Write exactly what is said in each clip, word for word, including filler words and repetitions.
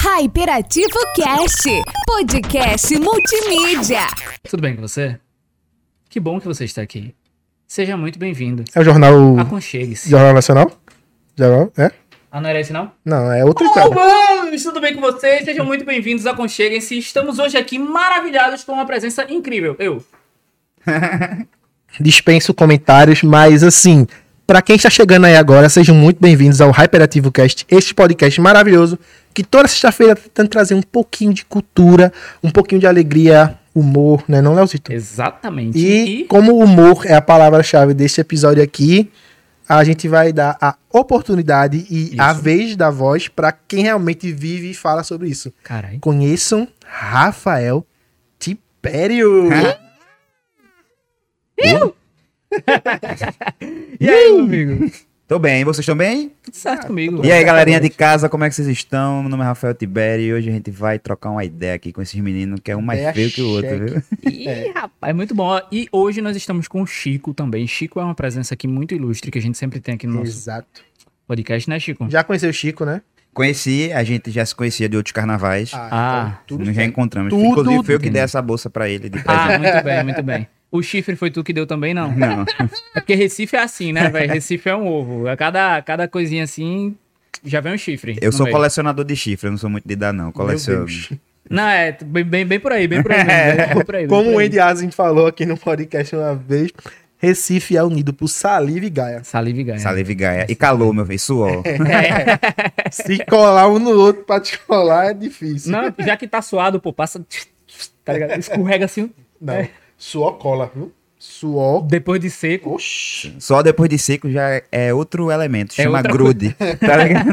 Hyperativo Cast, podcast multimídia. Tudo bem com você? Que bom que você está aqui. Seja muito bem-vindo. É o jornal... Aconchegue-se. Jornal Nacional? Jornal, é? Ah, não era esse não? Não, é outro Oh, cara. manos, tudo bem com vocês? Sejam muito bem-vindos, aconcheguem-se. Estamos hoje aqui maravilhados com uma presença incrível. Eu. Dispenso comentários, mas assim, pra quem está chegando aí agora, sejam muito bem-vindos ao Hyperativo Cast, este podcast maravilhoso que toda sexta-feira tá tentando trazer um pouquinho de cultura, um pouquinho de alegria, humor, né, não, Leozito? Exatamente. E, E como o humor é a palavra-chave deste episódio aqui, a gente vai dar a oportunidade e Isso. a vez da voz pra quem realmente vive e fala sobre isso. Caralho. Conheçam Rafael Tibério. E aí, meu amigo? Tô bem, vocês estão bem? Tudo certo comigo? E aí, galerinha de casa, como é que vocês estão? Meu nome é Rafael Tibério e hoje a gente vai trocar uma ideia aqui com esses meninos, que é um mais Ideia feio que o outro, cheque. viu? Ih, rapaz, muito bom. E hoje nós estamos com o Chico também. Chico é uma presença aqui muito ilustre que a gente sempre tem aqui no nosso Exato. podcast, né, Chico? Já conheceu o Chico, né? Conheci, a gente já se conhecia de outros carnavais. Ah, então, Nos já encontramos. Tudo Inclusive, foi eu que bem. dei essa bolsa pra ele de Ah, presente. muito bem, muito bem. O chifre foi tu que deu também, não? Não. É porque Recife é assim, né, velho? Recife é um ovo. A cada, cada coisinha assim, já vem um chifre. Eu no sou meio. colecionador de chifre, eu não sou muito de dar, não. Meu Coleciono. Deus. Não, é bem, bem, bem por aí, bem por aí. Mesmo, bem por aí, bem Como por o aí. Andy Asin falou aqui no podcast uma vez, Recife é unido por saliva e gaia. Saliva e ganha. Saliva e gaia. E calor, meu filho, suor. Se colar um no outro pra te colar é difícil. Não, já que tá suado, pô, passa... Tá ligado? Escorrega assim, Não. É. Suor cola, viu? Suor. depois de seco. Oxi. Só depois de seco já é outro elemento, É chama outra grude. Tá ligado?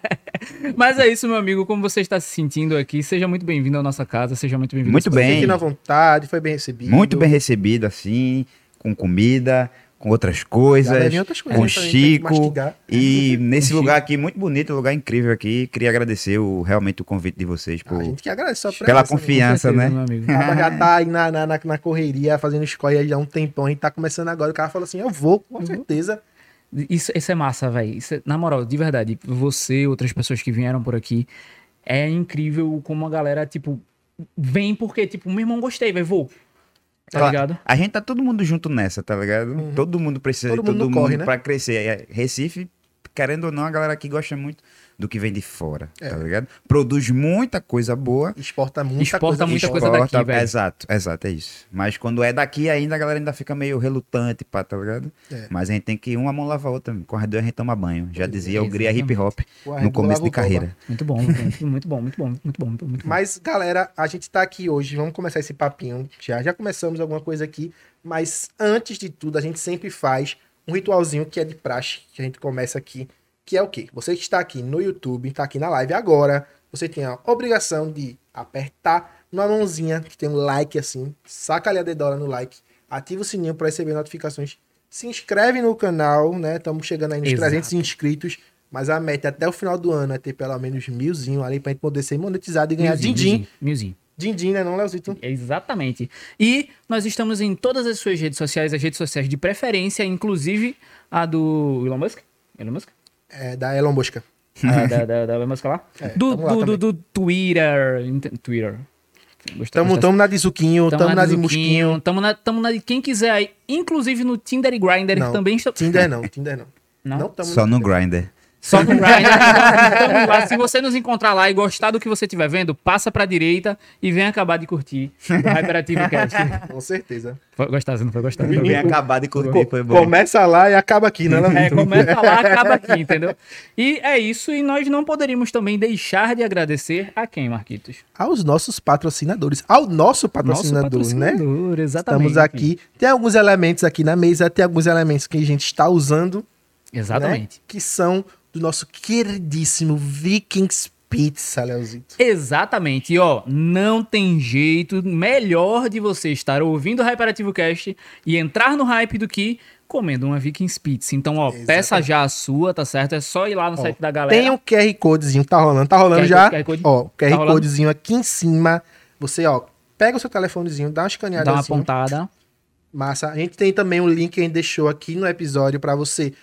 Mas é isso, meu amigo. Como você está se sentindo aqui, seja muito bem-vindo à nossa casa, seja muito bem-vindo. Muito ao seu- bem. Sentindo à vontade, foi bem recebido. Muito bem recebido, assim, com comida, com outras Já coisas, levei outras coisas com pra gente ter que Chico. mastigar. E nesse Chico. lugar aqui, muito bonito, um lugar incrível aqui. Queria agradecer o, realmente o convite de vocês por, A gente que agradece só pela presença, confiança, Com certeza, né? meu amigo. O cara já tá aí na, na, na, na correria, fazendo escolha aí já há um tempão. A gente tá começando agora. O cara falou assim: eu vou, com Uhum. certeza. Isso, isso é massa, velho. Na moral, de verdade, você, outras pessoas que vieram por aqui, é incrível como a galera, tipo, vem porque, tipo, meu irmão, gostei, velho, vou. Tá Claro, ligado? A gente tá todo mundo junto nessa, tá ligado? Uhum. Todo mundo precisa Todo de mundo todo no mundo corre, né? pra crescer. É, Recife, querendo ou não, a galera aqui gosta muito do que vem de fora, É. tá ligado? Produz muita coisa boa. Exporta muita Exporta coisa. muita fora. coisa daqui, velho. Exato, exato, é isso. Mas quando é daqui ainda, a galera ainda fica meio relutante, pá, tá ligado? É. Mas a gente tem que ir uma mão lavar a outra. Corredor a gente toma banho. Já dizia o Gria Hip Hop Ué, no começo lava de o toba. carreira. Muito bom, muito bom, muito bom, muito bom, muito bom, muito bom. Mas, galera, a gente tá aqui hoje. Vamos começar esse papinho. Já, já começamos alguma coisa aqui. Mas, antes de tudo, a gente sempre faz um ritualzinho que é de praxe, que a gente começa aqui. Que é o quê? Você que está aqui no YouTube, está aqui na live agora, você tem a obrigação de apertar numa mãozinha que tem um like assim, saca ali a dedora no like, ativa o sininho para receber notificações, se inscreve no canal, né? Estamos chegando aí nos Exato. trezentos inscritos, mas a meta até o final do ano é ter pelo menos milzinho ali pra gente poder ser monetizado e ganhar din-din. Milzinho. Din-din, né não, Leozito? Exatamente. E nós estamos em todas as suas redes sociais, as redes sociais de preferência, inclusive a do Elon Musk. Elon Musk? É, da Elon Musk. Ah, da, da, da Elon Musk lá? É, do, tamo lá do, do, também. do Twitter. int- Twitter. Gostou- Tamo, gostou- tamo na de Zuquinho, tamo, na de Zuquinho, Musquinho. Tamo na, tamo na de quem quiser aí. Inclusive no Tinder e Grindr, Não, que também está... Tinder não, Tinder não. Não? Não tamo Só no Grindr. Só no Grindr. Então, lá, se você nos encontrar lá e gostar do que você estiver vendo, passa pra direita e vem acabar de curtir o Hyperativo Cast. Com certeza. Foi gostar, não foi gostar. Vim acabar de curtir, foi bom. Começa lá e acaba aqui, né, É, Leozito? começa lá, acaba aqui, entendeu? E é isso, e nós não poderíamos também deixar de agradecer a quem, Marquitos? Aos nossos patrocinadores, ao nosso Nosso patrocinador, né? patrocinador, exatamente. Estamos aqui. Tem alguns elementos aqui na mesa, tem alguns elementos que a gente está usando, Exatamente. né? Que são do nosso queridíssimo Vikings Pizza, Leozito. Exatamente. E ó, não tem jeito melhor de você estar ouvindo o Hyperativo Cast e entrar no hype do que comendo uma Vikings Pizza. Então, ó, Exatamente. peça já a sua, tá certo? É só ir lá no Ó, site da galera. Tem um Q R Codezinho, tá rolando, tá rolando Q R já. Code, Q R Code. Ó, o Q R Tá rolando? Codezinho aqui em cima. Você, ó, pega o seu telefonezinho, dá uma escaneada Dá uma assim. apontada. Massa. A gente tem também um link que a gente deixou aqui no episódio pra você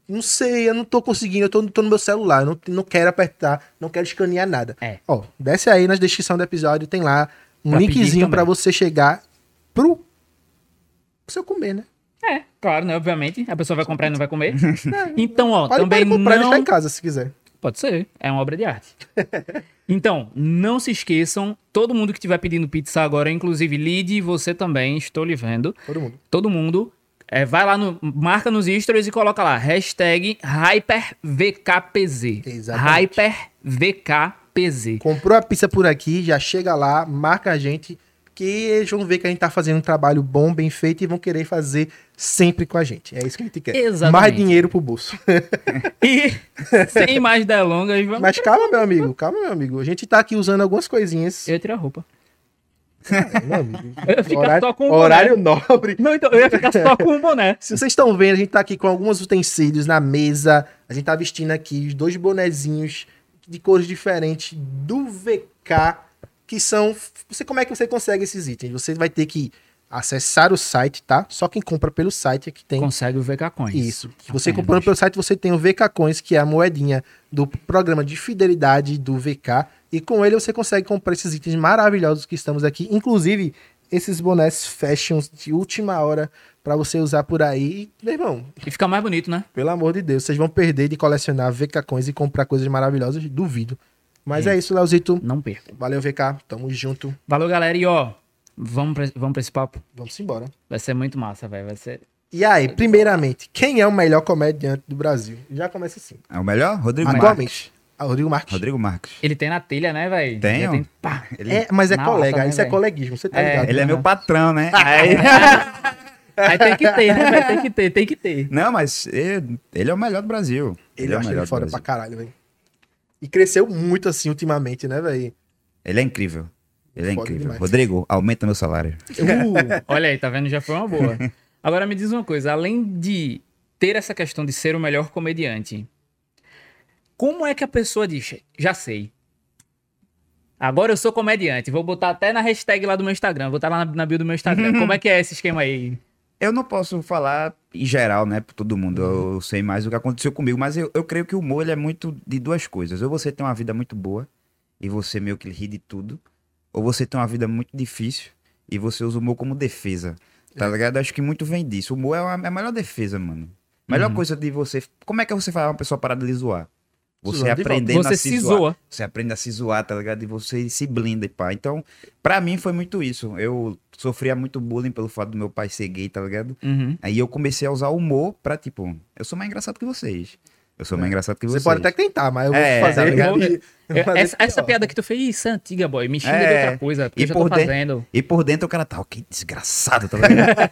Não sei, eu não tô conseguindo, eu tô, tô no meu celular, eu não, não quero apertar, não quero escanear nada. É. Ó, desce aí na descrição do episódio, tem lá um Pra pedir linkzinho também. pra você chegar pro, pro seu comer, né? É, claro, né? Obviamente. A pessoa vai comprar e não vai comer. Então, ó, Pode, também pode comprar e não... deixar em casa se quiser. Pode ser, é uma obra de arte. Então, não se esqueçam, todo mundo que estiver pedindo pizza agora, inclusive Lid, você também, estou lhe vendo. Todo mundo. Todo mundo, é, vai lá, no, marca nos stories e coloca lá, hashtag HyperVKPZ. Exatamente. HyperVKPZ. Comprou a pizza por aqui, já chega lá, marca a gente, que eles vão ver que a gente tá fazendo um trabalho bom, bem feito e vão querer fazer sempre com a gente. É isso que a gente quer. Exatamente. Mais dinheiro pro bolso. E, sem mais delongas, vamos... Mas calma, meu amigo, calma, meu amigo. A gente tá aqui usando algumas coisinhas. Eu ia tirar a roupa. Meu amigo. Eu ia ficar horário só com o horário nobre. Não, então, eu ia ficar só com o boné. Se vocês estão vendo, a gente tá aqui com alguns utensílios na mesa. A gente tá vestindo aqui os dois bonezinhos de cores diferentes do V K, que são... Você, como é que você consegue esses itens? Você vai ter que acessar o site, tá? Só quem compra pelo site é que tem... Consegue o V K Coins. Isso. Você Apenas. comprando pelo site, você tem o V K Coins, que é a moedinha do programa de fidelidade do V K. E com ele você consegue comprar esses itens maravilhosos que estamos aqui. Inclusive, esses bonés fashions de última hora pra você usar por aí. E, meu irmão, E fica mais bonito, né? pelo amor de Deus, vocês vão perder de colecionar V K Coins e comprar coisas maravilhosas. Duvido. Mas é, isso, Leozito. Não perca. Valeu, V K. Tamo junto. Valeu, galera. E ó, vamos pra, vamos pra esse papo? Vamos embora. Vai ser muito massa, velho. Vai ser... E aí, primeiramente, quem é o melhor comediante do Brasil? Já começa assim. É o melhor? Rodrigo Marques. Atualmente. Ah, Rodrigo Marques. Rodrigo Marques. Ele tem na telha, né, velho? Tenho. Tem... Pá. Ele É, mas é Na colega, lata, né, isso é velho? coleguismo, você tá É, ligado? Ele é né? meu patrão, né? Aí- Aí tem que ter, né, velho? Tem que ter, tem que ter. Não, mas ele, ele é o melhor do Brasil. Ele é eu o acho melhor ele do foda Brasil. pra caralho, velho. E cresceu muito assim ultimamente, né, velho? Ele é incrível. Ele é Foda incrível. demais. Rodrigo, aumenta meu salário. Uh, olha aí, tá vendo? Já foi uma boa. Agora me diz uma coisa, além de ter essa questão de ser o melhor comediante, como é que a pessoa diz, já sei, agora eu sou comediante, vou botar até na hashtag lá do meu Instagram, vou botar lá na, na bio do meu Instagram. Como é que é esse esquema aí? Eu não posso falar em geral, né, pra todo mundo. Eu sei mais o que aconteceu comigo, mas eu, eu creio que o humor ele é muito de duas coisas. Ou você tem uma vida muito boa e você meio que ri de tudo, ou você tem uma vida muito difícil e você usa o humor como defesa. Tá ligado? Acho que muito vem disso. O humor é, uma, é a melhor defesa, mano. Melhor Uhum. coisa de você. Como é que você faz uma pessoa parar de lhe zoar? Você Zoando de aprendendo Você a se zoar. zoa. Você aprende a se zoar, tá ligado? E você se blinda e pá. Então, pra mim foi muito isso. Eu sofria muito bullying pelo fato do meu pai ser gay, tá ligado? Uhum. Aí eu comecei a usar o humor pra, tipo, eu sou mais engraçado que vocês. Eu sou mais engraçado que Você vocês. pode até tentar, mas eu vou É, fazer. tá ligado? eu vou- eu vou fazer Essa, essa pior. piada que tu fez, isso é antiga, boy. Me xinga de É, outra coisa, porque e eu já por tô dentro- fazendo. E por dentro o cara tá, que desgraçado, tá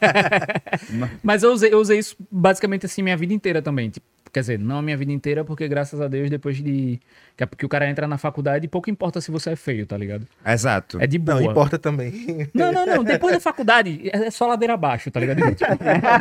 ligado? Mas eu usei, eu usei isso basicamente assim minha vida inteira também. Tipo, quer dizer, não a minha vida inteira, porque graças a Deus, depois de. Que é porque o cara entra na faculdade e pouco importa se você é feio, tá ligado? Exato. É de boa. Não, importa também. Não, não, não. Depois da faculdade, é só ladeira abaixo, tá ligado? Tipo,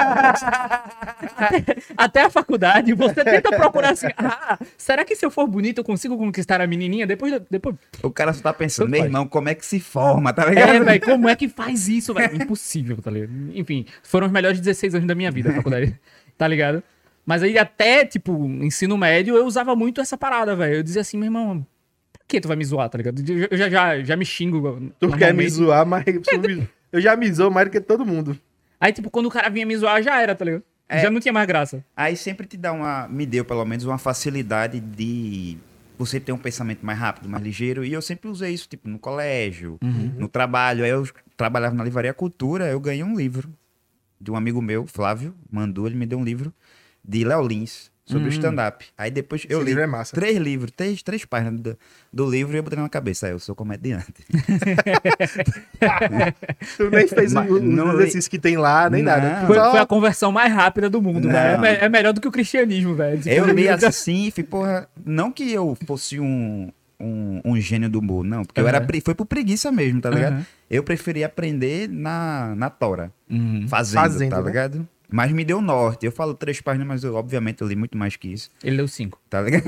até, até a faculdade, você tenta procurar assim. Ah, será que se eu for bonito eu consigo conquistar a menininha? Depois. depois... O cara só tá pensando, Tanto meu faz. irmão, como é que se forma, tá ligado? É, velho, como é que faz isso, velho? Impossível, tá ligado? Enfim, foram os melhores dezesseis anos da minha vida, a faculdade, tá ligado? Mas aí até, tipo, ensino médio, eu usava muito essa parada, velho. Eu dizia assim, meu irmão, por que tu vai me zoar, tá ligado? Eu já, já, já me xingo. Tu quer me normalmente. zoar, mas eu me- eu já me zoo mais do que todo mundo. Aí, tipo, quando o cara vinha me zoar, já era, tá ligado? É. Já não tinha mais graça. Aí sempre te dá uma, me deu pelo menos uma facilidade de você ter um pensamento mais rápido, mais ligeiro, e eu sempre usei isso, tipo, no colégio, no trabalho. Aí eu trabalhava na Livraria Cultura, eu ganhei um livro de um amigo meu, Flávio, mandou, ele me deu um livro de Léo Lins, sobre o stand-up. Aí depois eu Esse li livro é massa. três livros, três, três páginas do, do livro e eu botei na cabeça, aí eu sou comediante. Tu nem fez Mas os não li- exercícios que tem lá, nem Não. nada. Foi, Só- foi a conversão mais rápida do mundo, Não. velho. É, me- é melhor do que o cristianismo, velho. Tipo, Eu li assim e fui, porra, não que eu fosse um, um, um gênio do humor, não, porque eu era, Aham. pre- foi por preguiça mesmo, tá ligado? Aham. Eu preferia aprender na, na tora, Uhum. fazendo, Fazendo, tá né? ligado? Mas me deu norte, eu falo três páginas, mas eu, obviamente eu li muito mais que isso, Ele deu cinco. tá ligado?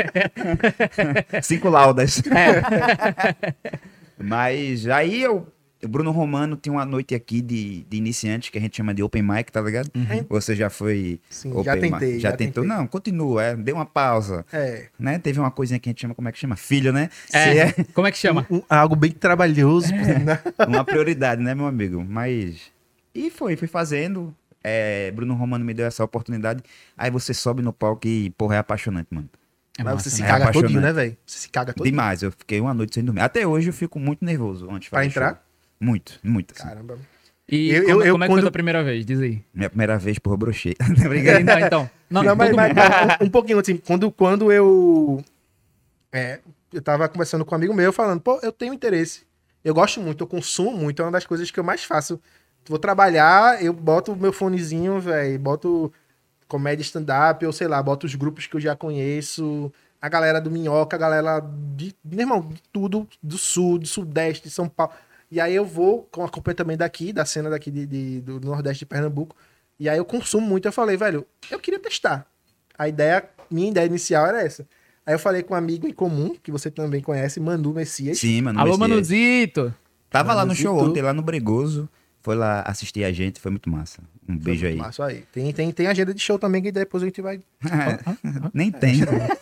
Cinco laudas. Mas aí eu o Bruno Romano tem uma noite aqui de, de iniciantes que a gente chama de Open Mic, tá ligado? Uhum. Você já foi Sim, Open já Mic? tentei. Já, tentou? tentei. Não, continua, é, dê uma pausa. É. Né? Teve uma coisinha que a gente chama, como é que chama? Filho, né? É, Se como é que chama? Um- algo bem trabalhoso. né? é uma prioridade, né, meu amigo? Mas... E foi, fui fazendo. É, Bruno Romano me deu essa oportunidade. Aí você sobe no palco e, porra, é apaixonante, mano. É Mas massa, você se né? É caga todinho, apaixonante. né, velho? Você se caga todinho. Demais, eu fiquei uma noite sem dormir. Até hoje eu fico muito nervoso antes de Pra fazer entrar? show. Muito, muito. Assim. Caramba. E Eu- como, eu- eu como é que foi quando- a primeira vez? Diz aí. Minha primeira vez, porra, eu brochei. Tá ligado? Não, então. Não, Não, mas, todo mas- mundo. mas um, um pouquinho assim, quando, quando eu. É, eu tava conversando com um amigo meu falando, pô, eu tenho interesse. Eu gosto muito, eu consumo muito, é uma das coisas que eu mais faço. Vou trabalhar, eu boto o meu fonezinho, velho, boto comédia stand-up, ou sei lá, boto os grupos que eu já conheço, a galera do Minhoca, a galera de, meu irmão, de tudo, do sul, do sudeste, de São Paulo. E aí eu vou com acompanhamento daqui, da cena daqui de, de- do Nordeste de Pernambuco, e aí eu consumo muito, eu falei, velho, eu queria testar. A ideia, minha ideia inicial era essa. Aí eu falei com um amigo em comum, que você também conhece, Manu Messias. Sim, mano. Alô, Messias. Manuzito. Tava lá no Manuzito. show ontem, lá no Bregoso. Foi lá assistir a gente, foi muito massa. Um Foi beijo aí. muito massa, aí. Tem, tem, tem agenda de show também, que depois a gente vai... Nem tem.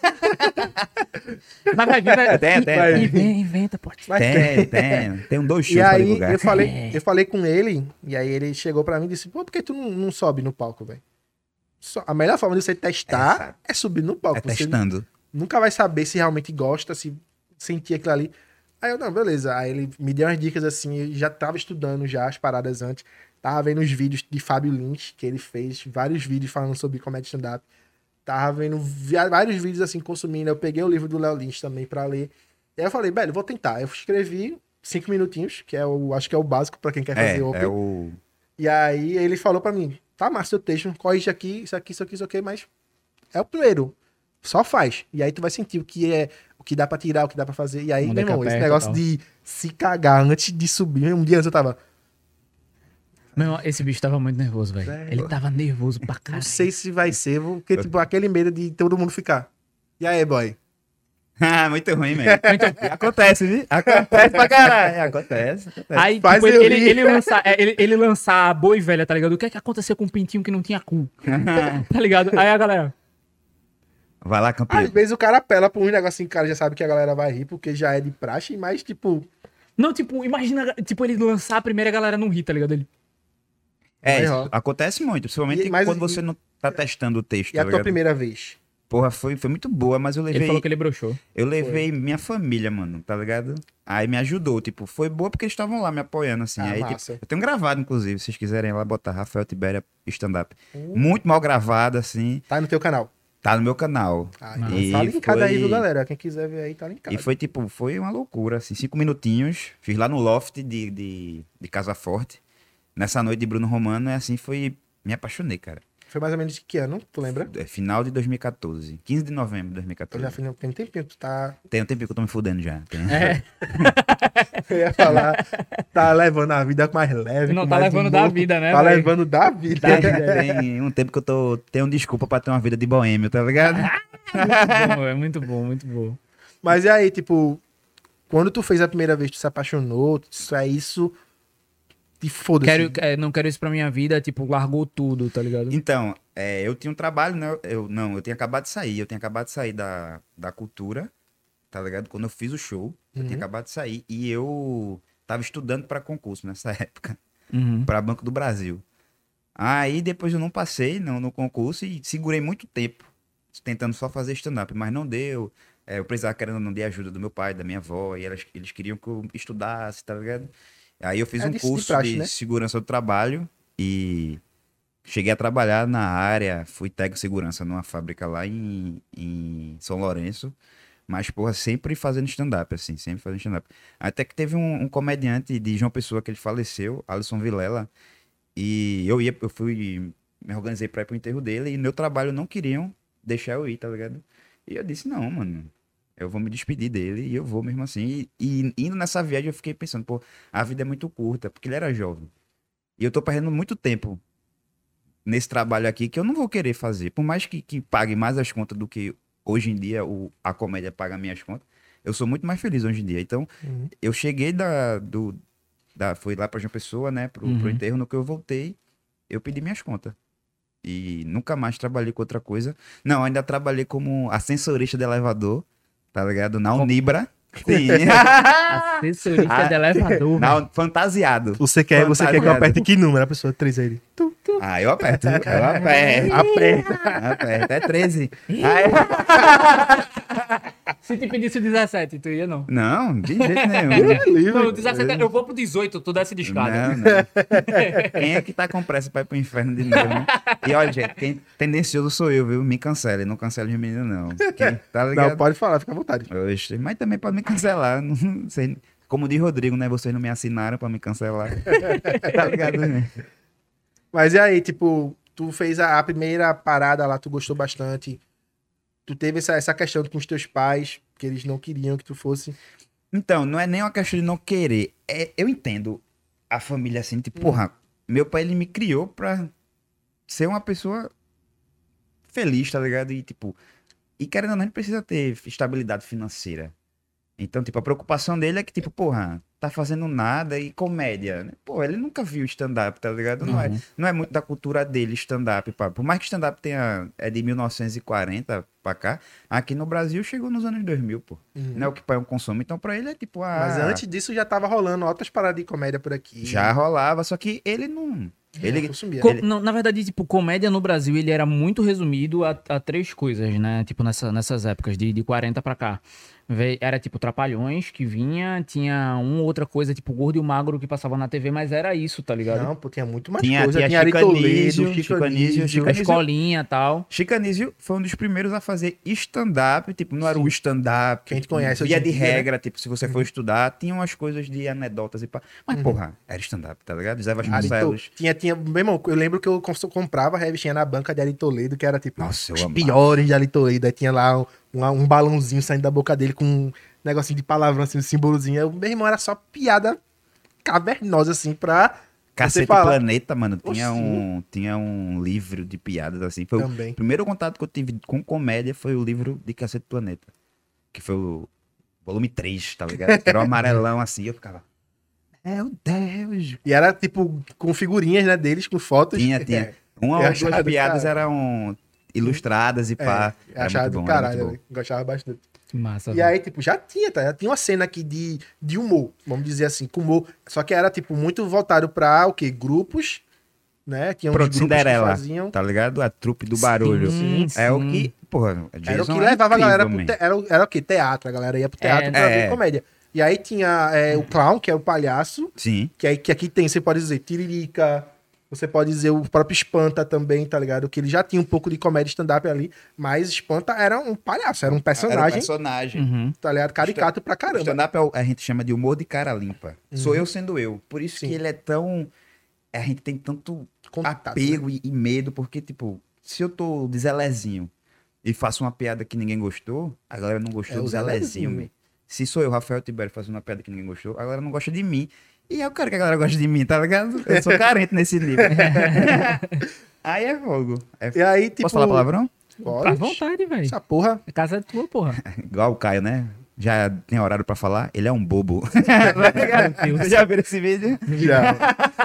Mas vai vir, vai. Tem, tem, E tem. vem, inventa, pô. vai Tem, tem. Tem um dois shows E pra aí divulgar. eu falei, eu falei com ele, e aí ele chegou pra mim e disse, pô, por que tu não, não sobe no palco, velho? Só- A melhor forma de você testar é, subir no palco. É Você testando. nunca vai saber se realmente gosta, se sentir aquilo ali. Aí eu, não, beleza. Aí ele me deu umas dicas assim, eu já tava estudando já as paradas antes. Tava vendo os vídeos de Fábio Lins, que ele fez vários vídeos falando sobre comédia stand-up. Tava vendo vi- vários vídeos assim, consumindo. Eu peguei o livro do Léo Lins também pra ler. E aí eu falei, velho, vou tentar. Eu escrevi cinco minutinhos, que é o, acho que é o básico pra quem quer É, fazer open. é o... E aí ele falou pra mim, tá massa seu texto, corrige aqui, isso aqui, isso aqui, isso aqui, mas é o primeiro. Só faz. E aí tu vai sentir o que é, o que dá pra tirar, o que dá pra fazer. E aí, Onde meu é que irmão, esse aperta, negócio tal. de se cagar antes de subir. Um dia antes eu tava, Meu irmão, esse bicho tava muito nervoso, velho. Sério? Ele tava nervoso pra não caralho. sei se vai ser, porque tipo, aquele medo de todo mundo ficar. E aí, boy? Ah, muito ruim, mesmo. Acontece, viu? Acontece pra caralho. Acontece. acontece. Aí, Faz tipo, ele, eu ele, rir. ele lançar, é, ele, ele lançar a boi velha, tá ligado? O que é que aconteceu com o pintinho que não tinha cu? Tá ligado? Aí a galera. Vai lá, campeão. Às vezes o cara apela pra um negocinho, o cara já sabe que a galera vai rir, porque já é de praxe, mas tipo, Não, tipo, imagina, tipo, ele lançar a primeira e a galera não ri, tá ligado? Ele. É, Vai, isso ó. acontece muito, principalmente E- mas- quando você não tá testando o texto. e a tá tua ligado? primeira vez? Porra, foi, foi muito boa, mas eu Ele levei, falou que ele broxou. eu levei minha família, mano, tá ligado? Aí me ajudou, tipo, foi boa porque eles estavam lá me apoiando, assim. Ah, aí, massa. tipo, eu tenho gravado, inclusive, se vocês quiserem ir lá botar Rafael Tibéria stand-up. Hum. Muito mal gravado, assim, Tá no teu canal. tá no meu canal. Ah, Massa. então E tá linkado aí, foi- viu, galera? Quem quiser ver aí, tá linkado. E foi, tipo, foi uma loucura, assim, cinco minutinhos, fiz lá no loft de, de, de Casa Forte. Nessa noite de Bruno Romano, e assim, foi, me apaixonei, cara. Foi mais ou menos de que ano, tu lembra? É, final de dois mil e quatorze, quinze de novembro de dois mil e Eu quatorze. já fiz tem um tempinho, tu tá. Tem um tempo que eu tô me fudendo já. Tem- É, Eu ia falar, tá levando a vida mais leve. não com tá mais levando humor, da vida, né? Tá velho? levando da vida. Tem, tem um tempo que eu tô. Tenho desculpa pra ter uma vida de boêmio, tá ligado? Bom, é muito bom, muito bom. Mas e aí, tipo, quando tu fez a primeira vez, tu se apaixonou, isso é isso. E foda-se. Quero, é, não quero isso pra minha vida, tipo, largou tudo, tá ligado? Então, é, eu tinha um trabalho, né? Eu, não, eu tinha acabado de sair. Eu tinha acabado de sair da, da cultura, tá ligado? Quando eu fiz o show, eu tinha Uhum. acabado de sair. E eu tava estudando pra concurso nessa época, Uhum. pra Banco do Brasil. Aí depois eu não passei não, no concurso e segurei muito tempo tentando só fazer stand-up, mas não deu. É, eu precisava querendo não de ajuda do meu pai, da minha avó, e elas, eles queriam que eu estudasse, tá ligado? Aí eu fiz É um de- de curso praxe, de né? segurança do trabalho e cheguei a trabalhar na área, fui técnico de segurança numa fábrica lá em, em São Lourenço, mas, porra, sempre fazendo stand-up, assim, sempre fazendo stand-up. Até que teve um, um comediante de João Pessoa que ele faleceu, Alisson Vilela, e eu ia, eu fui, me organizei pra ir pro enterro dele, e no meu trabalho não queriam deixar eu ir, tá ligado? E eu disse, não, mano, eu vou me despedir dele e eu vou mesmo assim. E, e indo nessa viagem eu fiquei pensando, pô, a vida é muito curta, porque ele era jovem. E eu tô perdendo muito tempo nesse trabalho aqui que eu não vou querer fazer. Por mais que, que pague mais as contas do que hoje em dia o, a comédia paga minhas contas, eu sou muito mais feliz hoje em dia. Então, Uhum. eu cheguei da, do, da, fui lá pra João Pessoa, né, pro, Uhum. pro enterro. No que eu voltei, eu pedi minhas contas. E nunca mais trabalhei com outra coisa. Não, ainda trabalhei como ascensorista de elevador, tá ligado? Na Unibra. Sim. Assessorista Ah, de elevador. Na, Un- fantasiado. Você quer, você quer que eu Fantasiado. aperte que número? A pessoa três aí. Tu, tu. Ah, eu aperto. Eu aperto. Aperta. Aperto. É treze. Aí- Se te pedisse o dezessete, tu ia não? Não, de jeito nenhum. Não, o dezessete, eu vou pro dezoito, tu desce de escada. Não, não. Quem é que tá com pressa pra ir pro inferno de novo, né? E olha, gente, quem tendencioso sou eu, viu? Me cancele, não cancele os meninos, não. Quem, tá ligado? Não, pode falar, fica à vontade. Oxe, mas também pode me cancelar. Não sei. Como diz Rodrigo, né? Vocês não me assinaram pra me cancelar. Tá ligado, né? Mas e aí, tipo, tu fez a, a primeira parada lá, tu gostou bastante. Tu teve essa, essa questão com os teus pais, que eles não queriam que tu fosse. Então, não é nem uma questão de não querer. É, eu entendo a família assim, tipo, porra, meu pai ele me criou pra ser uma pessoa feliz, tá ligado? E tipo, e querendo ou não, a gente precisa ter estabilidade financeira. Então, tipo, a preocupação dele é que, tipo, porra, tá fazendo nada e comédia, né? Pô, ele nunca viu stand-up, tá ligado? Não, é, não é muito da cultura dele stand-up, pá. Por mais que stand-up tenha, é de mil novecentos e quarenta pra cá, aqui no Brasil chegou nos anos dois mil, pô. Não é o que o pai consome. Então, pra ele é tipo, ah... Mas antes disso já tava rolando outras paradas de comédia por aqui. Já rolava, só que ele não... Ele Ele, consumia. Co- Ele- não, na verdade, tipo, comédia no Brasil, ele era muito resumido a, a três coisas, né? Tipo, nessa, nessas épocas, de, de quarenta pra cá. Vê- Era, tipo, Trapalhões que vinha, tinha uma outra coisa, tipo, Gordo e o Magro que passava na T V, mas era isso, tá ligado? Não, pô, tinha muito mais Tinha- coisa. tinha Tinha Ari Chico Toledo, Anísio, Chico Chico Anísio, Anísio. Chico A Anísio. escolinha e tal. Chico Anísio foi um dos primeiros a fazer stand-up, tipo, não era o stand-up. Que a gente conhece Via hoje de em dia, né? regra, tipo, se você for estudar, tinha umas coisas de anedotas e pá. Mas, porra, era stand-up, tá ligado? Zé Ari To- Vasconcelos. Tinha, tinha, meu irmão, eu lembro que eu cons- comprava a revistinha na banca de Ari Toledo, que era tipo Nossa, eu os amava. piores de Ari Toledo. Aí tinha lá um, um, um balãozinho saindo da boca dele com um negocinho de palavrão, assim, um símbolozinho. Aí, meu irmão, era só piada cavernosa, assim, pra Cacete você falar. Planeta, mano, tinha Oxi. um, tinha um livro de piadas, assim. Foi Também. o primeiro contato que eu tive com comédia foi o livro de Cacete Planeta. Que foi o volume três, tá ligado? Que era um amarelão, assim, eu ficava... Meu Deus! E era, tipo, com figurinhas, né, deles, com fotos. Tinha, tinha. É, Uma Eu ou achava duas do piadas caralho. eram ilustradas e pá. é, Era achava muito do bom, era caralho, muito bom. eu gostava bastante. Que massa. E velho. aí, tipo, já tinha, tá? Já tinha uma cena aqui de, de humor, vamos dizer assim, com humor. Só que era, tipo, muito voltado pra, o quê? Grupos, né? Tinha uns Pronto, grupos Cinderela, que faziam... tá ligado? A trupe do barulho. Sim, É o sim. que, porra, Era o Jason que é levava a galera pro incrível, te... era, o- era o quê? Teatro. A galera ia pro teatro É, pra é. ver comédia. E aí tinha é, o clown, que é o palhaço, man. Sim. que, aí, que aqui tem, você pode dizer, Tiririca, você pode dizer o próprio Espanta também, tá ligado? Que ele já tinha um pouco de comédia stand-up ali, mas Espanta era um palhaço, era um Era um personagem, personagem. Uhum. tá ligado? Caricato pra caramba. Stand-up é o- a gente chama de humor de cara limpa. Sou eu sendo eu. Por isso Sim. que ele é tão... A gente tem tanto Contato, apego e, e medo, porque, tipo, se eu tô de Zelezinho e faço uma piada que ninguém gostou, a galera não gostou É, o do Zelezinho, Zelezinho. man. Se sou eu, Rafael Tibério, fazendo uma piada que ninguém gostou, a galera não gosta de mim. E eu quero que a galera goste de mim, tá ligado? Eu sou carente nesse nível. Aí é fogo. É... E aí, tipo... Posso falar palavrão? Pode. À vontade, velho. Essa porra... A casa é tua, porra. Igual o Caio, né? Já tem horário pra falar? Ele é um bobo. Você já viu esse vídeo? Já.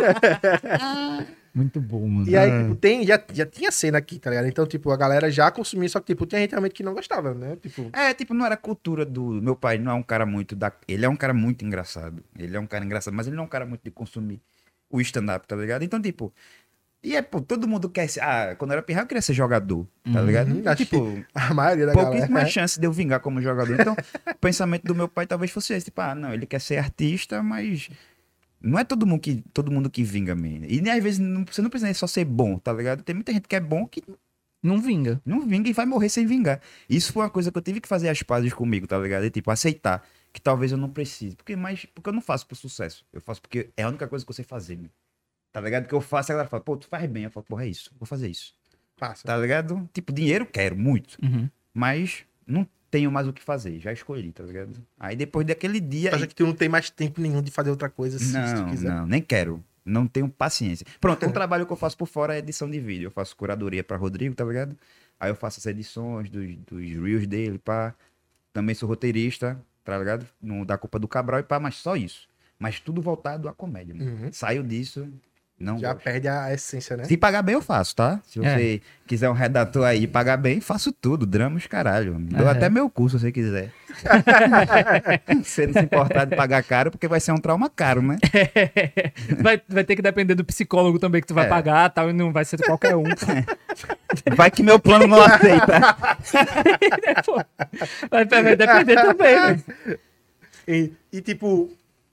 Muito bom, mano. E aí, tipo, tem, já, já tinha cena aqui, tá ligado? Então, tipo, a galera já consumia, só que, tipo, tinha gente realmente que não gostava, né? Tipo, É, tipo, não era cultura do... Meu pai não é um cara muito da... Ele é um cara muito engraçado. Ele é um cara engraçado, mas ele não é um cara muito de consumir o stand-up, tá ligado? Então, tipo... E é, pô, todo mundo quer ser... Ah, quando eu era pirra, eu queria ser jogador, tá ligado? Uhum, acho Tipo... a maioria da Pouquíssima galera... chance de eu vingar como jogador. Então, o pensamento do meu pai talvez fosse esse. Tipo, ah, não, ele quer ser artista, mas... Não é todo mundo que, todo mundo que vinga, man. E nem às vezes não- você não precisa só ser bom, tá ligado? Tem muita gente que é bom que Não vinga. não vinga e vai morrer sem vingar. Isso foi uma coisa que eu tive que fazer as pazes comigo, tá ligado? E, tipo, aceitar que talvez eu não precise. Porque, mas, porque eu não faço por sucesso. Eu faço porque é a única coisa que eu sei fazer, man. Tá ligado? Que eu faço, a galera fala, pô, tu faz bem. Eu falo, porra, é isso. Vou fazer isso. Passa. Tá ligado? Tipo, dinheiro quero, muito. Uhum. Mas não tenho mais o que fazer. Já escolhi, tá ligado? Aí depois daquele dia... Passa que tu não tem mais tempo nenhum de fazer outra coisa, se, se tu Não, quiser. não, nem quero. Não tenho paciência. Pronto, um trabalho que eu faço por fora é edição de vídeo. Eu faço curadoria pra Rodrigo, tá ligado? Aí eu faço as edições dos, dos reels dele, pá. Também sou roteirista, tá ligado? No, da Culpa do Cabral e pá, mas só isso. mas tudo voltado à comédia. Mano. Uhum. Saiu disso, não Já gosto. perde a essência, né? Se pagar bem, eu faço, tá? Se É. você quiser um redator aí e pagar bem, faço tudo. Drama os caralho. Dou É. até meu curso, se você quiser. Você não se importar de pagar caro, porque vai ser um trauma caro, né? vai, vai ter que depender do psicólogo também que tu vai É. pagar tal, e não vai ser qualquer um. Vai que meu plano não aceita. Pô, vai, vai depender também, né? E, e, tipo,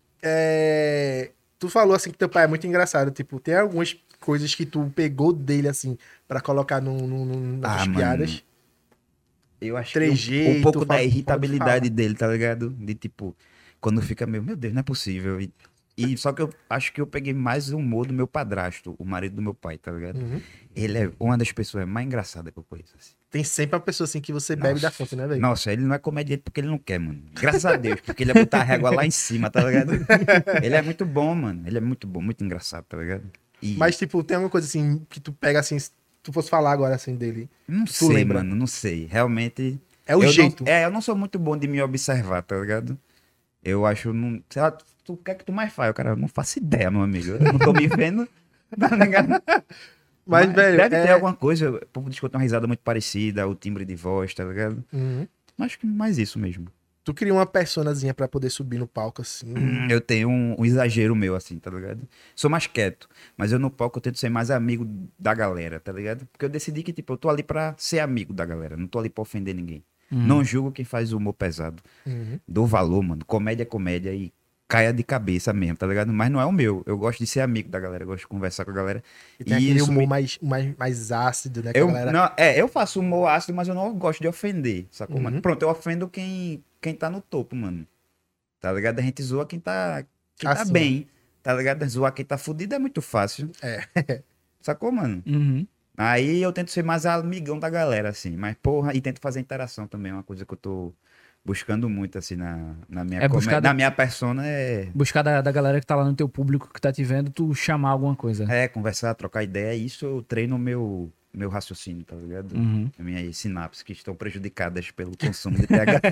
é, tu falou assim que teu pai é muito engraçado. Tipo, tem algumas coisas que tu pegou dele, assim, pra colocar no, no, no- nas Ah, tuas mano. piadas. Eu acho Trejeito, que um, um pouco fa- da pode irritabilidade falar. dele, tá ligado? De tipo, quando fica meio, meu Deus, não é possível. E, e só que eu acho que eu peguei mais o humor do meu padrasto, o marido do meu pai, tá ligado? Uhum. Ele é uma das pessoas mais engraçadas que eu conheço. Assim. Tem sempre uma pessoa assim que você bebe Nossa. da fonte, né, velho? Nossa, ele não é comediante porque ele não quer, mano. Graças a Deus, porque ele ia botar a régua lá em cima, tá ligado? Ele é muito bom, mano. Ele é muito bom, muito engraçado, tá ligado? E Mas, tipo, tem alguma coisa assim que tu pega assim, se tu fosse falar agora assim dele. não tu sei, lembra? mano, não sei. Realmente. É o eu jeito. Não, é, eu não sou muito bom de me observar, tá ligado? Eu acho, não, sei lá, tu, o que é que tu mais faz? O cara, eu não faço ideia, meu amigo. Eu não tô me vendo, tá ligado? Mas, velho, deve é- ter alguma coisa. O povo diz que eu tenho uma risada muito parecida, o timbre de voz, tá ligado? Uhum. Acho que mais isso mesmo. Tu queria uma personazinha pra poder subir no palco, assim. Hum, Eu tenho um, um exagero meu, assim, tá ligado? Sou mais quieto, mas eu no palco eu tento ser mais amigo da galera, tá ligado? Porque eu decidi que, tipo, eu tô ali pra ser amigo da galera, não tô ali pra ofender ninguém. Não julgo quem faz humor pesado. Uhum. Dou valor, mano. Comédia é comédia e caia de cabeça mesmo, tá ligado? Mas não é o meu. Eu gosto de ser amigo da galera, eu gosto de conversar com a galera. E tem aquele isso humor me- mais, mais, mais ácido, né? Que Eu, a galera... não, é, eu faço humor ácido, mas eu não gosto de ofender, sacou, Uhum. mano? Pronto, eu ofendo quem, quem tá no topo, mano. Tá ligado? A gente zoa quem tá, quem tá Acima. bem, tá ligado? Zoar quem tá fudido é muito fácil. É. Sacou, mano? Uhum. Aí eu tento ser mais amigão da galera, assim. Mas, porra, e tento fazer interação também. É uma coisa que eu tô buscando muito, assim, na, na minha É comé- buscar Na da- minha persona é... Buscar da, da galera que tá lá no teu público, que tá te vendo, tu chamar alguma coisa. É, conversar, trocar ideia. Isso eu treino o meu, meu raciocínio, tá ligado? Uhum. Minhas sinapses que estão prejudicadas pelo consumo de T H C.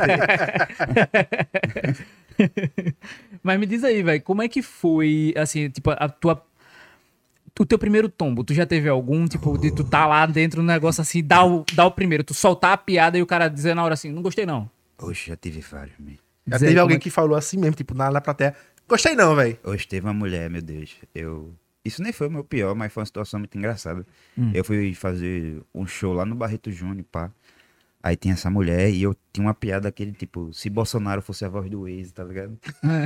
Mas me diz aí, velho, como é que foi, assim, tipo, a tua... O teu primeiro tombo, tu já teve algum, tipo, de tu tá lá dentro do negócio assim, dá o, dá o primeiro, tu soltar a piada e o cara dizer na hora assim, não gostei não. Oxe, já tive vários, man. Já Diz aí, teve como alguém é que falou assim mesmo, tipo, na, na plateia. Gostei não, velho. Hoje teve uma mulher, meu Deus. Eu... Isso nem foi o meu pior, mas foi uma situação muito engraçada. Hum. Eu fui fazer um show lá no Barreto Júnior, pá. Aí tinha essa mulher e eu tinha uma piada daquele tipo, se Bolsonaro fosse a voz do Waze, tá ligado?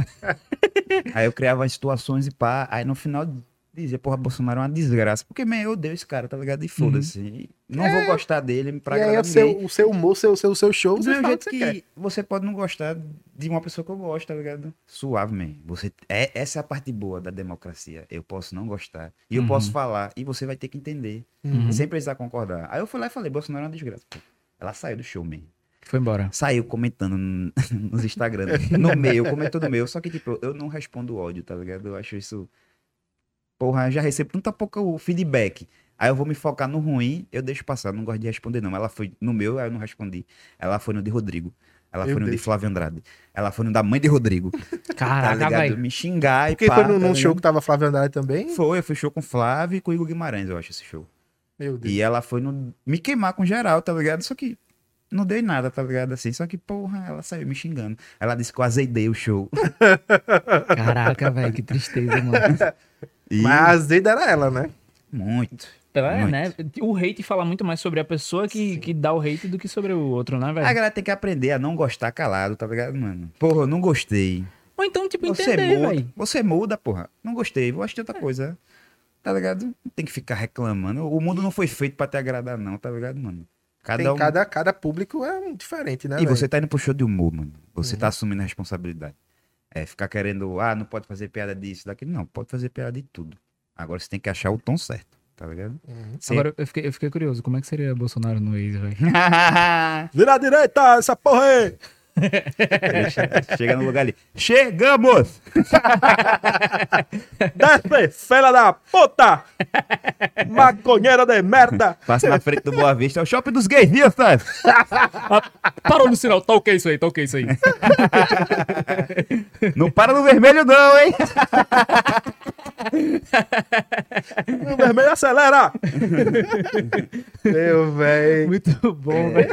Aí eu criava as situações e pá. Aí no final dizia, porra, Bolsonaro é uma desgraça. Porque, man, eu odeio esse cara, tá ligado? E foda-se. E Não vou gostar dele pra E aí agradar o seu, ninguém. o seu humor, o seu, seu, seu show, Do você mesmo fala o jeito que você que quer. você pode não gostar de uma pessoa que eu gosto, tá ligado? Suave, man. Você, é, essa é a parte boa da democracia. Eu posso não gostar. E eu Uhum. posso falar. E você vai ter que entender. Uhum. Sem precisar concordar. Aí eu fui lá e falei, Bolsonaro é uma desgraça. Pô. Ela saiu do show, man. Foi embora. Saiu comentando n- nos Instagram. No meu, comentou no meu. Só que, tipo, eu não respondo ódio, tá ligado? Eu acho isso... Porra, eu já recebo tanta pouco feedback. Aí eu vou me focar no ruim, eu deixo passar. Não gosto de responder, não. Ela foi no meu, aí eu não respondi. Ela foi no de Rodrigo. Ela Meu foi no de Deus. Flávio Andrade. Ela foi no da mãe de Rodrigo. Tá Caraca, ligado? velho. Me xingar e Porque pá, foi num, tá num ligado? show que tava Flávio Andrade também? Foi, eu fui show com o Flávio e com o Igor Guimarães, eu acho, esse show. Meu Deus. E ela foi no... me queimar com geral, tá ligado? Só que não dei nada, tá ligado? Assim, só que, porra, ela saiu me xingando. Ela disse que eu azedei o show. Caraca, velho, que tristeza, mano. E Mas a azeda era ela, né? muito. É, Muito. né? O hate fala muito mais sobre a pessoa que, que dá o hate do que sobre o outro, né, A velho? galera tem que aprender a não gostar calado, tá ligado, mano? Porra, eu não gostei. Ou então, tipo, Você entender, muda, velho. você muda, porra. Não gostei, vou assistir outra coisa. Tá ligado? Não tem que ficar reclamando. O mundo não foi feito pra te agradar, não, tá ligado, mano? Cada Tem um... cada, cada público é um diferente, né, E velho? você tá indo pro show de humor, mano. Você Uhum. tá assumindo a responsabilidade. É, ficar querendo, ah, não pode fazer piada disso, daquilo. Não, pode fazer piada de tudo. Agora você tem que achar o tom certo, tá ligado? Uhum. Você- Agora, eu fiquei, eu fiquei curioso. Como é que seria Bolsonaro no Waze, velho? Vira à direita, essa porra aí! Ele chega no lugar ali. Chegamos! Desce, filha da puta! Maconheiro de merda! Passa na frente do Boa Vista, é o shopping dos gays, viu, sabe? Parou no sinal, tá ok isso aí, tá ok isso aí. Não para no vermelho não, hein? O vermelho acelera! Meu velho. Muito bom, velho.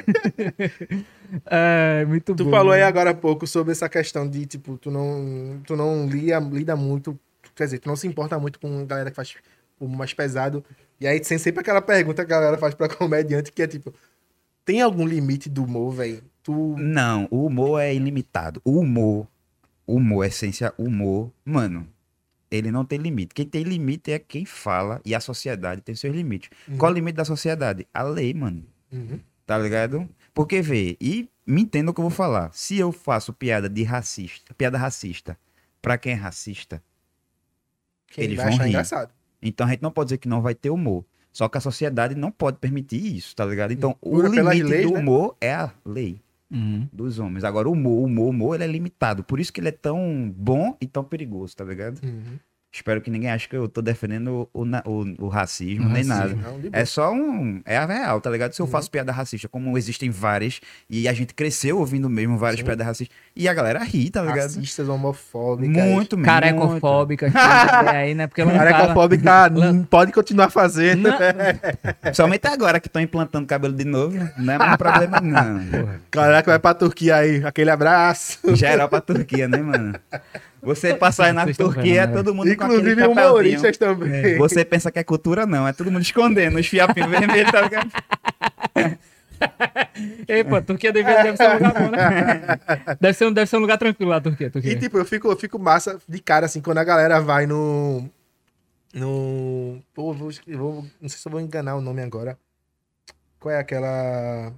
É, muito Tu bom. falou aí velho. agora há pouco sobre essa questão de, tipo, tu não, tu não lia, lida muito, quer dizer, tu não se importa muito com galera que faz o mais pesado. E aí tem sempre aquela pergunta que a galera faz pra comediante, que é tipo, tem algum limite do humor, velho? Tu... Não, o humor é ilimitado. O humor, o humor, a essência, humor, mano, ele não tem limite. Quem tem limite é quem fala e a sociedade tem seus limites. Uhum. Qual o limite da sociedade? A lei, mano. Uhum. Tá ligado? Porque, vê, e me entenda o que eu vou falar. Se eu faço piada de racista, piada racista, pra quem é racista, Quem Eles vai vão achar rir. engraçado. então a gente não pode dizer que não vai ter humor. Só que a sociedade não pode permitir isso, tá ligado? Então, o Pura pelas limite leis, do né? humor é a lei Uhum. dos homens. Agora, o humor, o humor, o humor, ele é limitado. Por isso que ele é tão bom e tão perigoso, tá ligado? Uhum. Espero que ninguém ache que eu tô defendendo o, na- o, o racismo, O nem racismo. nada. Não, de boa. É só um. É a real, tá ligado? Se eu Uhum. faço piada racista, como existem várias, e a gente cresceu ouvindo mesmo várias Sim. piadas racistas, e a galera ri, tá ligado? Racistas, homofóbicas. Muito mesmo. Carecofóbica, muito. aí, né? Porque lançaram- Carecofóbica não pode continuar fazendo. Não. Principalmente agora que estão implantando cabelo de novo, não é mais problema, não. Porra. Caraca, vai pra Turquia aí. Aquele abraço. Geral pra Turquia, né, mano? Você passar aí na Vocês tão Turquia, é vendo, né? todo mundo Inclusive com aquele chapéuzinho. humoristas também. Você pensa que é cultura, não. É todo mundo escondendo os fiapinhos vermelhos, tá ligado? Ei, pô, Turquia deve, deve ser um lugar bom, né? Deve ser, um- deve ser um lugar tranquilo lá, Turquia. Turquia. E tipo, eu fico, eu fico massa de cara, assim, quando a galera vai no. No. Pô, vou, eu vou- não sei se eu vou enganar o nome agora. Qual é aquela.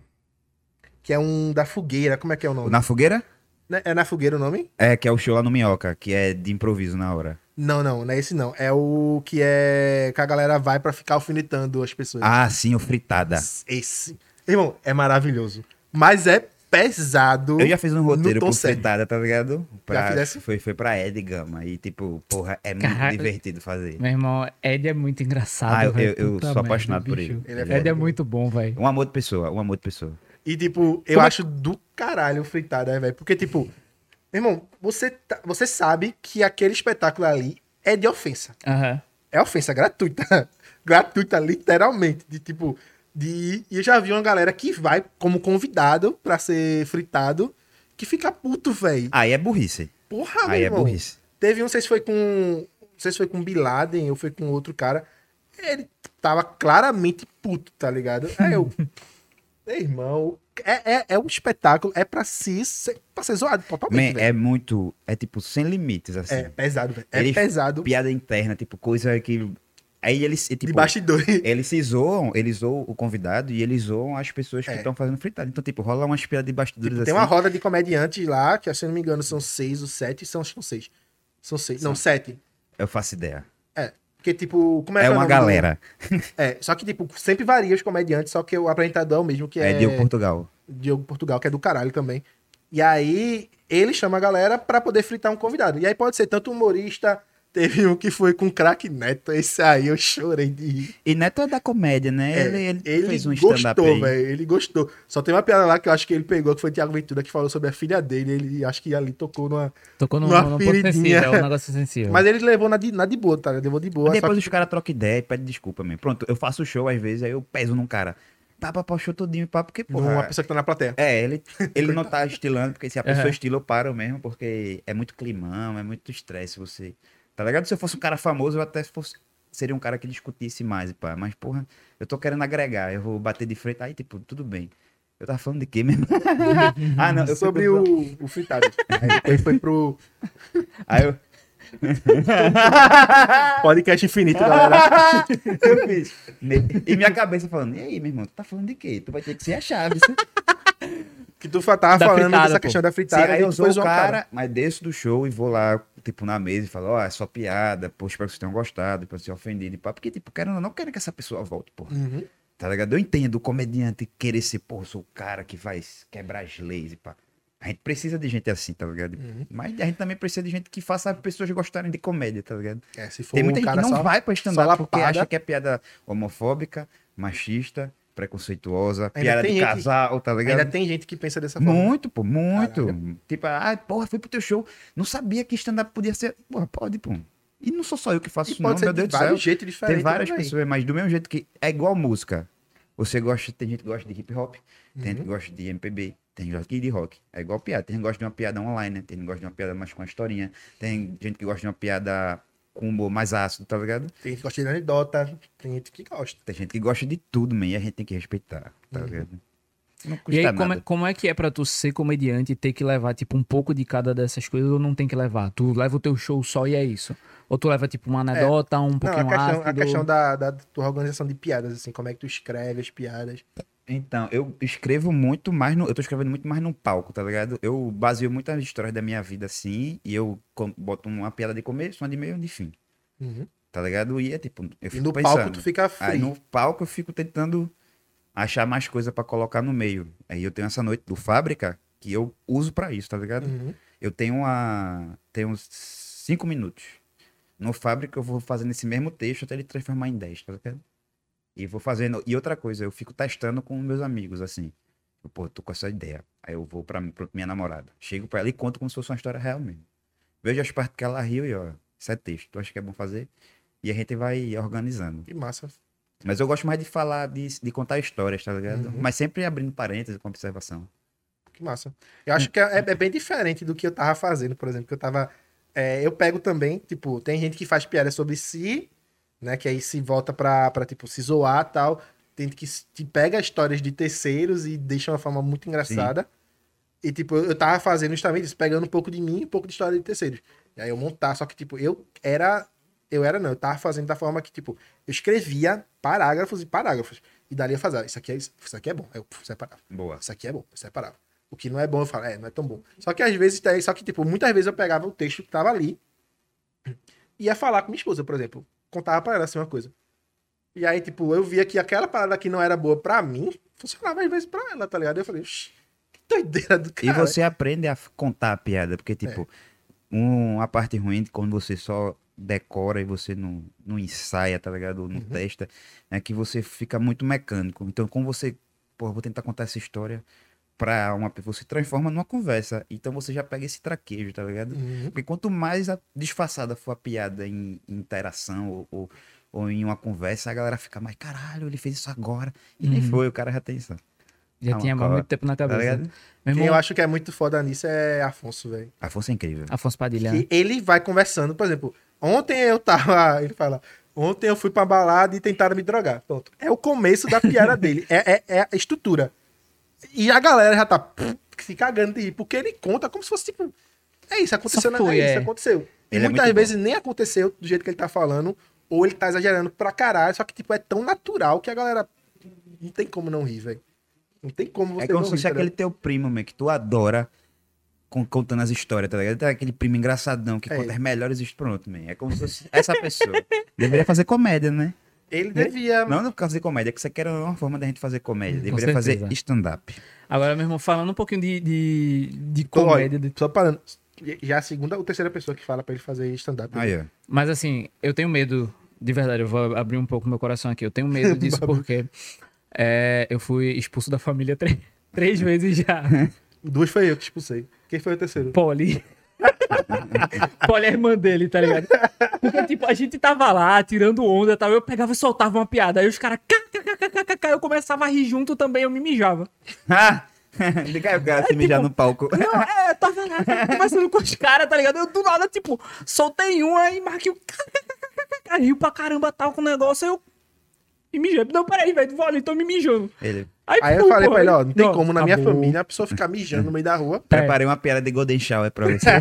Que é um da fogueira, como é que é o nome? Na fogueira? Né? É na fogueira o nome? É, que é o show lá no Minhoca, que é de improviso na hora. Não, não, não é esse não. É o que é. Que a galera vai pra ficar alfinetando as pessoas. Ah, sim, o Fritada. Esse. Irmão, é maravilhoso. Mas é pesado. Eu já fiz um roteiro tom pro sério. Fritada, tá ligado? Pra, fizesse? foi, foi pra Ed Gama. E, tipo, porra, é muito Caraca. divertido fazer. Meu irmão, Ed é muito engraçado. Ah, eu- velho. eu- eu Puta sou merda, apaixonado por bicho. ele. Ele é Ed é foda. muito bom, velho. Um amor de pessoa, um amor de pessoa. E, tipo, eu Como é- acho do caralho o fritada, né, velho? Porque, tipo, meu irmão, você, tá- você sabe que aquele espetáculo ali é de ofensa. Aham. É ofensa gratuita. Gratuita, literalmente. De, tipo, de... E eu já vi uma galera que vai como convidado pra ser fritado, que fica puto, velho. Aí é burrice. Porra, meu Aí é irmão. burrice. Teve um, não sei se foi com... Não sei se foi com Bin Laden ou foi com outro cara. Ele tava claramente puto, tá ligado? Aí eu... Meu irmão... É, é, é um espetáculo, é pra, si, ser, pra ser zoado totalmente, Man, velho. é muito. É tipo, sem limites, assim. É, pesado, velho. É Eles- pesado Piada interna, tipo, coisa que. Aí eles. de Tipo, bastidores. eles se zoam, eles zoam o convidado e eles zoam as pessoas que É. estão fazendo fritada. Então, tipo, rola umas piadas de bastidores Tipo, assim. tem uma roda de comediantes lá, que se eu não me engano são seis ou sete, são, acho que são seis. São seis, não, sete. Eu faço ideia. É, porque tipo, como é, É, que o uma nome do- galera. É, só que tipo, sempre varia os comediantes, só que o apresentador é o mesmo, que É, é, Diogo Portugal. Diogo Portugal, que é do caralho também. E aí, ele chama a galera pra poder fritar um convidado. E aí pode ser tanto humorista, teve um que foi com o Craque Neto, esse aí eu chorei de rir. E Neto é da comédia, né? É, ele, ele, ele fez um stand-up gostou, aí. velho. Ele gostou. Só tem uma piada lá que eu acho que ele pegou, que foi o Thiago Ventura, que falou sobre a filha dele. Ele acho que ali tocou numa. Tocou num, Uma num ponto feridinha. sensível, é um negócio sensível. Mas ele levou na de, na de boa, tá? Ele levou de boa. Mas só depois que- os caras trocam ideia e pedem desculpa mesmo. Pronto, eu faço show às vezes, aí eu peso num cara. Tá, pra o show todinho, pá, porque, porra. Uma pessoa que tá na plateia. É, ele, ele não tá estilando, porque se a pessoa Aham. estila, eu paro mesmo, porque é muito climão, é muito estresse você. Tá ligado? Se eu fosse um cara famoso, eu até fosse, seria um cara que discutisse mais, pá. Mas, porra, eu tô querendo agregar, eu vou bater de frente. Aí, tipo, tudo bem. Eu tava falando de quê mesmo? ah, não, eu fui Sobre pro- o, o fritado. Aí depois foi pro Aí eu. podcast infinito, galera. eu fiz. E minha cabeça falando, e aí, meu irmão, tu tá falando de quê? Tu vai ter que ser a chave. Que tu fa- tava Da falando fritada, dessa pô. questão da Sim, fritada. aí e eu tu sou foi o zoar cara, mas desço do show e vou lá, tipo, na mesa e falo, ó, é só piada, pô, espero que vocês tenham gostado, pra ser ofendido e pá. Porque, tipo, quero, eu não quero que essa pessoa volte, porra. Uhum. Tá ligado? Eu entendo o comediante querer ser, porra, sou o cara que vai quebrar as leis e pá. A gente precisa de gente assim, tá ligado? Uhum. Mas a gente também precisa de gente que faça as pessoas gostarem de comédia, tá ligado? É, se for Tem muita um gente que cara não só, vai pra só stand-up porque lapada. acha que é piada homofóbica, machista, preconceituosa, Ainda piada tem de gente- casal, tá ligado? Ainda tem gente que pensa dessa forma. Muito, pô, muito. Caralho. Tipo, ah, porra, fui pro teu show, não sabia que stand-up podia ser. Porra, pode, pô. E não sou só eu que faço E isso, não, pode ser meu de Deus do céu. vários jeitos diferentes. Tem várias né, véi? pessoas, mas do mesmo jeito que é igual música. Você gosta, tem gente que gosta de hip hop, tem gente que Uhum. gosta de M P B, tem gente que gosta de rock. É igual piada. Tem gente que gosta de uma piada online, né? Tem gente que gosta de uma piada mais com a historinha. Tem gente que gosta de uma piada com humor mais ácido, tá ligado? Tem gente que gosta de anedota, tem gente que gosta. Tem gente que gosta de tudo, man, e a gente tem que respeitar, tá Uhum. ligado? Não custa E aí, nada. como é, como é que é pra tu ser comediante e ter que levar, tipo, um pouco de cada dessas coisas ou não tem que levar? Tu leva o teu show só e é isso? Ou tu leva, tipo, uma anedota, um Não, a pouquinho questão, a ácido? questão da, da tua organização de piadas, assim, como é que tu escreve as piadas. Então, eu escrevo muito mais no. Eu tô escrevendo muito mais no palco, tá ligado? Eu baseio muitas histórias da minha vida assim, e eu com- boto uma piada de começo, uma de meio e uma de fim, Uhum. tá ligado? E é tipo, eu E fico no pensando. palco tu fica free. Aí no palco eu fico tentando achar mais coisa pra colocar no meio. Aí eu tenho essa noite do Fábrica que eu uso pra isso, tá ligado? Uhum. Eu tenho uma. Tenho uns cinco minutos. No Fábrica eu vou fazendo esse mesmo texto até ele transformar em dez, tá ligado? E vou fazendo. E outra coisa, eu fico testando com meus amigos, assim. Eu, pô, tô com essa ideia. Aí eu vou pra, pra minha namorada. Chego pra ela e conto como se fosse uma história real mesmo. Vejo as partes que ela riu e, ó, isso é texto. Tu acha que é bom fazer? E a gente vai organizando. Que massa. Mas eu gosto mais de falar, de, de contar histórias, tá ligado? Uhum. Mas sempre abrindo parênteses com observação. Que massa. Eu acho que é, é bem diferente do que eu tava fazendo, por exemplo, que eu tava... é, eu pego também, tipo, tem gente que faz piada sobre si, né, que aí se volta pra, pra tipo, se zoar e tal. Tem gente que se- que pega histórias de terceiros e deixa uma forma muito engraçada. E, tipo, eu eu tava fazendo justamente isso, pegando um pouco de mim e um pouco de história de terceiros. E aí eu montar, só que, tipo, eu era... Eu era, não, eu tava fazendo da forma que, tipo, eu escrevia parágrafos e parágrafos. E dali eu fazia, isso aqui é, isso aqui é bom. Aí eu puf, separava. Boa. Isso aqui é bom, eu separava. O que não é bom, eu falo, é, não é tão bom. Só que às vezes, tá aí- só que, tipo, muitas vezes eu pegava o texto que tava ali e ia falar com minha esposa, por exemplo. Contava pra ela assim uma coisa. E aí, tipo, eu via que aquela parada que não era boa pra mim, funcionava às vezes pra ela, tá ligado? Eu falei, "Oxi, que doideira do E cara." você aprende a f- contar a piada, porque, tipo, um, uma parte ruim de quando você só decora e você não, não ensaia, tá ligado? Ou não testa, é que você fica muito mecânico. Então, como você, pô, vou tentar contar essa história pra uma pessoa, você transforma numa conversa. Então você já pega esse traquejo, tá ligado? Uhum. Porque quanto mais a- disfarçada for a piada em, em interação ou, ou, ou em uma conversa, a galera fica mais, caralho, ele fez isso agora. E nem Uhum. foi, o cara já tem isso. Já Ah, tinha há uma muito tempo na Tá cabeça. ligado? Meu Quem irmão, eu acho que é muito foda nisso é Afonso, velho. A força é incrível. Afonso Padilha. né? Que ele vai conversando, por exemplo, ontem eu tava, ele fala, ontem eu fui pra balada e tentaram me drogar. Pronto. É o começo da piada dele. É, é, é a estrutura. E a galera já tá pff, se cagando de rir, porque ele conta como se fosse tipo. É isso, aconteceu, Só né? foi, é isso, é. aconteceu. E Ele é muitas muito vezes nem aconteceu do jeito que ele tá falando, ou ele tá exagerando pra caralho, só que, tipo, é tão natural que a galera não tem como não rir, velho. Não tem como você É como não se rir, fosse tá aquele ligado? teu primo, man, que tu adora con- contando as histórias, tá ligado? Tem aquele primo engraçadão que É. conta as melhores histórias. Pronto, man. É como se fosse essa pessoa. Deveria fazer comédia, né? Ele devia. Não, não fazer comédia, que isso aqui era uma forma da gente fazer comédia. Com Deveria fazer certeza. stand-up. Agora, meu irmão, falando um pouquinho de, de, de Tô, olha, comédia. de- Só parando. Já é a segunda ou terceira pessoa que fala pra ele fazer stand-up. Aí, ó. Mas assim, eu tenho medo, de verdade, eu vou abrir um pouco meu coração aqui. Eu tenho medo disso porque é, eu fui expulso da família três, três vezes já. Duas foi eu que expulsei. Quem foi o terceiro? Poli. Poli é a irmã dele, tá ligado? Porque, tipo, a gente tava lá, tirando onda e tal, eu pegava e soltava uma piada, aí os caras, eu começava a rir junto também, eu me mijava. Ah! Liga aí o cara se mijar no palco. Não, é, eu tava lá, conversando com os caras, tá ligado? Eu do nada, tipo, soltei um, aí marquei o riu pra caramba, tal, com o negócio, aí eu me mijei. Não, peraí, velho, vou ali, tô me mijando. Ele. Aí eu fui, falei pô, pra ele, ó, não tem não, como na minha acabou. família a pessoa ficar mijando no meio da rua. Preparei uma piada de Golden Shower pra você.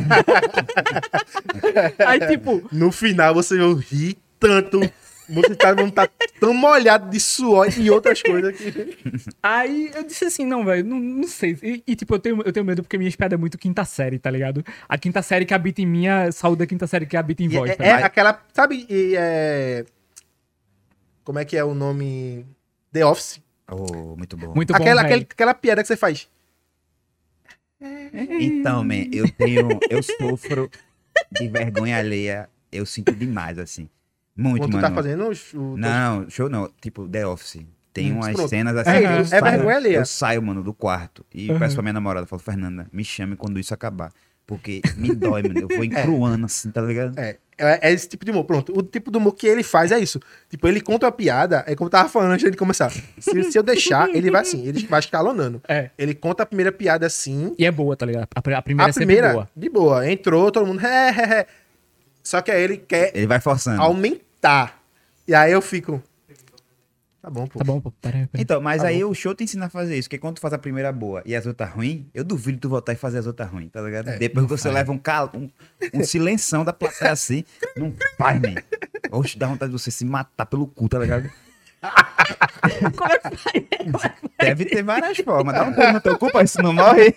Aí, tipo, No final você vai rir tanto. Você tá, vão tá tão molhado de suor e outras coisas que. aí eu disse assim, não, velho, não, não sei. E, e, tipo, eu tenho, eu tenho medo porque minha piada é muito quinta série, tá ligado? A quinta série que habita em mim, a saúde da quinta série que habita em E voz, é, tá é ligado? aquela. Sabe, e é. Como é que é o nome? The Office. Oh, muito bom. Muito bom, Aquela, velho. aquele, aquela piada que você faz. Então, man, eu tenho. Eu sofro de vergonha alheia. Eu sinto demais, assim. Muito, Quando tu mano. tá fazendo o... o- Não, show não. Tipo, The Office. Tem Hum, umas pronto. cenas assim. É, que eu é saio- vergonha alheia. Eu saio, mano, do quarto. E Uhum. peço pra minha namorada. Falo, Fernanda, me chame quando isso acabar. Porque me dói, mano. Eu vou encruando assim, tá ligado? É, é, é esse tipo de humor. Pronto, o tipo de humor que ele faz é isso. Tipo, ele conta uma piada, é como eu tava falando antes de começar. Se, se eu deixar, ele vai assim, ele vai escalonando. É. Ele conta a primeira piada assim. E é boa, tá ligado? A, pri- a primeira A é sempre primeira, boa. de boa, entrou, todo mundo. É, é, é. Só que aí ele quer Ele vai forçando. aumentar. E aí eu fico. Tá bom, pô. Tá bom, pô. Pera aí, pera aí. Então, mas Tá aí o show te ensina a fazer isso. Porque quando tu faz a primeira boa e as outras ruins, eu duvido tu voltar e fazer as outras ruins, tá ligado? É, Depois que você leva um, cal... um, um silenção da plateia assim, não faz, man. Oxe, dá vontade de você se matar pelo cu, tá ligado? Como é que faz? Deve ter várias formas. Dá um pulo no teu cu, pra isso não morre.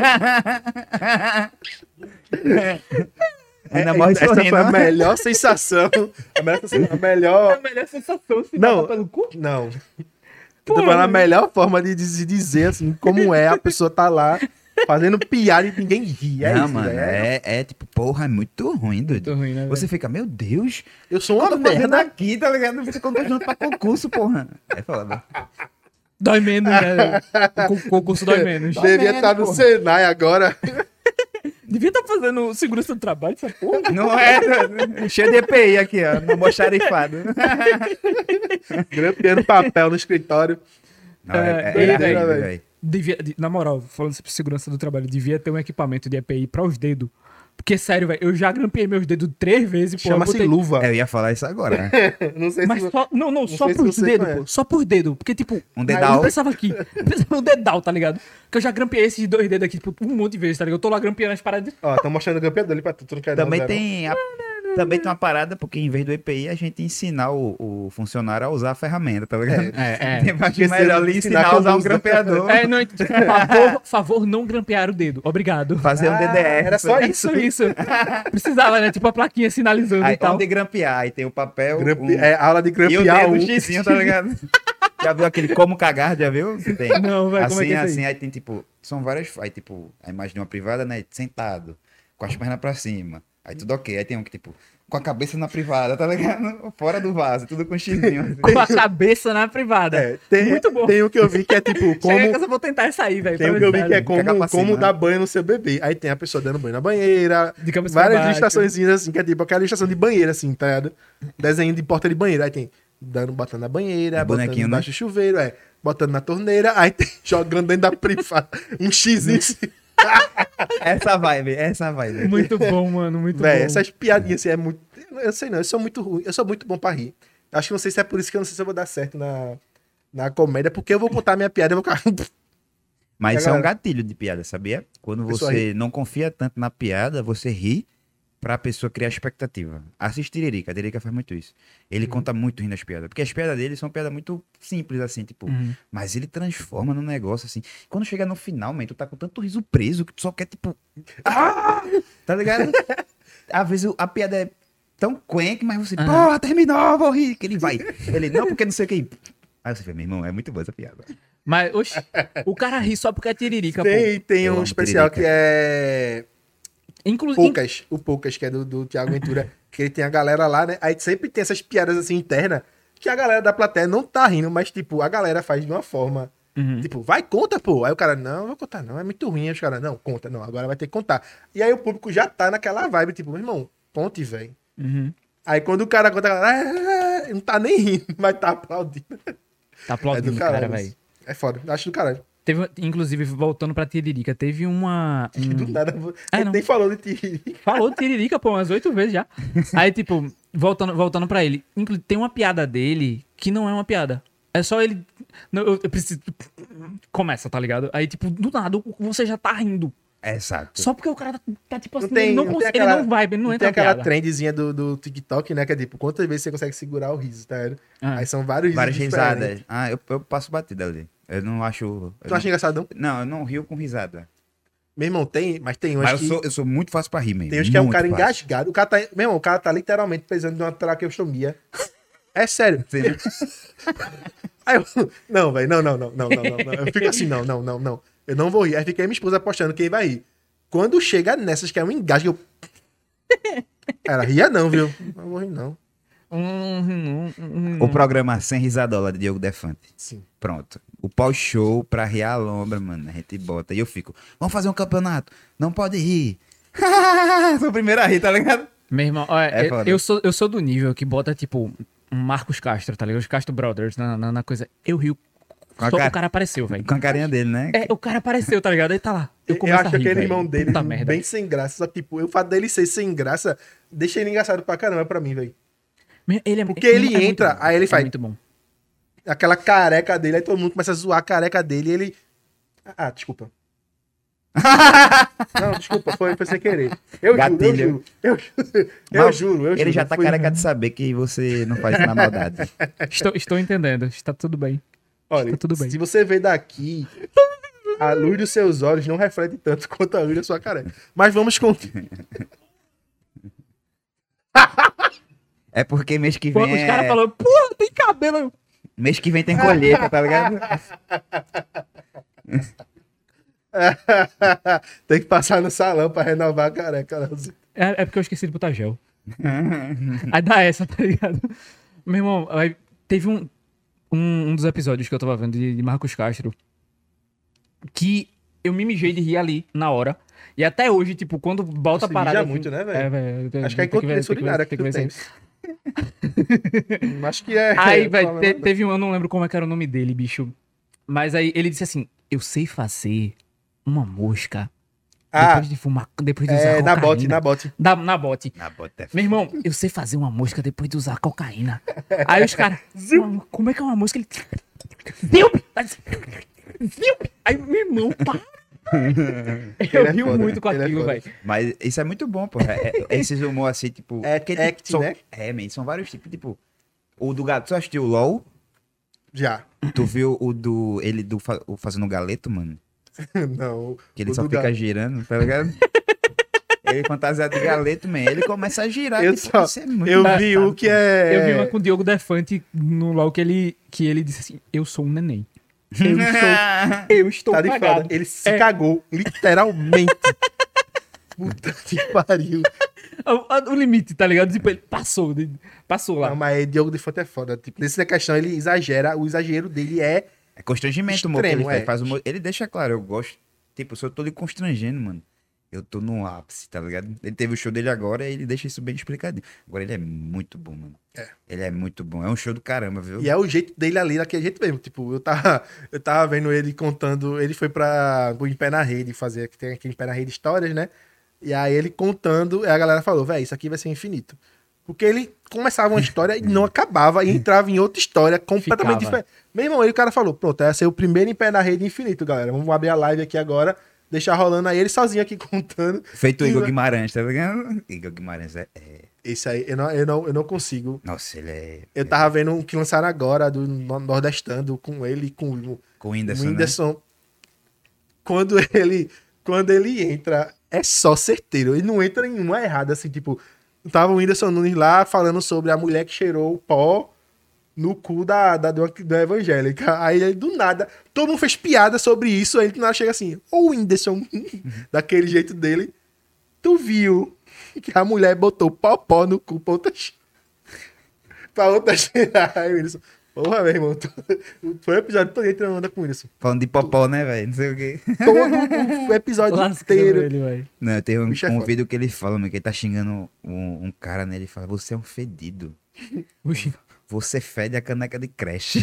Ainda morre Essa sorrindo. foi a melhor sensação. A melhor, sensação- a melhor... A melhor sensação se Não. matar pelo cu. Não. Eu tô falando a melhor forma de diz- dizer, assim, como é a pessoa tá lá fazendo piada e ninguém ri. É não, isso, mano, velho. é, é tipo, porra, é muito ruim, doido. Muito ruim, né, velho? Você fica, meu Deus, Eu sou o que uma eu tô fazendo merda. aqui, tá ligado? Você concorrendo pra concurso, porra. É foda. Dói menos, né? O con- concurso dói menos. Devia estar no porra. Senai agora. Devia estar fazendo segurança do trabalho, essa porra. Não é, doido. Cheio de E P I aqui, ó, no almoxarifado. Grampeando papel no escritório. Não, é, é, é, doideira, terrível, velho. velho. Devia, de- na moral, falando sobre segurança do trabalho, devia ter um equipamento de E P I pra os dedos. Porque, sério, velho, eu já grampeei meus dedos três vezes, pô. eu Chama-se botei- luva. Eu ia falar isso agora, né? Não sei Mas se... só, não, não, só sei se por você dedo, conhece. pô. Só por dedo. Porque, tipo, Um eu dedal. não pensava aqui. Eu pensava no dedal, tá ligado? Que eu já grampeei esses dois dedos aqui, tipo, um monte de vezes, tá ligado? Eu tô lá grampeando as paradas. Ó, tô mostrando o grampeador ali pra tu, tu não quer dar um Também zero. tem, a- também tem uma parada, porque em vez do E P I, a gente ensinar o, o funcionário a usar a ferramenta, tá ligado? É, Tem mais Esqueceram melhor de lhe ensinar ensinar a usar como um usar. grampeador, É, não, tipo, favor, favor, não grampear o dedo. Obrigado. fazer um Ah, D D R. era só É isso. só isso. Precisava, né? Tipo, a plaquinha sinalizando Aí, e tal. onde grampear, aí tem o papel, Grampe... um- É aula de e o grampear dedo um. xizinho, tá ligado? Já viu aquele como cagar, já viu? Tem. Não, velho, assim, como é que é isso aí? assim, aí tem tipo, são várias, aí tipo, a imagem de uma privada, né, sentado, com as pernas pra cima, aí tudo ok, aí tem um que tipo, com a cabeça na privada, tá ligado? Fora do vaso, tudo com xizinho. Assim. Com a cabeça na privada. É, tem, Muito bom. Tem um que eu vi que é tipo, Chega como... que eu só vou tentar sair, velho. Tem um pra que eu vi ver, que é velho. como, Cagar pra como cima, dar né? banho no seu bebê. Aí tem a pessoa dando banho na banheira. De cabeça pra Várias baixo. ilustrações assim, que é tipo aquela ilustração de banheira, assim, tá ligado? Desenho de porta de banheira. Aí tem dando, botando na banheira, É botando bonequinho, embaixo do chuveiro, é. Botando na torneira, aí tem jogando dentro da privada. Um xizinho assim. Essa vibe, essa vibe. Muito bom, mano. Muito Véi, bom. essas piadinhas assim é muito. Eu sei não, eu sou muito ruim. Eu sou muito bom pra rir. Acho que não sei se é por isso que eu não sei se eu vou dar certo na, na comédia, porque eu vou contar minha piada e eu vou ficar. Mas E isso é um galera? gatilho de piada, sabia? Quando Pessoa você não confia tanto na piada, você ri pra pessoa criar expectativa. Assiste Tiririca, a Tiririca faz muito isso. Ele Uhum. conta muito rindo as piadas, porque as piadas dele são piadas muito simples, assim, tipo, Uhum. mas ele transforma num negócio, assim. Quando chega no final, man, tu tá com tanto riso preso que tu só quer, tipo, ah! Tá ligado? Às vezes a piada é tão quenque, mas você, porra, terminou, vou rir, que ele vai. Ele, não, porque não sei o que. Aí você fala, meu irmão, é muito boa essa piada. Mas, oxe, o cara ri só porque é tiririca, pô. Tem, tem Eu um amo especial Tiririca. que é. Inclusive. Poucas, o Poucas, que é do, do Thiago Ventura, que ele tem a galera lá, né? Aí sempre tem essas piadas assim internas que a galera da plateia não tá rindo, mas tipo, a galera faz de uma forma. Uhum. Tipo, vai, conta, pô. Aí o cara, não, não vou contar, não, é muito ruim. Aí os caras, não, conta, não, agora vai ter que contar. E aí o público já tá naquela vibe, tipo, meu irmão, conte, velho. Uhum. Aí quando o cara conta, a galera, "Ah", não tá nem rindo, mas tá aplaudindo. Tá aplaudindo, é do cara, caralho. velho. É foda, acho do caralho. Teve, inclusive, voltando pra Tiririca, teve uma. um- Do nada, É, a gente não. nem falou de ti. Falou de Tiririca, pô, umas oito vezes já. Aí, tipo, voltando, voltando pra ele. Inclu- Tem uma piada dele que não é uma piada. É só ele. Não, eu, eu preciso. Começa, tá ligado? Aí, tipo, do nada, você já tá rindo. Exato. Só porque o cara tá, tá, tipo assim, Não tem- ele não, não tem consegue, aquela- ele não vai, ele não Não entra tem na aquela piada. trendzinha do, do TikTok, né? Que é tipo, quantas vezes você consegue segurar o riso, tá ligado? Ah. Aí são vários Várias risos risadas. diferentes. Ah, eu, eu passo batida ali. Eu não acho. eu Tu acha não, engraçado, não? não, eu não rio com risada. Meu irmão, tem, mas tem uns Mas eu que... sou, eu sou muito fácil pra rir, mesmo. Tem uns que é um muito cara fácil. engasgado. O cara tá... Meu irmão, o cara tá literalmente precisando de uma traqueostomia. É sério. Sim. Aí eu... Não, velho, não, não, não, não, não, não, não. Eu fico assim, não, não, não, não. Eu não vou rir. Aí fiquei minha esposa apostando quem vai rir. Quando chega nessas que é um engasgo, eu... Ela ria não, viu? Não vou rir não. Hum, hum, hum, O programa Sem Risadola de Diogo Defante. Sim. Pronto. O pós-show pra rir a lombra, mano. A gente bota. E eu fico, vamos fazer um campeonato. Não pode rir. Sou o primeiro a rir, tá ligado? Meu irmão, olha, É eu, foda. eu sou, eu sou do nível que bota, tipo, um Marcos Castro, tá ligado? Os Castro Brothers na, na, na coisa. Eu rio. Com a Só cara- o cara apareceu, velho. Com a carinha dele, né? É, o cara apareceu, tá ligado? Aí tá lá. Eu, Eu, começo acho a rir, aquele velho. irmão dele Puta merda. bem sem graça. Só que, tipo, o fato dele ser sem graça deixa ele engraçado pra caramba pra mim, velho. Ele é, Porque ele é muito entra, bom. aí ele É faz- muito bom. Aquela careca dele, aí todo mundo começa a zoar a careca dele e ele... Ah, desculpa. Não, desculpa, foi, foi sem querer. Eu Gatilho. juro, eu juro. Eu juro, eu Mas juro, eu Ele juro, já tá foi- careca de saber que você não faz isso na maldade. Estou, estou entendendo. Está tudo bem. Olha, Tá tudo bem. se você vê daqui, a luz dos seus olhos não reflete tanto quanto a luz da sua careca. Mas vamos continuar. É porque mês que Pô, vem. os é- caras falaram, porra, tem cabelo. Mês que vem tem colheita, tá ligado? Tem que passar no salão pra renovar a careca. Leozinho. É, é porque eu esqueci de botar gel. Aí dá essa, tá ligado? Meu irmão, aí teve um, um, um dos episódios que eu tava vendo de, de Marcos Castro que eu me mijei de rir ali, na hora. E até hoje, tipo, quando volta a Se parada... mija muito, né, velho? É, velho. eu- Acho que é tem ver- incontinência tem que ver- urinária que tem que tu ver tem. isso aí. Acho que é. Aí, é, velho, problema- te- teve um, eu não lembro como é que era o nome dele, bicho. Mas aí ele disse assim, eu sei fazer uma mosca Ah, depois de fumar, depois de usar é, na cocaína. bote, na bote. Da- na bote. Na bota é Meu irmão, eu sei fazer uma mosca depois de usar cocaína. Aí os caras, "Mano, como é que é uma mosca? Ele. Zilp! Zilp! Aí, meu irmão, pá! Eu Ele é rio foda, muito com ele é aquilo, foda. velho. Mas isso é muito bom, pô. É, é- esses humor assim, tipo. É- porque, act, tipo, são, né? É, man, são vários tipos, tipo. O do gato. Tu assistiu o LOL? Já. Tu viu o do. Ele do fa- o fazendo galeto, mano? Não. Que ele o só do fica gato. girando, tá ligado? Ele fantasiado de galeto, man. Ele começa a girar. Eu, tipo, só, isso é muito eu vi engraçado, o que é. Eu vi uma com o Diogo Defante no LOL que ele, que ele disse assim: eu sou um neném. Eu estou, eu estou Tá de cagado. foda. Ele se É. cagou, literalmente. Puta que pariu. O, o limite, tá ligado? Tipo, ele passou, de- passou lá. Não, mas Diogo de Fonte é foda. Tipo, nessa questão, ele exagera. O exagero dele é. É constrangimento o humor que ele Extremo, faz. é. faz humor- Ele deixa claro, eu gosto. Tipo, se eu tô lhe constrangendo, mano. Eu tô no ápice, tá ligado? Ele teve o show dele agora e ele deixa isso bem explicadinho. Agora ele é muito bom, mano. É. Ele é muito bom. É um show do caramba, viu? E é o jeito dele ali, daquele jeito mesmo. Tipo, eu tava, eu tava vendo ele contando. Ele foi pra o Em Pé na Rede fazer, que tem aquele Em Pé na Rede histórias, né? E aí ele contando, e a galera falou, velho, isso aqui vai ser infinito. Porque ele começava uma história e não acabava, e entrava em outra história completamente Ficava. diferente. Meu irmão, aí o cara falou, pronto, esse é o primeiro Em Pé na Rede infinito, galera. Vamos abrir a live aqui agora, deixar rolando aí ele sozinho aqui contando. Feito o E Igor vai- Guimarães, tá ligado? Igor Guimarães é. é- Esse aí, eu não, eu não, eu não consigo. Nossa, ele é. Eu tava vendo um que lançaram agora, do Nor- Nordestando, com ele, com o Com o O Whindersson. Né? Whindersson, quando ele, quando ele entra, é só certeiro. Ele não entra em uma errada, assim, tipo... Tava o Whindersson Nunes lá falando sobre a mulher que cheirou o pó no cu da, da, do, da evangélica. Aí ele, do nada, todo mundo fez piada sobre isso, aí ele do nada chega assim, ô Whindersson, daquele jeito dele, tu viu que a mulher botou popó no cu pra outra, che- pra outra cheirar. Aí o Whindersson, porra, meu irmão, tu, foi o episódio todo entrando onda com o Whindersson. Falando de popó, né, velho? Não sei o quê. Todo o episódio Lascando inteiro. ele, velho. Não, tem um, Bicho é um foda. vídeo que ele fala, mano, que ele tá xingando um, um cara, né? Ele fala, você é um fedido. Oxi. Você fede a caneca de creche.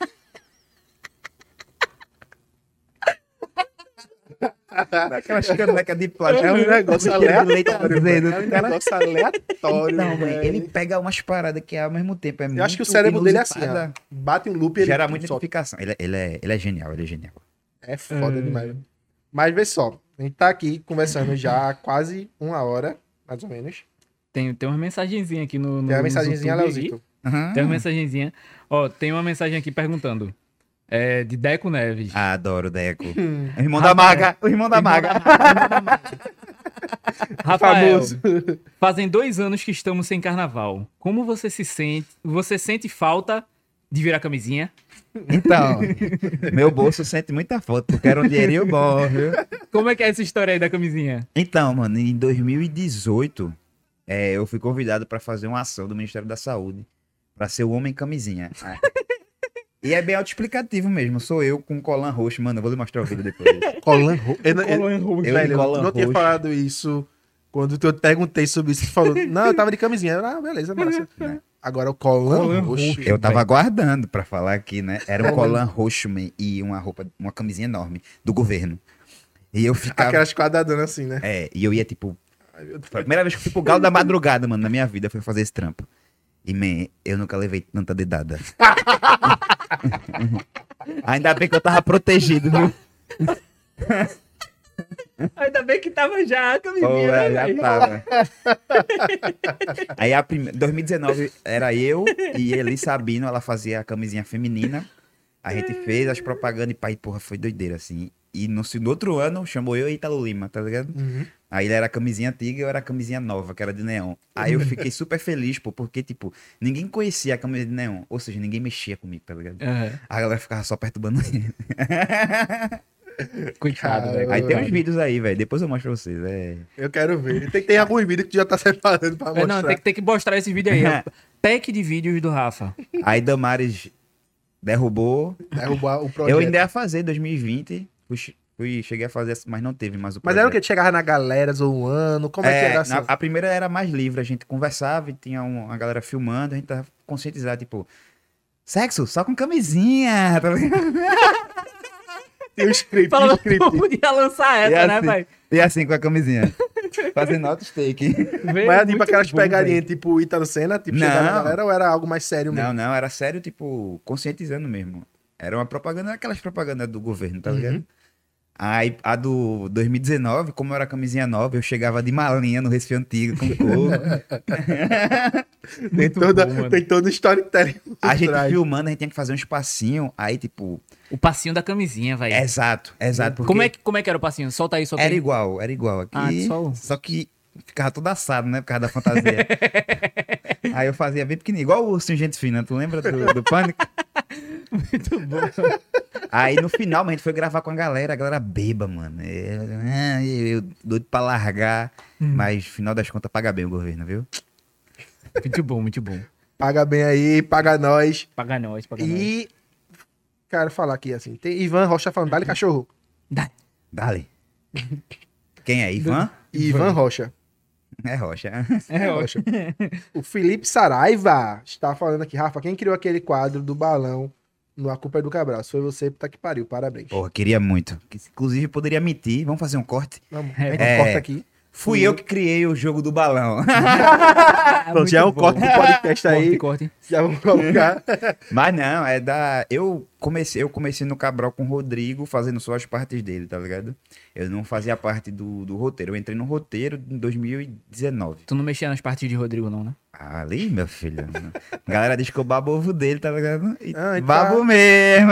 Aquelas canecas de plástico. É um negócio Cheiro de leite aleatório. azedo. velho. É um negócio aleatório. Não, mano, velho. ele pega umas paradas que ao mesmo tempo é muito Eu acho que o cérebro dele é assim, ó. inusitada. Bate um loop e ele Gera muita solta. identificação. Ele, é- ele, é, ele é genial, ele é genial. É foda É. demais. Mas vê só, a gente tá aqui conversando já há quase uma hora, mais ou menos. Tem, tem uma mensagenzinha aqui no, no Tem uma no mensagenzinha, YouTube aí. Leozito. Aham. Tem uma mensagenzinha. Ó, tem uma mensagem aqui perguntando. É de Deco Neves. Ah, adoro o Deco. Hum. O irmão da Maga. O irmão da Maga. Rafael, Famoso. fazem dois anos que estamos sem carnaval. Como você se sente? Você sente falta De virar camisinha. Então, meu bolso sente muita falta, porque era um dinheirinho bom, viu? Como é que é essa história aí da camisinha? Então, mano, em dois mil e dezoito, é, eu fui convidado pra fazer uma ação do Ministério da Saúde pra ser o homem camisinha. E é bem autoexplicativo mesmo. Sou eu com um colan roxo. Mano, eu vou lhe mostrar o vídeo depois. Colan roxo. Eu, eu, Colan roxo. eu, velho, eu colan não tinha roxo. falado isso quando eu perguntei sobre isso. Você falou, não, eu tava de camisinha. Eu, ah, beleza, massa. Agora o colan, Colan roxo. roxo. Eu tava aguardando pra falar aqui, né? Era um colan roxo man, e uma roupa, uma camisinha enorme do governo. E eu ficava... Aquelas quadradonas assim, né? É, e eu ia tipo... Ai, meu Deus. Foi a primeira vez que eu fui pro galo da madrugada, mano, na minha vida, foi fazer esse trampo. E, man, eu nunca levei tanta dedada. Ainda bem que eu tava protegido, viu? Ainda bem que tava já a camisinha, Pô, né, é, já velho? tava. Aí, a prime... dois mil e dezenove, era eu e Eli Sabino, ela fazia a camisinha feminina. A gente fez as propagandas e, pai, porra, foi doideira, assim. E no, no outro ano, chamou eu e Italo Lima, tá ligado? Uhum. Aí ele era a camisinha antiga e eu era a camisinha nova, que era de neon. Aí eu fiquei super feliz, pô, porque, tipo, ninguém conhecia a camisinha de neon. Ou seja, ninguém mexia comigo, tá ligado? Aham. A galera ficava só perturbando ele. Coitado, velho. Aí tem coitado. uns vídeos aí, velho. Depois eu mostro pra vocês. É... Eu quero ver. Tem que ter alguns vídeos que tu já tá separando pra É, mostrar. não, tem que, tem que mostrar esse vídeo aí. ó. Pack de vídeos do Rafa. Aí Damares derrubou. Derrubar o projeto. Eu ainda ia fazer dois mil e vinte. Fui, fui, cheguei a fazer, mas não teve mais o Mas projeto. era o que? Chegava na galera zoando? Como é, que era assim? na- a primeira era mais livre, a gente conversava e tinha um- uma galera filmando, a gente tava conscientizado, tipo, sexo, só com camisinha, tá ligado? Tem o script, Falando o que eu script. podia lançar E essa, né, assim, velho? E assim com a camisinha. Fazendo altos take. Mas era tipo aquelas pegadinhas, tipo Ítalo Senna, tipo, chegar na Não. galera, ou era algo mais sério mesmo? Não, não, era sério, tipo, conscientizando mesmo. Era uma propaganda, aquelas propagandas do governo, tá ligado? Uhum. Aí a do dois mil e dezenove, como eu era camisinha nova, eu chegava de malinha no Recife Antigo com couro. Tem, toda, bom, mano. tem todo o storytelling por A gente trás. filmando, a gente tinha que fazer um espacinho, aí tipo... O passinho da camisinha, velho. Exato, exato. Porque Como é, que, como é que era o passinho? Solta aí, solta era aí. igual, era igual aqui. Ah, só o- Só que ficava todo assado, né? Por causa da fantasia. Aí eu fazia bem pequenininho, igual o Ursinho Gente Fina, tu lembra do, do Pânico? Muito bom. Aí no final, a gente foi gravar com a galera, a galera beba, mano. Eu, eu doido pra largar, Hum. mas no final das contas paga bem o governo, viu? Muito bom, muito bom. Paga bem aí, paga nós. Paga nós, paga nós. E, quero falar aqui assim, tem Ivan Rocha falando, dá-lhe cachorro. Dá. Dale. Quem é, Ivan? Ivan Rocha. É Rocha. É, ó. Rocha. O Felipe Saraiva está falando aqui, Rafa, quem criou aquele quadro do balão no A Culpa é do Cabral? Se foi você, puta que pariu, parabéns. Porra, queria muito. Que, inclusive, poderia mentir. Vamos fazer um corte? Vamos, a gente É. corta aqui. Fui eu que criei o jogo do balão. Pronto, já é um corte do podcast aí. Corte, corte. Já vamos colocar. Mas não, é da. Eu comecei, eu comecei no Cabral com o Rodrigo, fazendo só as partes dele, tá ligado? Eu não fazia parte do, do roteiro. Eu entrei no roteiro em dois mil e dezenove. Tu não mexia nas partes de Rodrigo, não, né? Ali, meu filho. A galera diz que eu babo ovo dele, tá ligado? E Ah, então- babo mesmo.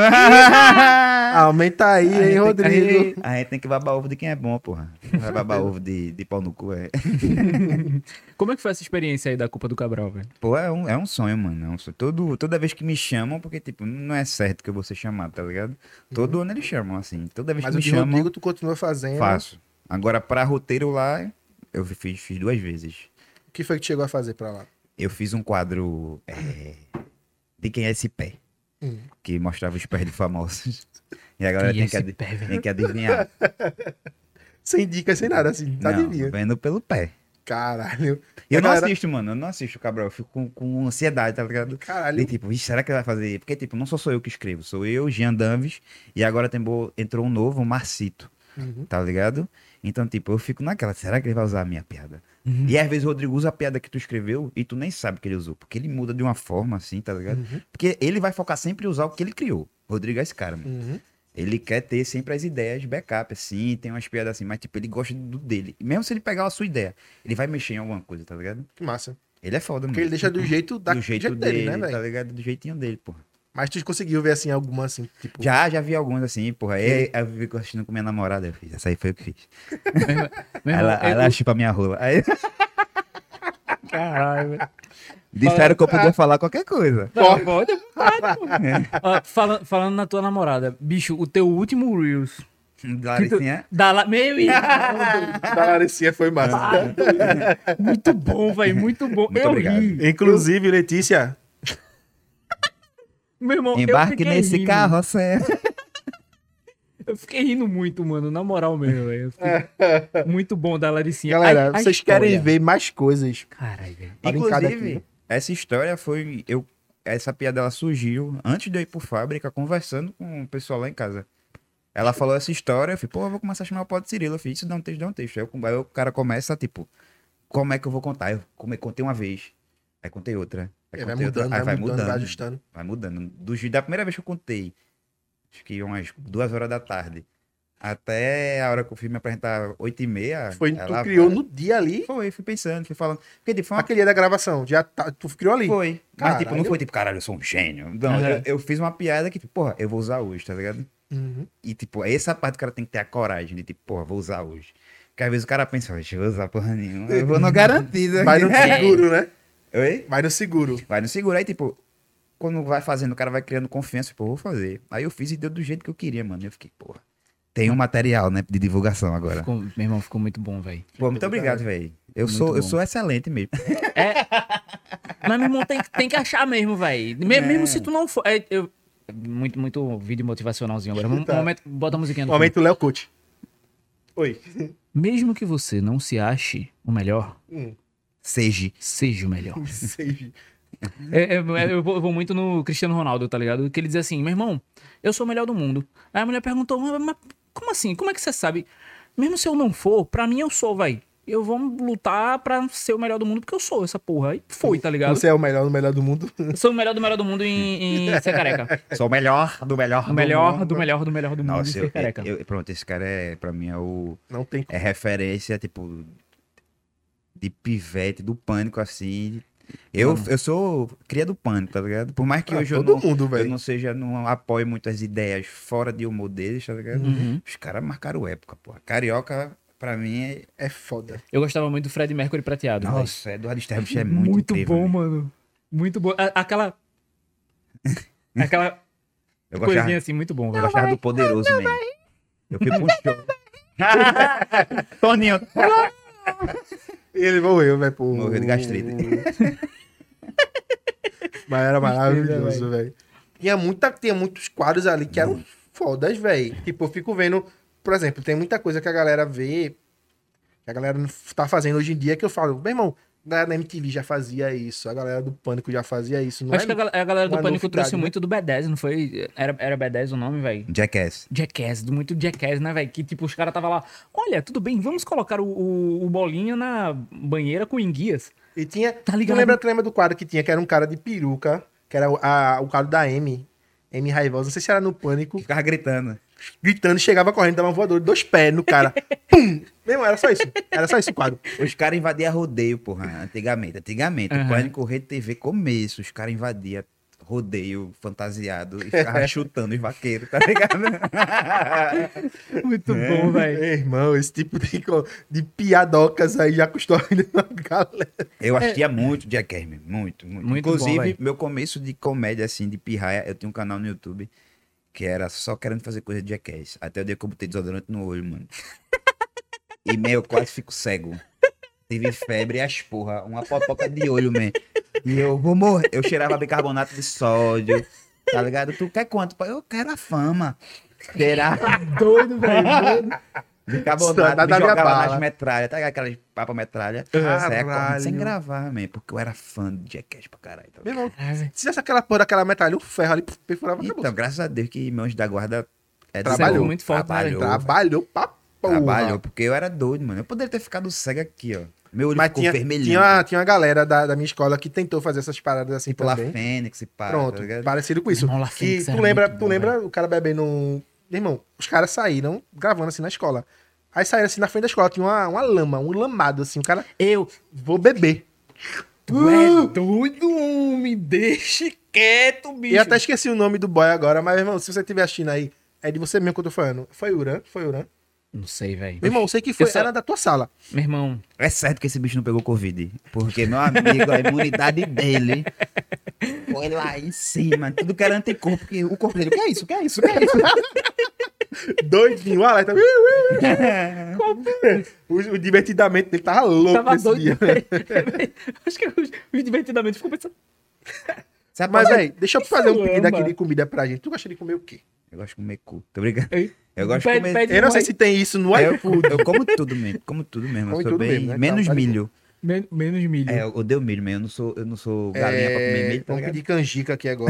Aumenta aí, A gente hein, tem- Rodrigo. A gente tem que babar ovo de quem é bom, porra. Vai babar ovo de, de pau no cu, é. Como é que foi essa experiência aí da Culpa do Cabral, velho? Pô, é um, é um sonho, mano. É um sonho. Todo, toda vez que me chamam, porque, tipo, não é certo que eu vou ser chamado, tá ligado? Todo ano eles chamam, assim. Toda vez Mas que o me de chamam, Rodrigo tu continua fazendo. faço. Agora, pra roteiro lá, eu fiz, fiz duas vezes. O que foi que tu chegou a fazer pra lá? Eu fiz um quadro é, de quem é esse pé, Hum. que mostrava os pés de famosos. E a galera Quem é tem que, esse adi- pé, velho? tem que adivinhar. Sem dicas, sem nada, assim. Tá Não, adivinha. vendo pelo pé. Caralho. E eu A não galera- assisto, mano. Eu não assisto o Cabral. Eu fico com, com ansiedade, tá ligado? Caralho. E tipo, "Ixi, será que ele vai fazer? Porque, tipo, não sou só eu que escrevo. Sou eu, Jean Danves. E agora tem, bo- entrou um novo, o Marcito. Uhum. Tá ligado? Então, tipo, eu fico naquela. Será que ele vai usar a minha piada? Uhum. E às vezes o Rodrigo usa a piada que tu escreveu e tu nem sabe que ele usou. Porque ele muda de uma forma assim, tá ligado? Uhum. Porque ele vai focar sempre em usar o que ele criou. O Rodrigo é esse cara, mano. Uhum. Ele quer ter sempre as ideias de backup, assim, tem umas piadas assim, mas tipo, ele gosta do dele. E mesmo se ele pegar a sua ideia, ele vai mexer em alguma coisa, tá ligado? Que massa. Ele é foda, Porque mano. ele deixa do jeito, da, do jeito, dele, né, velho? tá ligado? Do jeitinho dele, porra. Mas tu conseguiu ver, assim, alguma, assim, tipo... Já, já vi alguns assim, porra. E, eu vi assistindo com minha namorada, eu fiz. Essa aí foi eu que fiz. Meu irmão, ela eu- ela chupa minha rola. Aí, Caralho, velho. Disseram que eu podia falar qualquer coisa. Não, pode, pode, pô. Ó, falando, falando na tua namorada, bicho, o teu último Reels. Laricinha. Da La... Meu irmão, Da Laricinha foi massa. muito bom, velho, muito bom. Muito eu obrigado. ri. Inclusive, Letícia, Meu irmão, eu Embarque fiquei nesse rindo. carro, você. Eu fiquei rindo muito, mano, na moral mesmo, velho. Eu fiquei- Muito bom da Laricinha. galera, A- a vocês história. querem ver mais coisas? Caralho, velho. Tá linkado Inclusive, aqui. essa história foi. Eu, essa piada ela surgiu antes de eu ir pro fábrica, conversando com o pessoal lá em casa. Ela falou essa história, eu falei, pô, eu vou começar a chamar o Pod Cirilo. Eu fiz, isso dá um texto, dá um texto. Aí, eu- aí o cara começa, tipo, como é que eu vou contar? Eu come- contei uma vez, aí contei outra. Aí É, vai contei outra, mudando, aí vai mudando, vai ajustando. Vai mudando. Do, jeito- da primeira vez que eu contei, acho que umas duas horas da tarde, até a hora que eu fui me apresentar, oito e meia. Foi, tu ela criou vai- no dia ali, Foi, fui pensando, fui falando. Porque, tipo, foi uma aquele dia da gravação. Já tá- tu criou ali. Foi. Mas, tipo, não Caralho. foi tipo, caralho, eu sou um gênio. Não, Uhum. eu, eu fiz uma piada que, tipo, porra, eu vou usar hoje, tá ligado? Uhum. E, tipo, essa parte o cara tem que ter a coragem de, tipo, porra, vou usar hoje. Porque às vezes o cara pensa, deixa eu usar porra nenhuma. Eu vou no garantido. Vai no aqui. seguro, né? Oi? Vai no seguro. Vai no seguro. Aí, tipo, quando vai fazendo, o cara vai criando confiança, tipo, eu vou fazer. Aí eu fiz e deu do jeito que eu queria, mano. Eu fiquei, porra. Tem um material, né, de divulgação agora. Ficou- meu irmão, ficou muito bom, velho. Pô, muito obrigado, velho. Eu Muito sou, eu bom. sou excelente mesmo. Mas, meu irmão, tem, que- tem que achar mesmo, velho. Me- Mesmo se tu não for. é, eu- muito, muito vídeo motivacionalzinho agora. Um Tá. momento, bota a musiquinha no Momento Léo Coach. Oi. fundo. Mesmo que você não se ache o melhor, Hum, Seja. seja o melhor. sei. É, é, é, eu, vou, eu vou muito no Cristiano Ronaldo, tá ligado? Que ele diz assim, meu irmão, eu sou o melhor do mundo. Aí a mulher perguntou, mas, mas como assim? Como é que você sabe? Mesmo se eu não for, pra mim eu sou, vai. Eu vou lutar pra ser o melhor do mundo, porque eu sou essa porra. Aí foi, tá ligado? Você é o melhor, o melhor do mundo. Eu sou o melhor do melhor do mundo em, em ser careca. Sou o melhor do melhor O melhor do melhor do melhor do mundo em Nossa, ser eu, careca. eu- pronto, esse cara é, pra mim, é o... Não tem É referência, tipo, de pivete, do pânico, assim. Eu, eu sou cria do pânico, tá ligado? Por mais que Ah, hoje todo eu não, mundo, eu velho. não seja, não apoio muitas ideias fora de humor deles, tá ligado? Uhum. Os caras marcaram época, pô. Carioca, pra mim, é... É foda. Eu gostava muito do Fred Mercury prateado. velho. Nossa, Eduardo Sterblich é muito, muito incrível, bom, velho. mano. Muito bom. A- Aquela. Aquela Eu coisinha gostava, assim, muito bom, eu velho. gostava do Poderoso, mesmo. Eu fui pro show. Toninho. Ele morreu, velho. pô. Morreu de gastrite. Mas era Tristeza, maravilhoso, velho. Tinha, muita, tinha muitos quadros ali que eram fodas, velho. Tipo, eu fico vendo... Por exemplo, tem muita coisa que a galera vê... Que a galera não tá fazendo hoje em dia que eu falo... Meu irmão, a galera da M T V já fazia isso. A galera do Pânico já fazia isso. Não Acho é que a gal- a galera do uma Pânico novidade, trouxe né? muito do B dez, não foi? Era, era B dez o nome, velho? Jackass. Jackass, do- muito Jackass, né, velho? Que tipo, os caras tava lá, olha, tudo bem, vamos colocar o, o, o bolinho na banheira com enguias. E tinha... Tá Tu ligado? lembra, tu lembra do quadro que tinha? Que era um cara de peruca. Que era o, a- o quadro da M. M Raivosa. Não sei se era no Pânico. Ficava gritando. Gritando, chegava correndo, dava uma voadora de dois pés no cara. Pum! Meu, era só isso. Era só esse quadro. Os caras invadiam rodeio, porra, antigamente. Antigamente, Aham. o Pânico Rede T V começo, os caras invadiam rodeio fantasiado e ficavam chutando os vaqueiros, tá ligado? Muito É. bom, velho. Meu irmão, esse tipo de, co- de piadocas aí já custou ainda uma galera. Eu assistia muito Jackass, meu, muito, muito. Muito bom, Inclusive, velho. meu começo de comédia, assim, de pirraia, eu tinha um canal no YouTube que era só querendo fazer coisa de Jackass. Até o dia que eu botei desodorante no olho, mano. E, meu, eu quase fico cego. Tive febre e as porra, uma popoca de olho, man. E eu vou morrer. Eu cheirava bicarbonato de sódio, tá ligado? Tu quer quanto? pai? Eu quero a fama. Cheirar Doido, velho. doido. bicarbonato, Nada me da minha jogava bala. nas metralhas, tá ligado? Aquelas papas metralha. Caralho. Saia correndo sem gravar, man. Porque eu era fã de Jackass pra caralho. Tá Meu ligado? irmão, se tivesse aquela porra daquela metralha, um ferro ali, puf, perfurava a Então, cabeça. graças a Deus que meus da guarda é de Trabalhou boa. muito forte, né, Trabalhou, Trabalhou pra porra. trabalhou, porque eu era doido, mano. Eu poderia ter ficado cego aqui, ó. Meu olho Mas ficou tinha, vermelhinho. tinha, uma, tinha uma galera da, da minha escola que tentou fazer essas paradas assim tipo lá também. Fênix e pá, Pronto, tá ligado? parecido com isso. Irmão, La Que Fênix tu era lembra, muito tu bom, lembra o cara bebendo um... Irmão, os caras saíram gravando assim na escola. Aí saíram assim na frente da escola, tinha uma, uma lama, um lamado assim. O cara, Eu, vou beber. tu é doido, homem, deixa quieto, bicho. E eu até esqueci o nome do boy agora, mas, irmão, se você estiver assistindo aí, é de você mesmo que eu tô falando. Foi Uran? Foi Uran? Não sei, velho. Meu irmão, eu sei que foi Eu só- era da tua sala. Meu irmão, É certo que esse bicho não pegou Covid. Porque, meu amigo, a imunidade dele foi lá em cima. Tudo que era anticorpo. Porque o corpo dele, o que é isso? O que é isso? O que é isso? Doidinho, olha lá, tá... o, o divertidamente dele tava louco tava nesse doido. dia. Acho que os, os divertidamente ficou pensando. Sabe Mas, qual- velho, deixa eu fazer um pedido Caramba. aqui de comida pra gente. Tu gosta de comer o quê? Eu gosto de comer cu. Tô brincando. Ei, Eu gosto de pede- comer... pede Eu não um sei aí. se tem isso no É, eu, iFood. eu como tudo mesmo. Como tudo mesmo. Come eu sou tudo bem... mesmo, né? Menos Tá, tá de milho. Men- menos milho. É, eu odeio milho, mas eu não sou, eu não sou galinha pra comer milho, tá Vamos ligado? pedir canjica aqui agora.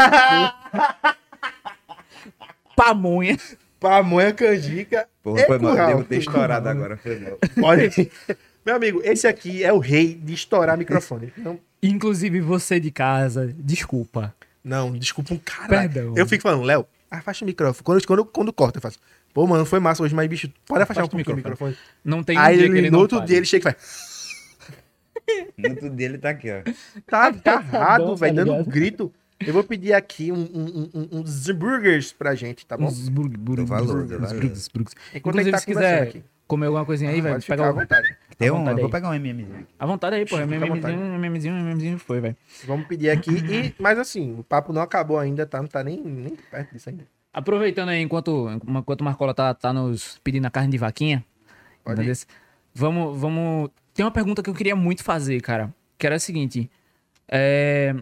Pamonha. Pamonha, canjica. Porra, e foi mal. Eu curral. devo ter estourado agora. Foi mal. Olha aí. Meu amigo, esse aqui é o rei de estourar microfone. Não, Inclusive você de casa, desculpa. não desculpa um cara. Perdão. Eu fico falando, Léo, afasta o microfone. Quando, quando, quando corta, eu faço. Pô, mano, foi massa hoje, mas bicho, pode afastar um Afasta o pouquinho o microfone. Não tem um Aí dia ele, que ele no não outro fale. dia ele chega e faz. Muito dele tá aqui, ó. Tá agarrado, bom, tá velho, dando um ligado? grito. Eu vou pedir aqui um, um, um, um- uns hambúrgueres pra gente, tá bom? Uns burg- burg- Dou valor, burg- dou burg- valor. burg- burg- Enquanto a gente Inclusive, tá se conversando quiser aqui. comer alguma coisinha aí, velho, Pode pega ficar à o... vontade. Tem À um, vontade eu vou aí. pegar um M M. À vontade aí, pô. Fica à vontade. MMzinho, MMzinho, MMzinho foi, velho. Vamos pedir aqui. E, mas assim, o papo não acabou ainda, tá? Não tá nem, nem perto disso ainda. Aproveitando aí, enquanto, enquanto o Marcola tá, tá nos pedindo a carne de vaquinha, Pode entendeu? Vamos, vamos... Tem uma pergunta que eu queria muito fazer, cara, que era a seguinte. É...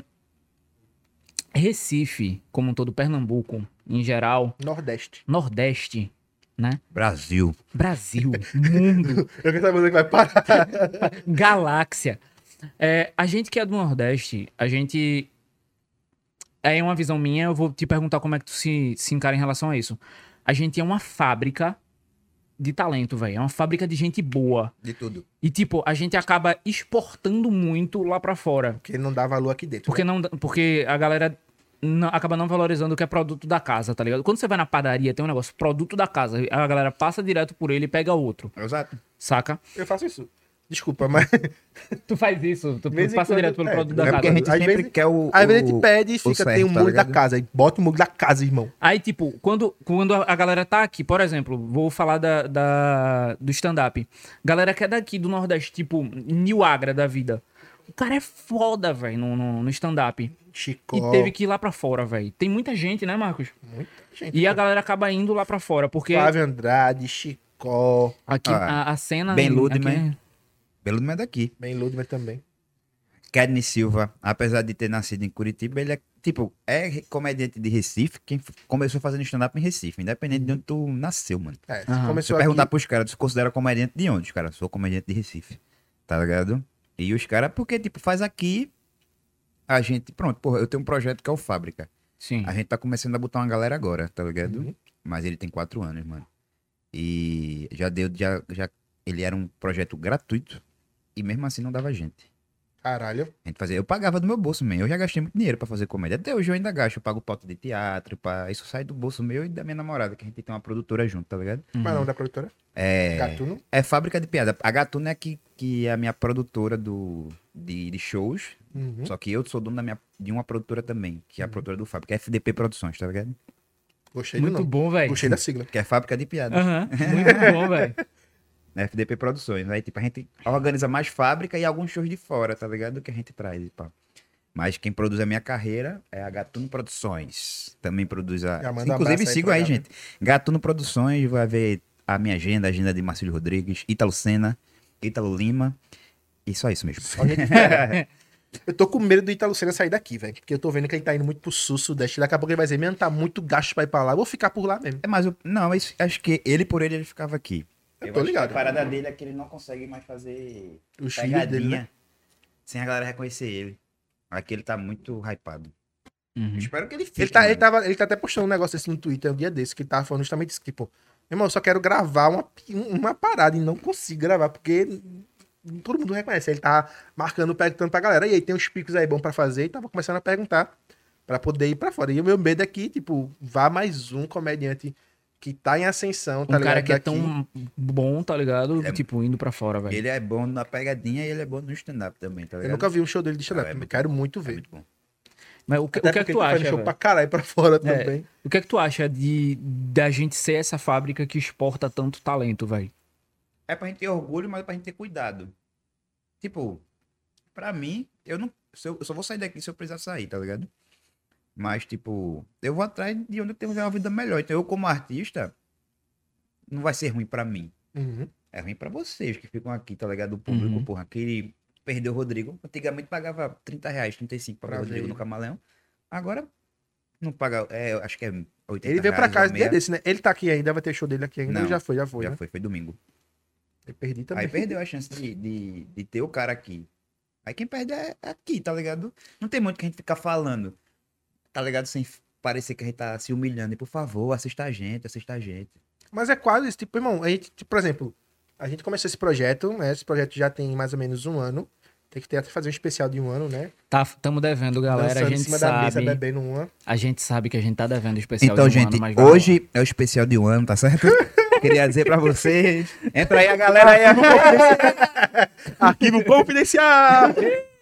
Recife, como um todo, Pernambuco, em geral, Nordeste. Nordeste, né? Brasil. Brasil, mundo, Eu quero saber onde é que vai parar. galáxia. É, a gente que é do Nordeste, a gente... É uma visão minha, eu vou te perguntar como é que tu se, se encara em relação a isso. A gente é uma fábrica de talento, velho. É uma fábrica de gente boa. De tudo. E, tipo, a gente acaba exportando muito lá pra fora. Porque não dá valor aqui dentro. Porque, não, porque a galera não- acaba não valorizando o que é produto da casa, tá ligado? Quando você vai na padaria, tem um negócio, produto da casa. A galera passa direto por ele e pega outro, Exato. saca? Eu faço isso. Desculpa, mas. Tu faz isso, tu Vez em passa quando, direto pelo é, produto É da porque a casa. gente Às sempre vezes- quer o. Às vezes a o- gente pede e o fica, certo, tem um tá molho da ligado? casa. Aí bota o molho da casa, irmão. Aí, tipo, quando, quando a a galera tá aqui, por exemplo, vou falar da, da- do stand-up. Galera que é daqui do Nordeste, tipo, Nil Agra da vida. O cara é foda, velho, no, no, no stand-up. Chicó. E teve que ir lá pra fora, velho. Tem muita gente, né, Marcos? Muita gente. E a galera acaba indo lá pra fora, porque Flávio Andrade, Chicó. aqui Ah, a, a cena... Ben aqui Ludman. é- Belo não é daqui. Ben Ludmer também. Kedney Silva, apesar de ter nascido em Curitiba, ele é, tipo, é comediante de Recife, quem f- começou fazendo stand-up em Recife, independente de onde tu nasceu, mano. É, Aham. Se começou eu perguntar aqui. pros caras, tu se considera comediante de onde? Os caras, sou comediante de Recife, tá ligado? E os caras, porque, tipo, faz aqui, a gente, pronto, porra, eu tenho um projeto que é o Fábrica. Sim. A gente tá começando a botar uma galera agora, tá ligado? Uhum. Mas ele tem quatro anos, mano. E já deu, já, já, ele era um projeto gratuito e mesmo assim não dava gente. Caralho. A gente fazia, eu pagava do meu bolso mesmo. Eu já gastei muito dinheiro pra fazer comédia. Até hoje eu ainda gasto. Eu pago pauta de teatro. Pra... Isso sai do bolso meu e da minha namorada, que a gente tem uma produtora junto, tá ligado? Qual é o nome da produtora? É. Gatuno. É Fábrica de Piada. A Gatuno é que, que é a minha produtora do, de, de shows. Uhum. Só que eu sou dono da minha, de uma produtora também, que é a produtora do Fábrica, que é F D P Produções, tá ligado? Gostei do Muito nome. bom, velho. Gostei da sigla. Que é Fábrica de Piada. Aham, muito bom, velho. F D P Produções. Aí, tipo, a gente organiza mais fábrica e alguns shows de fora, tá ligado? Que a gente traz, e pá. Mas quem produz a minha carreira é a Gatuno Produções. Também produz a... Já manda um Inclusive, abraço aí sigam pra aí, galera. gente. Gatuno Produções, vai ver a minha agenda, a agenda de Marcelo Rodrigues, Ítalo Senna, Ítalo Lima. E só isso mesmo. Só gente fera. Eu tô com medo do Ítalo Senna sair daqui, velho. Porque eu tô vendo que ele tá indo muito pro sul, sudeste. Daqui a pouco ele vai dizer, mesmo, tá muito gasto pra ir pra lá. Eu vou ficar por lá mesmo. É, mas eu, não, mas acho que ele por ele, ele ficava aqui. Eu tô ligado. A parada dele é que ele não consegue mais fazer Os filhos dele, pegadinha né? sem a galera reconhecer ele. Aqui ele tá muito hypado. Uhum. Espero que ele fique. Ele tá, ele, mano. tava, ele tá até postando um negócio assim no Twitter um dia desse, que ele tava falando justamente isso, que, pô, meu irmão, eu só quero gravar uma, uma parada e não consigo gravar, porque todo mundo reconhece. Ele tá marcando, perguntando pra galera, e aí, tem uns picos aí bom pra fazer, e tava começando a perguntar pra poder ir pra fora. E o meu medo é que, tipo, vá mais um comediante que tá em ascensão, tá Um ligado? cara que é daqui. tão bom, tá ligado? É- Tipo, indo pra fora, velho. Ele é bom na pegadinha e ele é bom no stand-up também, tá Eu ligado? nunca vi um show dele de stand-up, Ah, é muito quero bom. muito É ver. muito bom. Mas o que, o Até que é que porque tu faz acha, show velho? pra caralho pra fora É, também. o que é que tu acha de da gente ser essa fábrica que exporta tanto talento, velho? É pra gente ter orgulho, mas é pra gente ter cuidado. Tipo, pra mim, eu não. se eu, eu só vou sair daqui se eu precisar sair, tá ligado? Mas, tipo, eu vou atrás de onde eu tenho uma vida melhor. Então, eu, como artista, não vai ser ruim pra mim. Uhum. É ruim pra vocês que ficam aqui, tá ligado? O público, Uhum. porra, que perdeu o Rodrigo. Antigamente pagava trinta reais, trinta e cinco pra Pra ver o Rodrigo ver. no Camaleão. Agora, não paga. É, acho que é oitenta Ele veio pra reais casa ou dia meia. desse, né? Ele tá aqui ainda, vai ter show dele aqui ainda. Não, Ou já foi, já foi, Já né? foi, foi domingo. Eu perdi também. Aí perdeu a chance de, de, de ter o cara aqui. Aí quem perde é aqui, tá ligado? Não tem muito que a gente ficar falando, tá ligado? Sem parecer que a gente tá se humilhando. E, por favor, assista a gente, assista a gente. Mas é quase isso, tipo, irmão, a gente, tipo, por exemplo, a gente começou esse projeto, né? Esse projeto já tem mais ou menos um ano. Tem que ter, fazer um especial de um ano, né? Tá, tamo devendo, galera. Dançando A em gente cima da mesa, sabe. bebendo uma. A gente sabe que a gente tá devendo especial Então, de um gente, ano, mas vai hoje é o especial de um ano, tá certo? Queria dizer pra vocês. Entra aí a galera aí. Arquivo confidencial!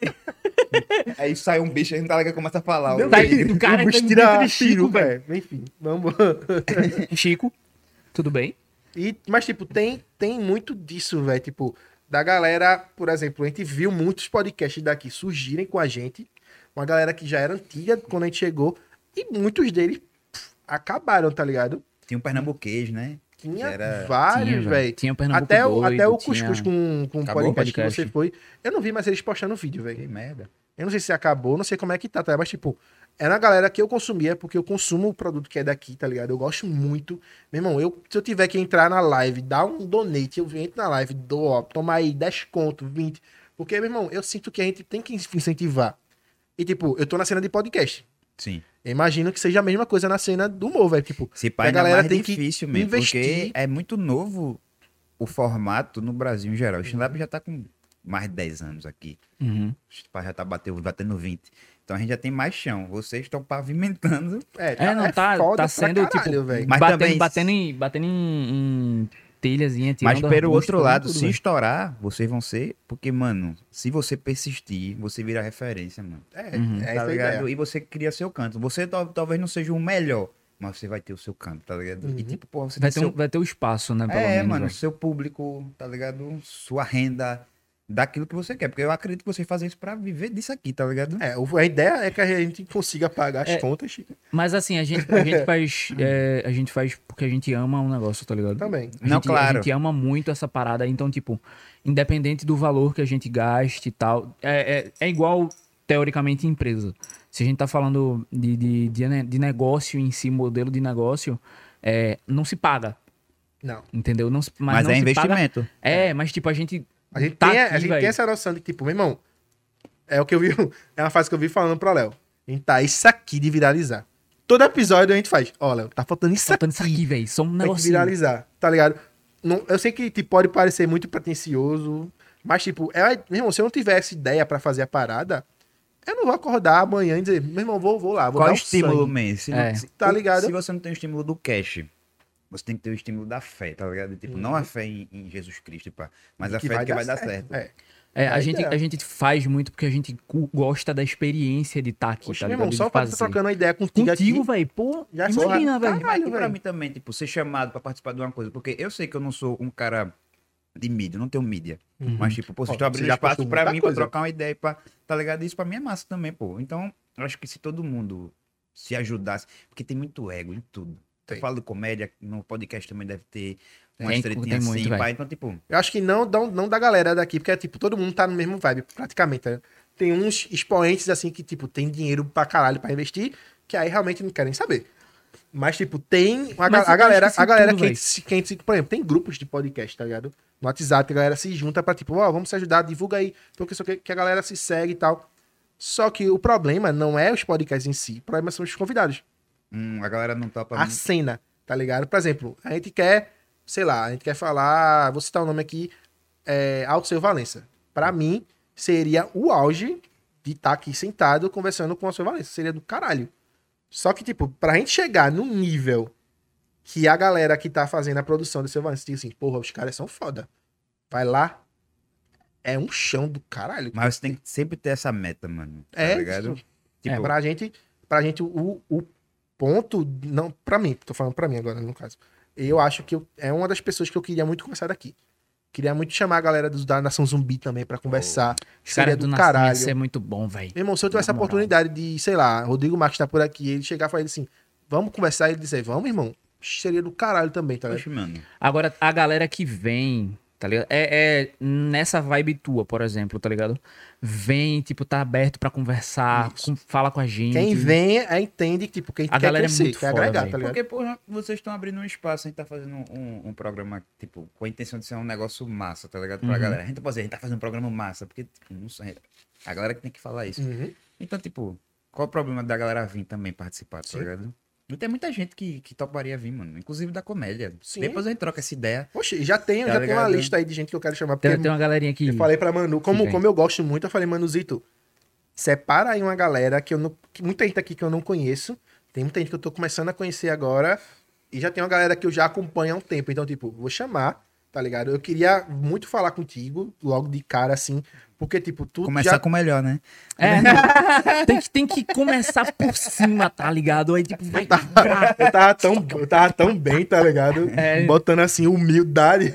Aí sai um bicho, a gente tá ligado, começa a falar. Não, ó. Tá velho, aí, o cara vamos tá tirar dentro de Chico, tiro, velho. velho. Enfim, vamos. rolar. Chico, tudo bem? E, mas, tipo, tem, tem muito disso, velho. Tipo, da galera, por exemplo, a gente viu muitos podcasts daqui surgirem com a gente. Uma galera que já era antiga quando a gente chegou. E muitos deles pff, acabaram, tá ligado? Tinha um pernambuquês, né? Tinha Era- vários, Tinha, velho. Tinha o Pernambuco Até, o- doido, até o tinha- Cuscuz com, com o Acabou o podcast, que podcast. você foi. Eu não vi, mas eles postando vídeo, velho. Que merda. Eu não sei se acabou, não sei como é que tá, tá? Mas, tipo, era a galera que eu consumia, porque eu consumo o produto que é daqui, tá ligado? Eu gosto muito. Meu irmão, eu, se eu tiver que entrar na live, dar um donate, eu entro na live, dou, ó, toma aí dez conto, vinte. Porque, meu irmão, eu sinto que a gente tem que incentivar. E, tipo, eu tô na cena de podcast. Sim. Eu imagino que seja a mesma coisa na cena do humor, velho. Tipo, Se a pai ainda galera mais tem que difícil mesmo, investir. porque é muito novo o formato no Brasil em geral. O stand-up já tá com mais de dez anos aqui. Uhum. O pai já tá batendo, batendo vinte. Então a gente já tem mais chão. Vocês estão pavimentando. é, É, não, tá, foda tá pra sendo, caralho, tipo, velho. Mas batendo, também- batendo em, batendo em, em telhazinha, Mas tirando pelo arbusto, outro lado, tudo, se velho. estourar, vocês vão ser. Porque, mano, se você persistir, você vira referência, mano. É, Uhum. é Tá essa a ligado? ideia. E você cria seu canto. Você tal- talvez não seja o melhor, mas você vai ter o seu canto, tá ligado? Uhum. E tipo, pô, você Vai tem ter, um, seu... vai ter o espaço, né, pelo É, menos. mano, velho. seu público, tá ligado? Sua renda, daquilo que você quer. Porque eu acredito que vocês fazem isso pra viver disso aqui, tá ligado? É, o- a ideia é que a gente consiga pagar as É. contas, Chico. Mas assim, a gente, a gente faz. é, a gente faz porque a gente ama um negócio, tá ligado? Também. A Não, gente, claro. A gente ama muito essa parada, então, tipo, independente do valor que a gente gaste e tal, é, é, é igual, teoricamente, empresa. Se a gente tá falando de, de, de, ne- de negócio em si, modelo de negócio, é, não se paga, Não. entendeu? Não se, mas Mas não é se investimento. Paga, é, mas, tipo, a gente. A gente, tá tem, a- aqui, a gente velho. tem essa noção de, tipo, meu irmão, é o que eu vi, é uma frase que eu vi falando pro Léo. A gente tá isso aqui de viralizar. Todo episódio a gente faz, ó, Léo, tá faltando isso Faltando aqui. isso aqui, velho. Só um Tem que negócio. viralizar, tá ligado? Não, eu sei que tipo, pode parecer muito pretencioso, mas, tipo, é, meu irmão, se eu não tivesse ideia pra fazer a parada, eu não vou acordar amanhã e dizer, meu irmão, vou, vou lá, vou Qual dar o um estímulo, sangue. man? Se, É. se- Tá ligado? Se você não tem o estímulo do cash, você tem que ter o estímulo da fé, tá ligado? Tipo, não a fé em, em Jesus Cristo, pá, mas a Que fé de que vai dar certo. É. É, É a, a gente, ideia. a gente faz muito porque a gente cu- gosta da experiência de estar aqui, Oxe, tá meu ligado? irmão, De só o fato de fazer. trocando uma ideia contigo, Contigo, aqui. velho, pô, Já imagina, sou- velho. Caralho, E pra velho. mim também, tipo, ser chamado pra participar de uma coisa, porque eu sei que eu não sou um cara de mídia, eu não tenho mídia. Uhum. Mas, tipo, pô, vocês Ó, estão você abrindo já espaço postou pra muita mim, coisa. pra trocar uma ideia, pra, tá ligado? Isso pra mim é massa também, pô. Então, eu acho que se todo mundo se ajudasse, porque tem muito ego em tudo. Tem. Eu falo de comédia, no podcast também deve ter Tem, umas tem tretinhas muito, assim, velho. pá. Então, tipo, Eu acho que não, não, não da galera daqui, porque, tipo, todo mundo tá no mesmo vibe, praticamente. Né? Tem uns expoentes, assim, que, tipo, tem dinheiro pra caralho pra investir, que aí realmente não querem saber. Mas, tipo, tem a, Mas ga- eu a galera, acho que a isso galera tudo, que, a véi. gente se- que a gente se- por exemplo, tem grupos de podcast, tá ligado? No WhatsApp, a galera se junta pra, tipo, ó, vamos se ajudar, divulga aí, porque só que, que a galera se segue e tal. Só que o problema não é os podcasts em si, o problema são os convidados. hum, a galera não topa A muito. cena, tá ligado? Por exemplo, a gente quer, sei lá, a gente quer falar, vou citar o nome aqui, é, Alceu Valença. Pra mim, seria o auge de estar aqui sentado conversando com o Alceu Valença. Seria do caralho. Só que, tipo, pra gente chegar no nível que a galera que tá fazendo a produção do Alceu Valença diz assim, porra, os caras são foda. Vai lá, é um chão do caralho. Mas você tem que sempre ter essa meta, mano. Tá É, ligado? Tipo, Pra gente, pra gente o, o ponto, não, pra mim, tô falando pra mim agora, no caso. Eu acho que eu- é uma das pessoas que eu queria muito conversar daqui. Queria muito chamar a galera dos, da Nação Zumbi também pra conversar. Os Seria caras do do Nascimento ia caralho. ser muito bom, velho. Meu irmão, se eu tivesse a Na moral. oportunidade de, sei lá, Rodrigo Marques tá por aqui, ele chegar e falar assim, vamos conversar, e ele dizer, vamos, irmão, seria do caralho também, tá ligado? Oxe, mano. Agora, a galera que vem, tá ligado? É, é nessa vibe tua, por exemplo, tá ligado? Vem, tipo, tá aberto pra conversar, Isso. com- fala com a gente. Quem vem, é, entende, tipo, quem A quer galera é crescer, muito quer foda, agregar, velho. tá ligado? Porque, porra, vocês estão abrindo um espaço, a gente tá fazendo um, um programa, tipo, com a intenção de ser um negócio massa, tá ligado? Pra Uhum. galera. A gente não pode dizer, a gente tá fazendo um programa massa, porque, tipo, não sei. A galera que tem que falar isso. Uhum. Então, tipo, qual o problema da galera vir também participar, tá Sim. ligado? E tem muita gente que, que toparia vir, mano. Inclusive da comédia. Sim. Depois a gente troca essa ideia. Poxa, já tem, Tá já tem uma ligado? lista aí de gente que eu quero chamar, porque Tem, tem uma galerinha que. eu falei pra Manu, como, vem. como eu gosto muito, eu falei, Manuzito, separa aí uma galera que eu não. Que muita gente aqui que eu não conheço. Tem muita gente que eu tô começando a conhecer agora. E já tem uma galera que eu já acompanho há um tempo. Então, tipo, vou chamar, tá ligado? Eu queria muito falar contigo, logo de cara, assim. Porque, tipo, tu Começar já. com o melhor, né? É, não. tem, que, tem que começar por cima, tá ligado? Aí, tipo, vai. Eu tava tão, eu tava tão bem, tá ligado? É. Botando assim, humildade.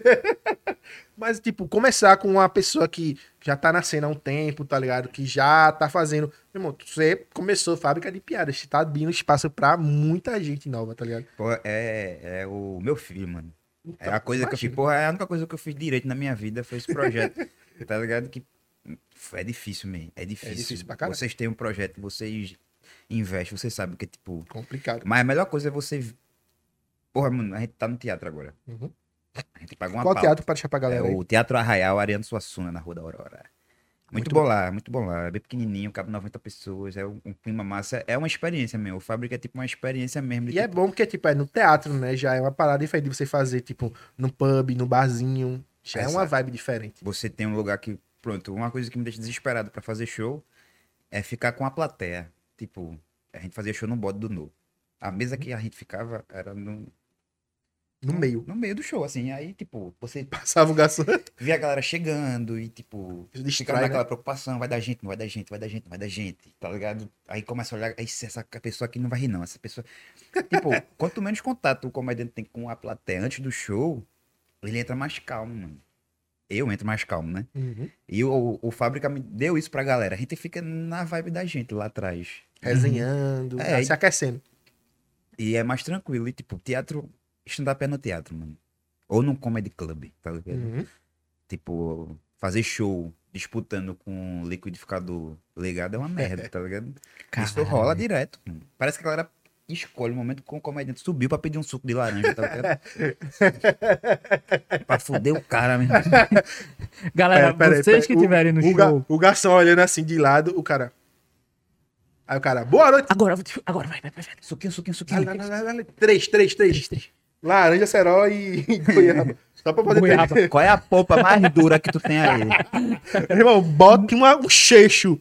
Mas, tipo, começar com uma pessoa que já tá na cena há um tempo, tá ligado? Que já tá fazendo. Meu irmão, você começou fábrica de piadas. Você tá abrindo espaço pra muita gente nova, tá ligado? Pô, é, é o meu filho, mano. É Então, a coisa que eu fiz. imagina. Porra, é a única coisa que eu fiz direito na minha vida foi esse projeto. Tá ligado? Que é difícil, man. É difícil. difícil pra caralho. Vocês têm um projeto, vocês investem, vocês sabem que, tipo. Complicado. Mas a melhor coisa é você. Porra, mano, a gente tá no teatro agora. Uhum. A gente paga uma Qual pauta. teatro pra deixar pra É galera aí? o Teatro Arraial Ariano Suassuna, na Rua da Aurora. Muito, Muito bom lá, muito bom lá. É bem pequenininho, cabe noventa pessoas, é um, um clima massa. É uma experiência mesmo. O Fábrica é tipo uma experiência mesmo. de E é tipo, bom porque, tipo, é no teatro, né? Já é uma parada diferente de você fazer, tipo, no pub, no barzinho. Já é uma Exato. vibe diferente. Você tem um lugar que. Pronto, uma coisa que me deixa desesperado pra fazer show é ficar com a plateia. Tipo, a gente fazia show no bode do Nu. A mesa que a gente ficava era no, No meio. no meio do show, assim. Aí, tipo, você Passava o garçom. via a galera chegando e, tipo, Isso distrai, ficava naquela né? preocupação, vai dar gente, não vai dar gente, vai dar gente, não vai dar gente, tá ligado? Aí começa a olhar, aí essa pessoa aqui não vai rir não, essa pessoa... Tipo, quanto menos contato o comediante tem com a plateia antes do show, ele entra mais calmo, mano. Eu entro mais calmo, né? Uhum. E o, o Fábrica me deu isso pra galera. A gente fica na vibe da gente lá atrás. Resenhando, É, tá e- se aquecendo. E é mais tranquilo. E, tipo, teatro... Stand-up é no teatro, mano. Ou num comedy club, tá ligado? Uhum. Tipo, fazer show disputando com liquidificador ligado é uma merda, tá ligado? Isso Caralho. rola direto, mano. Parece que a galera escolhe o momento que o comediante subiu pra pedir um suco de laranja, tá ligado? Pra foder o cara mesmo. Galera, Pera, pera aí, vocês pera que aí. O- estiverem no o, ga- show. o garçom olhando assim de lado, o cara. Aí o cara, boa noite. Agora, agora vai, vai, vai. vai. Suquinho, suquinho, suquinho. Lá, lá, lá, lá, lá. Três, três, três. Laranja, cerol e e goiaba. Só pra poder Goiaba. ter. Qual é a polpa mais dura que tu tem aí? Meu irmão, bota uma- um cheixo.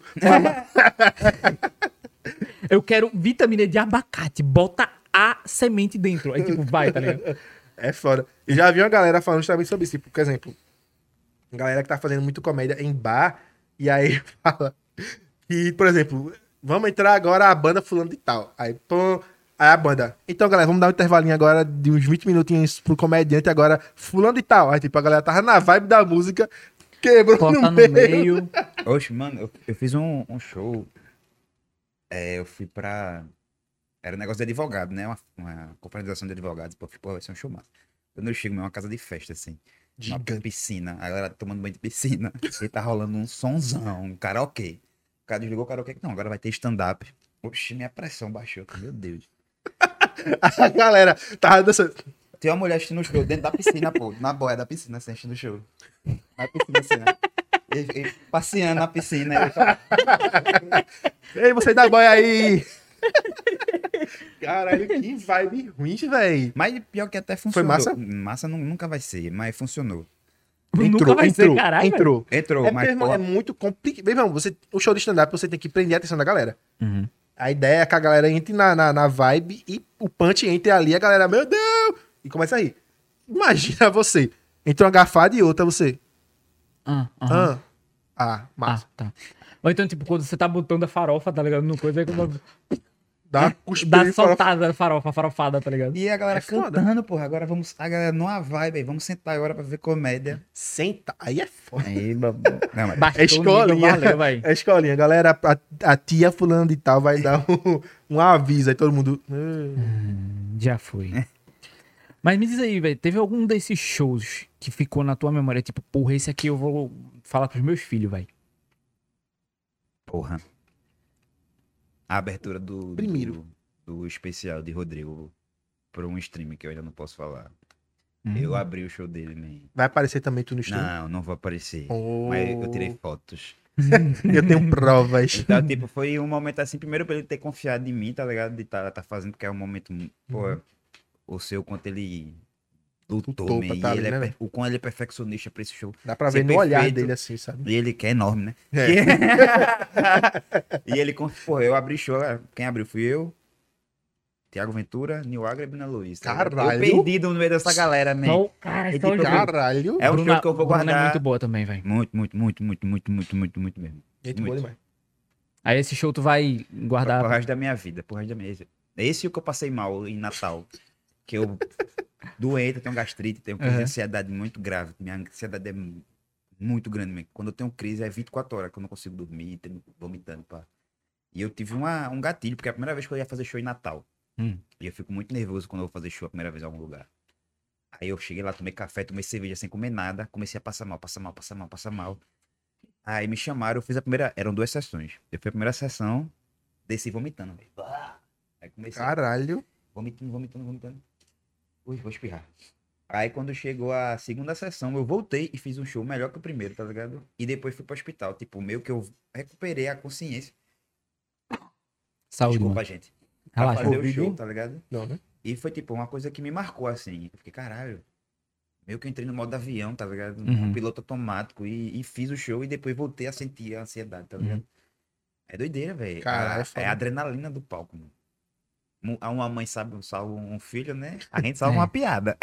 Eu quero vitamina de abacate. Bota a semente dentro. Aí, tipo, vai, tá ligado? É foda. Eu já vi uma galera falando justamente sobre isso. Tipo, por exemplo, galera que tá fazendo muito comédia em bar, e aí fala que, por exemplo, vamos entrar agora a banda fulano de tal. Aí, pô, aí a banda. Então, galera, vamos dar um intervalinho agora de uns vinte minutinhos pro comediante agora, fulano de tal. Aí, tipo, a galera tava na vibe da música, quebrou Corta no no meio. meio. Oxe, mano, eu, eu fiz um, um show. É, eu fui pra. Era um negócio de advogado, né? Uma, uma confraternização de advogados. Pô, eu fui, pô, vai ser um show massa. Quando eu chego, é uma casa de festa, assim. Uma Gigante. piscina. A galera tomando banho de piscina. E tá rolando um sonzão, um karaokê. O cara desligou o karaokê. Não, agora vai ter stand-up. Oxi, minha pressão baixou. Meu Deus. A galera tava dançando. Tem uma mulher assistindo o show dentro da piscina, pô. Na boia da piscina, assim, assistindo o show. Na piscina, assim, né? E, e passeando na piscina. E... Ei, você dá boia aí! Caralho, que vibe ruim, velho. Mas pior que até funcionou. massa? Massa nu- nunca vai ser, mas funcionou. Nunca vai ser, caralho. entrou. Entrou, É, mas porque, irmão, porra, é muito complicado. Meu irmão, você, o show de stand-up você tem que prender a atenção da galera. Uhum. A ideia é que a galera entre na, na, na vibe e o punch entre ali, a galera, meu Deus! E começa a rir. Imagina você. Entre uma garfada e outra, você. Ah, aham. Ah, ah Ah, massa. tá. Ou então, tipo, quando você tá botando a farofa, tá ligado? No coisa, aí quando Dá uma dá cuspida de farofa. soltada a farofa, a farofada, tá ligado? E a galera É foda. cantando, porra. Agora vamos. A galera numa vibe aí. Vamos sentar agora pra ver comédia. Senta. Aí é foda. Aí, babu. Não, mas. Bastou É o nível, escolinha. valeu, vai. É escolinha. Galera, a, a tia fulano de tal vai dar um, um aviso. Aí todo mundo... "Ah". Já foi. Mas me diz aí, velho, teve algum desses shows que ficou na tua memória? Tipo, porra, esse aqui eu vou falar pros meus filhos, velho. Porra. A abertura do. Primeiro. Do, do especial de Rodrigo por um stream que eu ainda não posso falar. Hum. Eu abri o show dele, man. Vai aparecer também tu no stream? Não, não vou aparecer. Oh. Mas eu tirei fotos. Eu tenho provas. Então, tipo, foi um momento assim, primeiro pra ele ter confiado em mim, tá ligado? De tá, tá fazendo, porque é um momento, pô, o seu quanto ele lutou, Lutou man, pra e tá ali, ele é né, per- velho? o quão ele é perfeccionista pra esse show. Dá pra Ser ver no olhar perfeito. dele assim, sabe? E ele que é enorme, né? É. E ele, con- pô, eu abri show, quem abriu fui eu, Thiago Ventura, Nil Agra e Bruna Luiz. tá ligado? Caralho! Eu perdido no meio dessa galera, man. Só, cara, É só tipo, jogo. Caralho. É um Bruna- show que eu vou Bruna guardar. é muito boa também, velho. Muito, muito, muito, muito, muito, muito, muito, muito mesmo. Gente boa muito. demais. Aí esse show tu vai guardar. Pro resto da minha vida, pro resto da minha vida. Esse é o que eu passei mal em Natal. Que eu doente, eu tenho gastrite, tenho crise de Uhum. ansiedade muito grave. Minha ansiedade é mu- muito grande mesmo. Quando eu tenho crise é vinte e quatro horas que eu não consigo dormir, tendo- vomitando, pá. E eu tive uma, um gatilho, porque é a primeira vez que eu ia fazer show em Natal. Hum. E eu fico muito nervoso quando eu vou fazer show a primeira vez em algum lugar. Aí eu cheguei lá, tomei café, tomei cerveja sem comer nada, comecei a passar mal, passar mal, passar mal, passar mal. Aí me chamaram, eu fiz a primeira, eram duas sessões. Eu fiz a primeira sessão, desci vomitando. velho. Aí comecei Caralho. vomitando, vomitando, vomitando. Ui, vou espirrar. Aí quando chegou a segunda sessão, eu voltei e fiz um show melhor que o primeiro, tá ligado? E depois fui pro hospital. Tipo, meio que eu recuperei a consciência. Saúde, Desculpa, mano. gente. Pra Relaxa. fazer o Ouvido? show, tá ligado? Não, né? E foi, tipo, uma coisa que me marcou, assim. Eu fiquei, caralho. Meio que eu entrei no modo avião, tá ligado? Uhum. Um piloto automático. E, e fiz o show e depois voltei a sentir a ansiedade, tá ligado? Uhum. É doideira, velho. Caralho, A- é foda. É a adrenalina do palco, mano. Mu- Uma mãe sabe, salva um filho, né? A gente salva É. uma piada.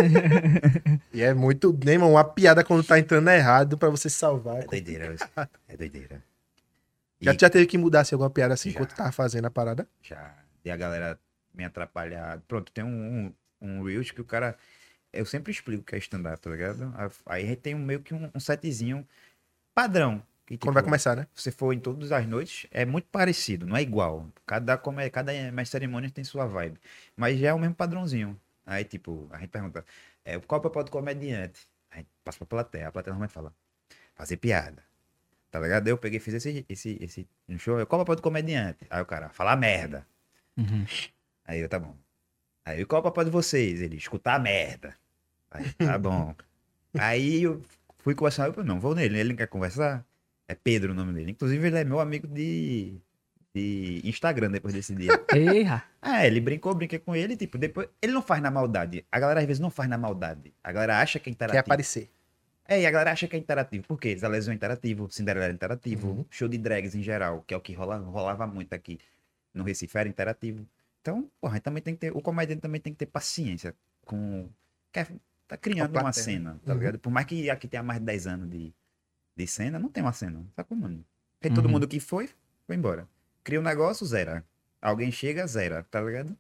E é muito... Nem, mano, uma piada quando tá entrando errado pra você salvar. É doideira. isso. É doideira. E Já, já teve que mudar assim, alguma piada assim Já. enquanto tava fazendo a parada? já. E a galera me atrapalhar. Pronto, tem um, um, um Reels que o cara. Eu sempre explico o que é stand-up, tá ligado? Aí a gente tem um, meio que um, um setzinho padrão. Que, Quando vai tipo, começar, né? se você for em todas as noites, é muito parecido, não é igual. Cada, come- cada mestre cerimônia tem sua vibe. Mas já é o mesmo padrãozinho. Aí, tipo, a gente pergunta, é, qual é o papel do comediante? A gente passa pra plateia, a plateia normalmente fala, fazer piada. Tá ligado? Eu peguei e fiz esse, esse, esse no show, eu, qual é o papel do comediante? Aí o cara, falar merda. Uhum. Aí eu, tá bom. Aí, qual é o papel de vocês? Ele, escutar a merda. Aí, tá bom. Aí eu fui conversar, eu falei, não, vou nele, ele não quer conversar? É Pedro o nome dele. Inclusive, ele é meu amigo de, de Instagram depois desse dia. Eita. Ah, ele brincou, brinquei com ele, tipo, depois. Ele não faz na maldade. A galera às vezes não faz na maldade. A galera acha que é Quer interativo. aparecer. É, e a galera acha que é interativo. Por quê? Zalezão é interativo, Cinderela é interativo, Uhum. show de drags em geral, que é o que rola, rolava muito aqui no Recife, era interativo. Então, porra, também tem que ter. O comediante também tem que ter paciência com. Quer, tá criando Com a uma plateia. cena, tá Uhum. ligado? Por mais que aqui tenha mais de dez anos de, de cena, não tem uma cena. Tá com mano. Tem todo Uhum. mundo que foi, foi embora. Cria um negócio, zera. Alguém chega, zera, tá ligado?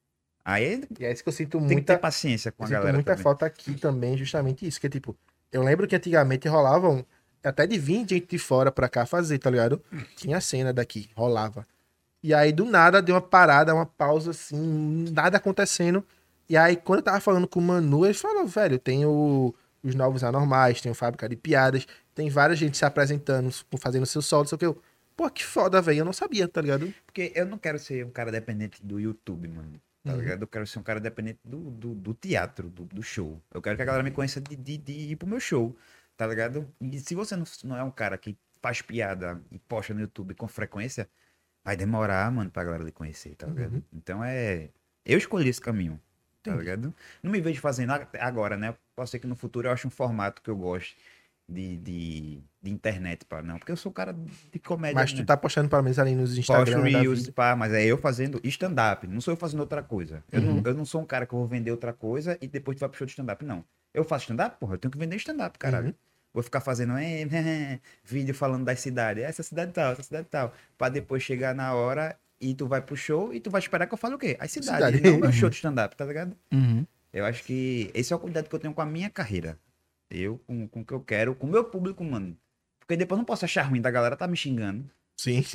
Aí E é isso que eu sinto tem que muita, ter paciência com eu a sinto galera muita também. falta aqui também, justamente isso. Que é tipo, eu lembro que antigamente rolavam até de vir gente de fora pra cá fazer, tá ligado? Tinha cena daqui, rolava. E aí, do nada, deu uma parada, uma pausa assim, nada acontecendo. E aí, quando eu tava falando com o Manu, ele falou, velho, tem o- os Novos Anormais, tem o Fábrica de Piadas, tem várias gente se apresentando, fazendo seu solo, só que eu, pô, que foda, velho, eu não sabia, tá ligado? Porque eu não quero ser um cara dependente do YouTube, mano. Tá Uhum. ligado? Eu quero ser um cara dependente do, do, do teatro, do, do show. Eu quero que a galera me conheça de, de, de ir pro meu show, tá ligado? E se você não, não é um cara que faz piada e posta no YouTube com frequência, vai demorar, mano, pra galera lhe conhecer, tá ligado? Uhum. Então é. Eu escolhi esse caminho, tá Entendi. ligado? Não me vejo fazendo a- agora, né? Pode ser que no futuro eu ache um formato que eu goste de, de, de internet, pá, não. Porque eu sou um cara de comédia. Mas né? tu tá postando pelo menos ali nos Posto Instagram da Reels, vida. pá, mas é eu fazendo stand-up. Não sou eu fazendo outra coisa. Eu, Uhum. não, eu não sou um cara que eu vou vender outra coisa e depois tu vai pro show de stand-up, não. Eu faço stand-up, porra, eu tenho que vender stand-up, caralho. Uhum. Vou ficar fazendo eh, vídeo falando das cidades. Essa cidade tal, essa cidade tal. Pra depois chegar na hora e tu vai pro show e tu vai esperar que eu fale o quê? As cidades, Cidade. não meu show de stand-up, tá ligado? Uhum. Eu acho que esse é o cuidado que eu tenho com a minha carreira. Eu, com, com o que eu quero, com o meu público, mano. Porque depois eu não posso achar ruim da galera tá me xingando. Sim.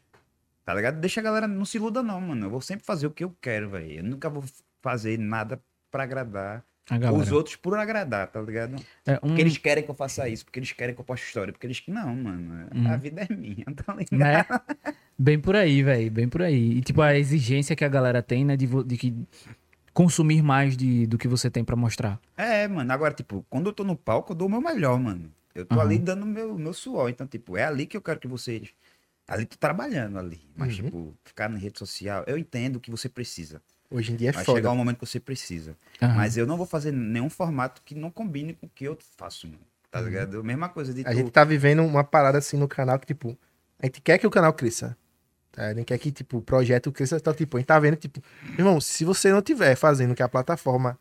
Tá ligado? Deixa a galera, não se iluda não, mano. Eu vou sempre fazer o que eu quero, velho. Eu nunca vou fazer nada pra agradar A galera. os outros por agradar, tá ligado? É, um, Porque eles querem que eu faça isso, porque eles querem que eu poste história, porque eles... Não, mano. A Uhum. vida é minha, tá ligado? né? Bem por aí, velho. Bem por aí. E, tipo, a exigência que a galera tem, né? De, vo- de que consumir mais de, do que você tem pra mostrar. É, mano. Agora, tipo, quando eu tô no palco, eu dou o meu melhor, mano. Eu tô Aham. ali dando meu, meu suor. Então, tipo, é ali que eu quero que vocês... Ali tô trabalhando ali. Mas, Uhum. tipo, ficar na rede social, eu entendo que você precisa. Hoje em dia é Vai foda. chegar um momento que você precisa. Aham. Mas eu não vou fazer nenhum formato que não combine com o que eu faço, mano. Tá ligado? Mesma coisa de A tu... gente tá vivendo uma parada assim no canal que, tipo, a gente quer que o canal cresça. Tá? A gente quer que, tipo, o projeto cresça. Então, tipo, a gente tá vendo, tipo, irmão, se você não tiver fazendo o que a plataforma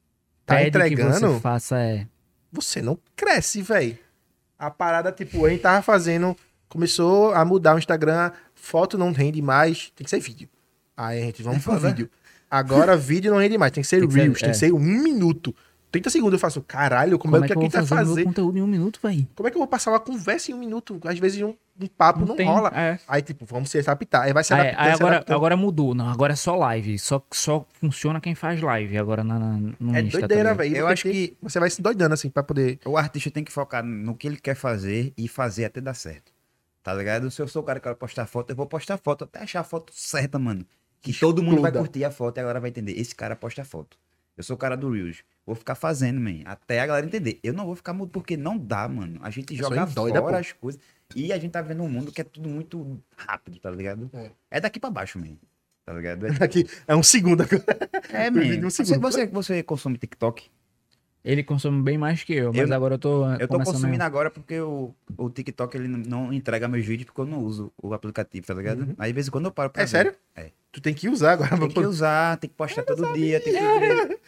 tá Pede que entregando, você faça, é... você não cresce, velho. A parada, tipo, a gente tava fazendo, começou a mudar o Instagram, foto não rende mais, tem que ser vídeo. Aí a gente, vamos É pro foda. vídeo. Agora vídeo não rende mais, tem que ser Tem que ser- Reels, tem é. que ser um minuto. trinta segundos eu faço, caralho, como, Como é que eu a vou gente vai fazer o meu fazer? conteúdo em um minuto, velho? Como é que eu vou passar uma conversa em um minuto? Às vezes um, um papo não, tem, rola. é. Aí, tipo, vamos se adaptar. Aí vai se Aí, adaptando. aí se agora, adaptando. agora mudou. Não, agora é só live. Só, só funciona quem faz live agora na, na, no É Insta, tá doideira, ligado? velho. Eu Você acho tem- que- Você vai se doidando, assim, pra poder... O artista tem que focar no que ele quer fazer e fazer até dar certo. Tá ligado? Se eu sou o cara que quer postar foto, eu vou postar foto até achar a foto certa, mano. Que todo mundo vai Exploda. curtir a foto e a galera vai entender. Esse cara posta foto. Eu sou o cara do Reels. Vou ficar fazendo, man. Até a galera entender. Eu não vou ficar mudo porque não dá, mano. A gente É joga só endoida, fora pô. as coisas. E a gente tá vendo um mundo que é tudo muito rápido, tá ligado? É. É, daqui pra baixo, man. Tá ligado? É, Aqui, é um segundo agora. é vídeo de man. um Você, segundo. você, você consome TikTok? Ele consome bem mais que eu, mas Eu- agora eu tô. Eu tô começando consumindo a- agora porque o, o TikTok ele não- não entrega meus vídeos porque eu não uso o aplicativo, tá ligado? Uhum. Aí de vez em quando eu paro pra É ver. sério? É. Tu tem que usar agora. Tem pra que poder- usar, tem que postar todo dia, tem que ver.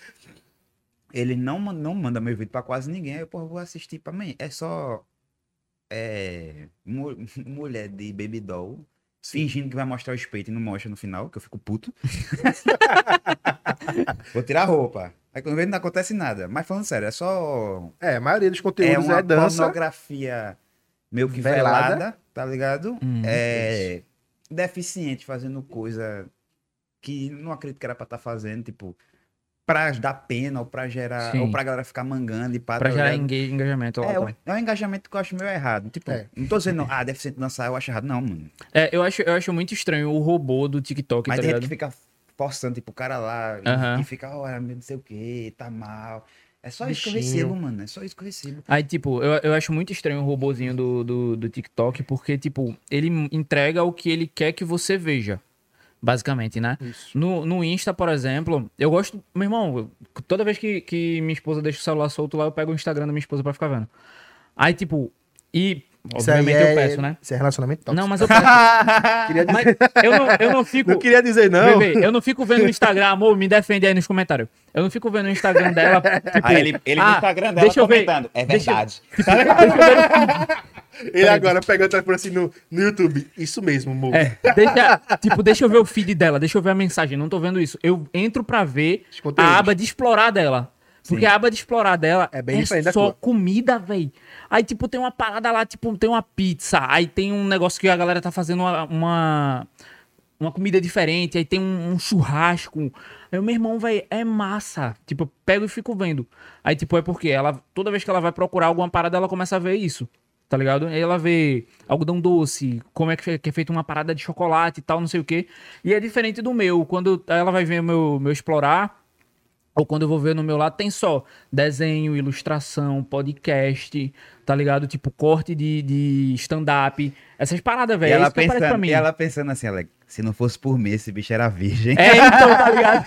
Ele não, man- não manda meu vídeo pra quase ninguém. Aí eu, pô, vou assistir pra mim. É só. É. mu- mulher de baby doll. Fingindo que vai mostrar o espeito e não mostra no final, que eu fico puto. Vou tirar a roupa. Aí quando vem não acontece nada. Mas falando sério, é só. É, a maioria dos É conteúdos é, uma dança. pornografia meio que Velada. velada, tá ligado? Hum, é deficiente fazendo coisa que não acredito que era pra estar fazendo, tipo, pra dar pena ou pra gerar, Sim. ou pra galera ficar mangando e pá, Pra tá gerar ligado? enga- engajamento. É, lá, um- tá? é um engajamento que eu acho meio errado. Tipo, É. não tô dizendo, ah, deficiente dançar, eu acho errado. Não, mano. É, eu acho, eu acho muito estranho o robô do TikTok, Mas tá tem gente ligado? que fica forçando, tipo, o cara lá e- Aham. e fica, olha, meu não sei o que, tá mal. É só isso que eu Bichinho. recebo, mano. É só isso que eu recebo. Aí, tipo, eu, eu acho muito estranho o robozinho do, do, do TikTok, porque, tipo, ele entrega o que ele quer que você veja. Basicamente, né? Isso. No, no Insta, por exemplo, eu gosto. Meu irmão, eu- toda vez que, que minha esposa deixa o celular solto lá, eu pego o Instagram da minha esposa pra ficar vendo. Aí, tipo, e. Isso aí Obviamente é- eu peço, né? Isso é relacionamento tóxico. Não, mas eu peço. Queria dizer... Mas eu não, eu não fico. Não queria dizer, não. Bebê, eu não fico vendo o Instagram, amor, me defende aí nos comentários. Eu não fico vendo o Instagram dela. Tipo, Aí ele, ele ah, no Instagram dela deixa eu ver, comentando. É deixa eu- verdade. Ele agora pegando tá por assim no, no YouTube. Isso mesmo, amor. É, deixa, tipo, deixa eu ver o feed dela, deixa eu ver a mensagem, não tô vendo isso. Eu entro pra ver Os conteúdos. a aba de explorar dela. Porque Sim. a aba de explorar dela É bem diferente da só tua. comida, véi. Aí, tipo, tem uma parada lá, tipo, tem uma pizza. Aí tem um negócio que a galera tá fazendo uma, uma, uma comida diferente. Aí tem um, um churrasco. Aí o meu irmão, véi, é massa. Tipo, eu pego e fico vendo. Aí, tipo, é porque ela, toda vez que ela vai procurar alguma parada, ela começa a ver isso. Tá ligado? Aí ela vê algodão doce, como é que, fe- que é feita uma parada de chocolate e tal, não sei o quê. E é diferente do meu. Quando ela vai ver meu, meu explorar, ou quando eu vou ver no meu lado, tem só desenho, ilustração, podcast, tá ligado? Tipo, corte de, de stand-up. Essas paradas, E velho. É ela, isso que aparece pra pensando, mim. e ela pensando assim, Alex, se não fosse por mim, esse bicho era virgem. É, então, tá ligado?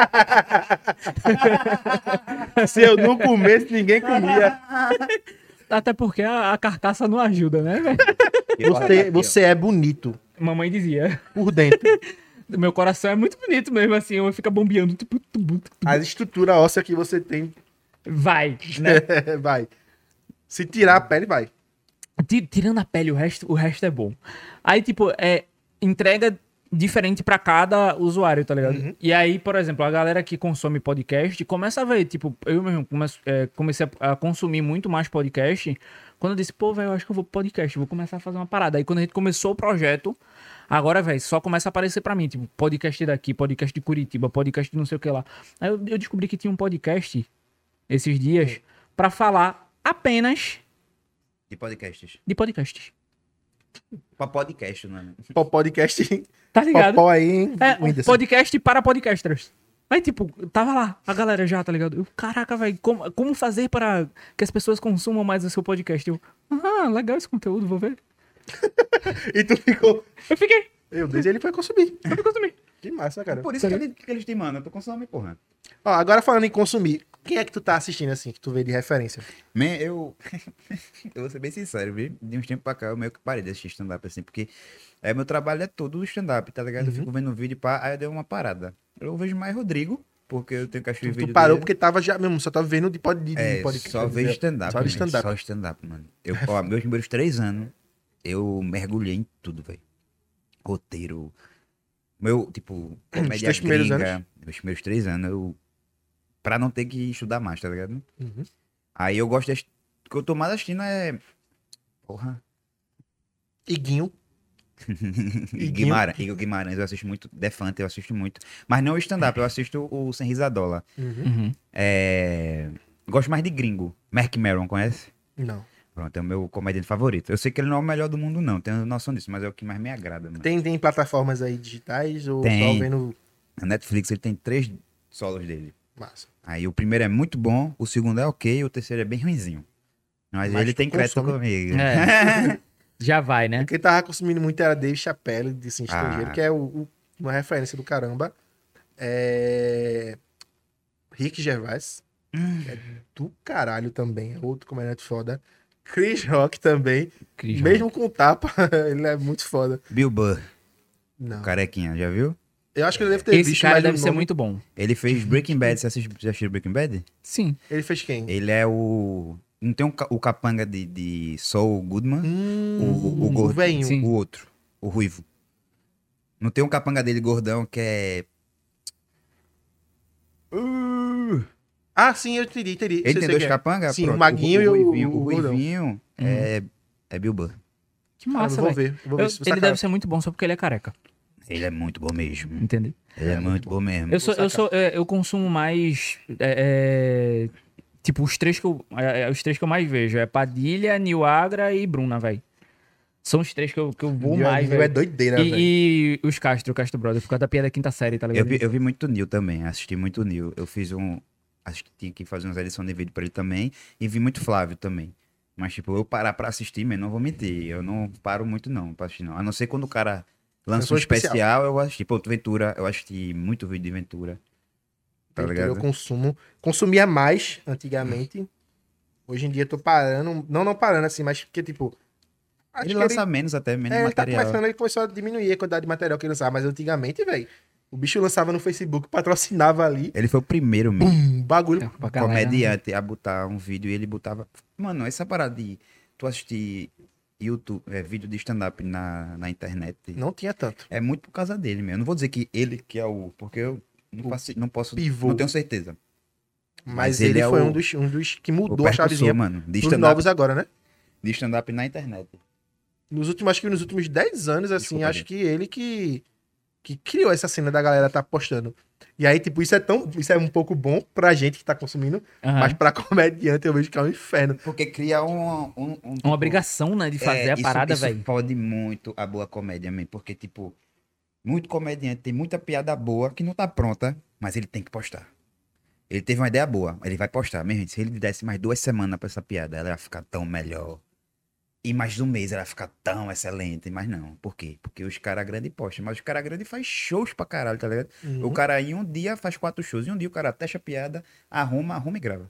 Se eu não comesse, ninguém comia. Até porque a, a carcaça não ajuda, né, velho? Você, você é bonito Mamãe dizia. por dentro. Meu coração é muito bonito mesmo, assim. Eu fico bombeando. Tipo, tubu, tubu. A estrutura óssea que você tem, Vai, né? vai. Se tirar a pele, vai. Ti- Tirando a pele, o resto, o resto é bom. Aí, tipo, é entrega diferente pra cada usuário, tá ligado? Uhum. E aí, por exemplo, a galera que consome podcast começa a ver, tipo, eu mesmo começo, é, comecei a, a consumir muito mais podcast quando eu disse, pô, velho, eu acho que eu vou pro podcast, vou começar a fazer uma parada. Aí quando a gente começou o projeto, agora, velho, só começa a aparecer pra mim, tipo, podcast daqui, podcast de Curitiba, podcast de não sei o que lá. Aí eu, eu descobri que tinha um podcast esses dias pra falar apenas De podcasts. de podcasts. Pra podcast, não é? Pô, podcast. Tá ligado? Popó aí, hein? É, um Whindersson. podcast para podcasters. Aí, tipo, tava lá, a galera já, tá ligado? Eu, caraca, velho, como, como fazer para que as pessoas consumam mais o seu podcast? Eu, ah, legal esse conteúdo, vou ver. E tu ficou. Eu fiquei, Meu Deus, e ele foi consumir. eu fui consumir. Que massa, cara. Por isso que, ele, que eles te mandam, tu consome, porra. Ó, agora falando em consumir, quem é que tu tá assistindo assim, que tu vê de referência? Man, eu. eu vou ser bem sincero, viu? De uns tempos pra cá eu meio que parei de assistir stand-up assim, porque é, meu trabalho é todo stand-up, tá ligado? Eu Uhum. fico vendo vídeo pá, aí eu dei uma parada. Eu vejo mais Rodrigo, porque eu tenho que assistir Tu, vídeo. tu parou dele. porque tava já mesmo, só tava vendo de, pod, de, de É, podcast. só quer vejo dizer, stand-up. Só de man, stand-up. Só stand-up, mano. Eu, ó, meus primeiros três anos, eu mergulhei em tudo, velho. Roteiro. Meu, tipo, comédia teus primeiros gringa. Meus primeiros três anos, eu. Pra não ter que estudar mais, tá ligado? Uhum. Aí eu gosto de. O que eu tô mais assistindo é. Porra. Iguinho. E Guimarães, Igor Guimarães, eu assisto muito. Defante, eu assisto muito. Mas não o stand-up, eu assisto o Sem Risadola. Uhum. Uhum. É. Gosto mais de gringo. Mark Maron, conhece? Não. Pronto, é o meu comediante favorito. Eu sei que ele não é o melhor do mundo, não. Tenho noção disso, mas é o que mais me agrada, mano. Tem, tem plataformas aí digitais ou Tem. só vendo. Na Netflix ele tem três solos dele. Massa. Aí o primeiro é muito bom, o segundo é ok, o terceiro é bem ruinzinho. Mas, Mas ele tu tem crédito consome. comigo. É. Já vai, né? Quem tava consumindo muito era Dave Chappelle, de assim, Ah. estrangeiro, que é o, o- uma referência do caramba. É... Rick Gervais, que é do caralho também, é outro comediante foda. Chris Rock também, Cris mesmo com tapa, ele é muito foda. Bill Burr, Não. carequinha, já viu? Eu acho que ele deve ter Esse visto, cara mas deve o ser nome- muito bom. Ele fez Breaking Bad, você assiste, já assistiu Breaking Bad? Sim. Ele fez quem? Ele é o... Não tem um ca- o capanga de, de Saul Goodman? Hum, o, o, o gordo, velhinho. Sim. o outro, o ruivo. Não tem um capanga dele gordão que é... Uh, Ah, sim, eu entendi, entendi. Ele Sei- tem sei dois quem é. capangas? Sim, Pronto. o Maguinho e o- Ruivinho. o O gordão. Ruivinho é, é Bill Burr. Que Cara, massa, eu vou velho. ver, eu vou ver Eu- se você Ele acaba. deve ser muito bom só porque ele é careca. Ele é muito bom mesmo. Entendeu? Ele é, muito bom mesmo. Eu, sou, eu, sacar. sou, é, eu consumo mais. é, é, tipo, os três, que eu, é, é, os três que eu mais vejo. É Padilha, Nilagra e Bruna, velho. São os três que eu, que eu vou Nil é- mais, Nil é velho. doideira, velho. E, e os Castro, o Castro Brother, por causa da piada quinta série, tá Eu ligado? vi, eu vi muito Neil também, assisti muito Neil. Eu fiz um. Acho que tinha que fazer umas edições de vídeo pra ele também. E vi muito Flávio também. Mas, tipo, eu parar pra assistir, mas não vou mentir. Eu não paro muito, não, pra assistir, não. A não ser quando o cara lança Lançou um especial. especial, eu assisti. Pô, Ventura, eu assisti muito vídeo de Ventura. Tá Então, ligado? eu consumo. Consumia mais antigamente. Hoje em dia eu tô parando. Não, não parando assim, mas porque, tipo. Acho Ele que lança menos até, menos é, ele tá material. começando, ele começou a diminuir a quantidade de material que ele lançava. Mas antigamente, velho, o bicho lançava no Facebook, patrocinava ali. Ele foi o primeiro mesmo. Pum, bagulho. É, pra galera. comediante a botar um vídeo e ele botava. Mano, essa parada de tu assistir YouTube, é, vídeo de stand-up na, na internet. Não tinha tanto. É muito por causa dele mesmo. Eu não vou dizer que ele que é o. Porque eu não, O faço, não posso. pivô. Não tenho certeza. Mas, Mas ele, ele é foi o- um, dos, um dos que O mudou a percussor, chavezinha mano. De pros stand-up novos agora, né? de stand-up na internet. Nos últimos, acho que nos últimos dez anos, assim, Desculpa, acho gente. que ele que, que criou essa cena da galera tá postando. E aí, tipo, isso é tão. Isso é um pouco bom pra gente que tá consumindo, Aham. mas pra comediante eu vejo que é um inferno. Porque cria um. um, um tipo, Uma obrigação, né, de fazer é, a isso- parada, isso velho. fode muito a boa comédia, man. Porque, tipo, muito comediante tem muita piada boa que não tá pronta, mas ele tem que postar. Ele teve uma ideia boa, ele vai postar. Mesmo, se ele desse mais duas semanas pra essa piada, ela ia ficar tão melhor. E mais de um mês ela ia ficar tão excelente. Mas não, por quê? Porque os caras grandes postam. Mas os caras grandes faz shows pra caralho, tá ligado? Uhum. O cara em um dia faz quatro shows. Em um dia o cara testa a piada, arruma, arruma e grava.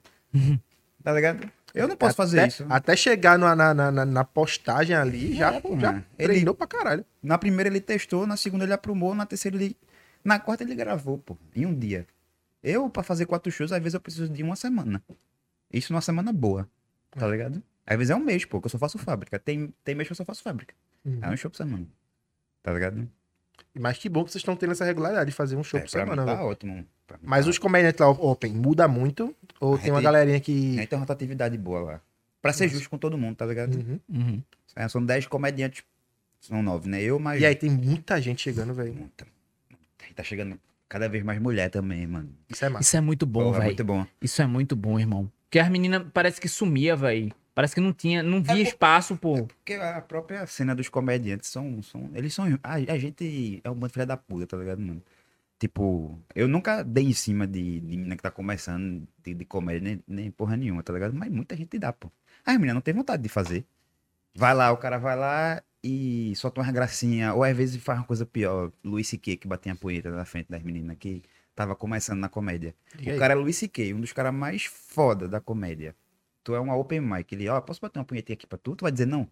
Tá ligado? Eu não posso fazer até, isso. Até chegar na, na, na, na postagem ali, já, É, pô, já mano. treinou pra caralho. Na primeira ele testou, na segunda ele aprumou, na terceira ele. Na quarta ele gravou, pô, em um dia. Eu, pra fazer quatro shows, às vezes eu preciso de uma semana. Isso numa semana boa, tá ligado? Às vezes é um mês, pô, que eu só faço fábrica. Tem, tem mês que eu só faço fábrica. Uhum. É um show por semana. Tá ligado? Mas que bom que vocês estão tendo essa regularidade de fazer um show É, por pra semana, mim tá velho. ótimo. Pra mim Mas tá os comediantes lá open muda muito? Ou A tem uma gente- galerinha ótimo. que... A gente tem uma rotatividade boa lá. Pra ser justo com todo mundo, tá ligado? Uhum. Uhum. É, são dez comediantes. São nove, né? Eu mais. E aí tem muita gente chegando, velho. Muita. E tá chegando cada vez mais mulher também, mano. Isso é massa. Isso é muito bom, Porra, velho. muito bom. Isso é muito bom, irmão. Porque as meninas parece que sumia, velho. Parece que não tinha, não via É por- espaço, pô. Porque a própria cena dos comediantes são. são eles são. A, a gente é um bando de filha da puta, tá ligado, mano? Tipo, eu nunca dei em cima de, de menina que tá começando de, de comédia, nem, nem porra nenhuma, tá ligado? Mas muita gente dá, pô. As meninas não tem vontade de fazer. Vai lá, o cara vai lá e solta uma gracinha, ou às vezes faz uma coisa pior. Luiz C K, que batia a poeira na frente das meninas, que tava começando na comédia. Diga O aí. cara é Luiz C K, um dos caras mais foda da comédia. Tu é uma open mic. Ele, ó, posso bater uma punhetinha aqui pra tu? Tu vai dizer não?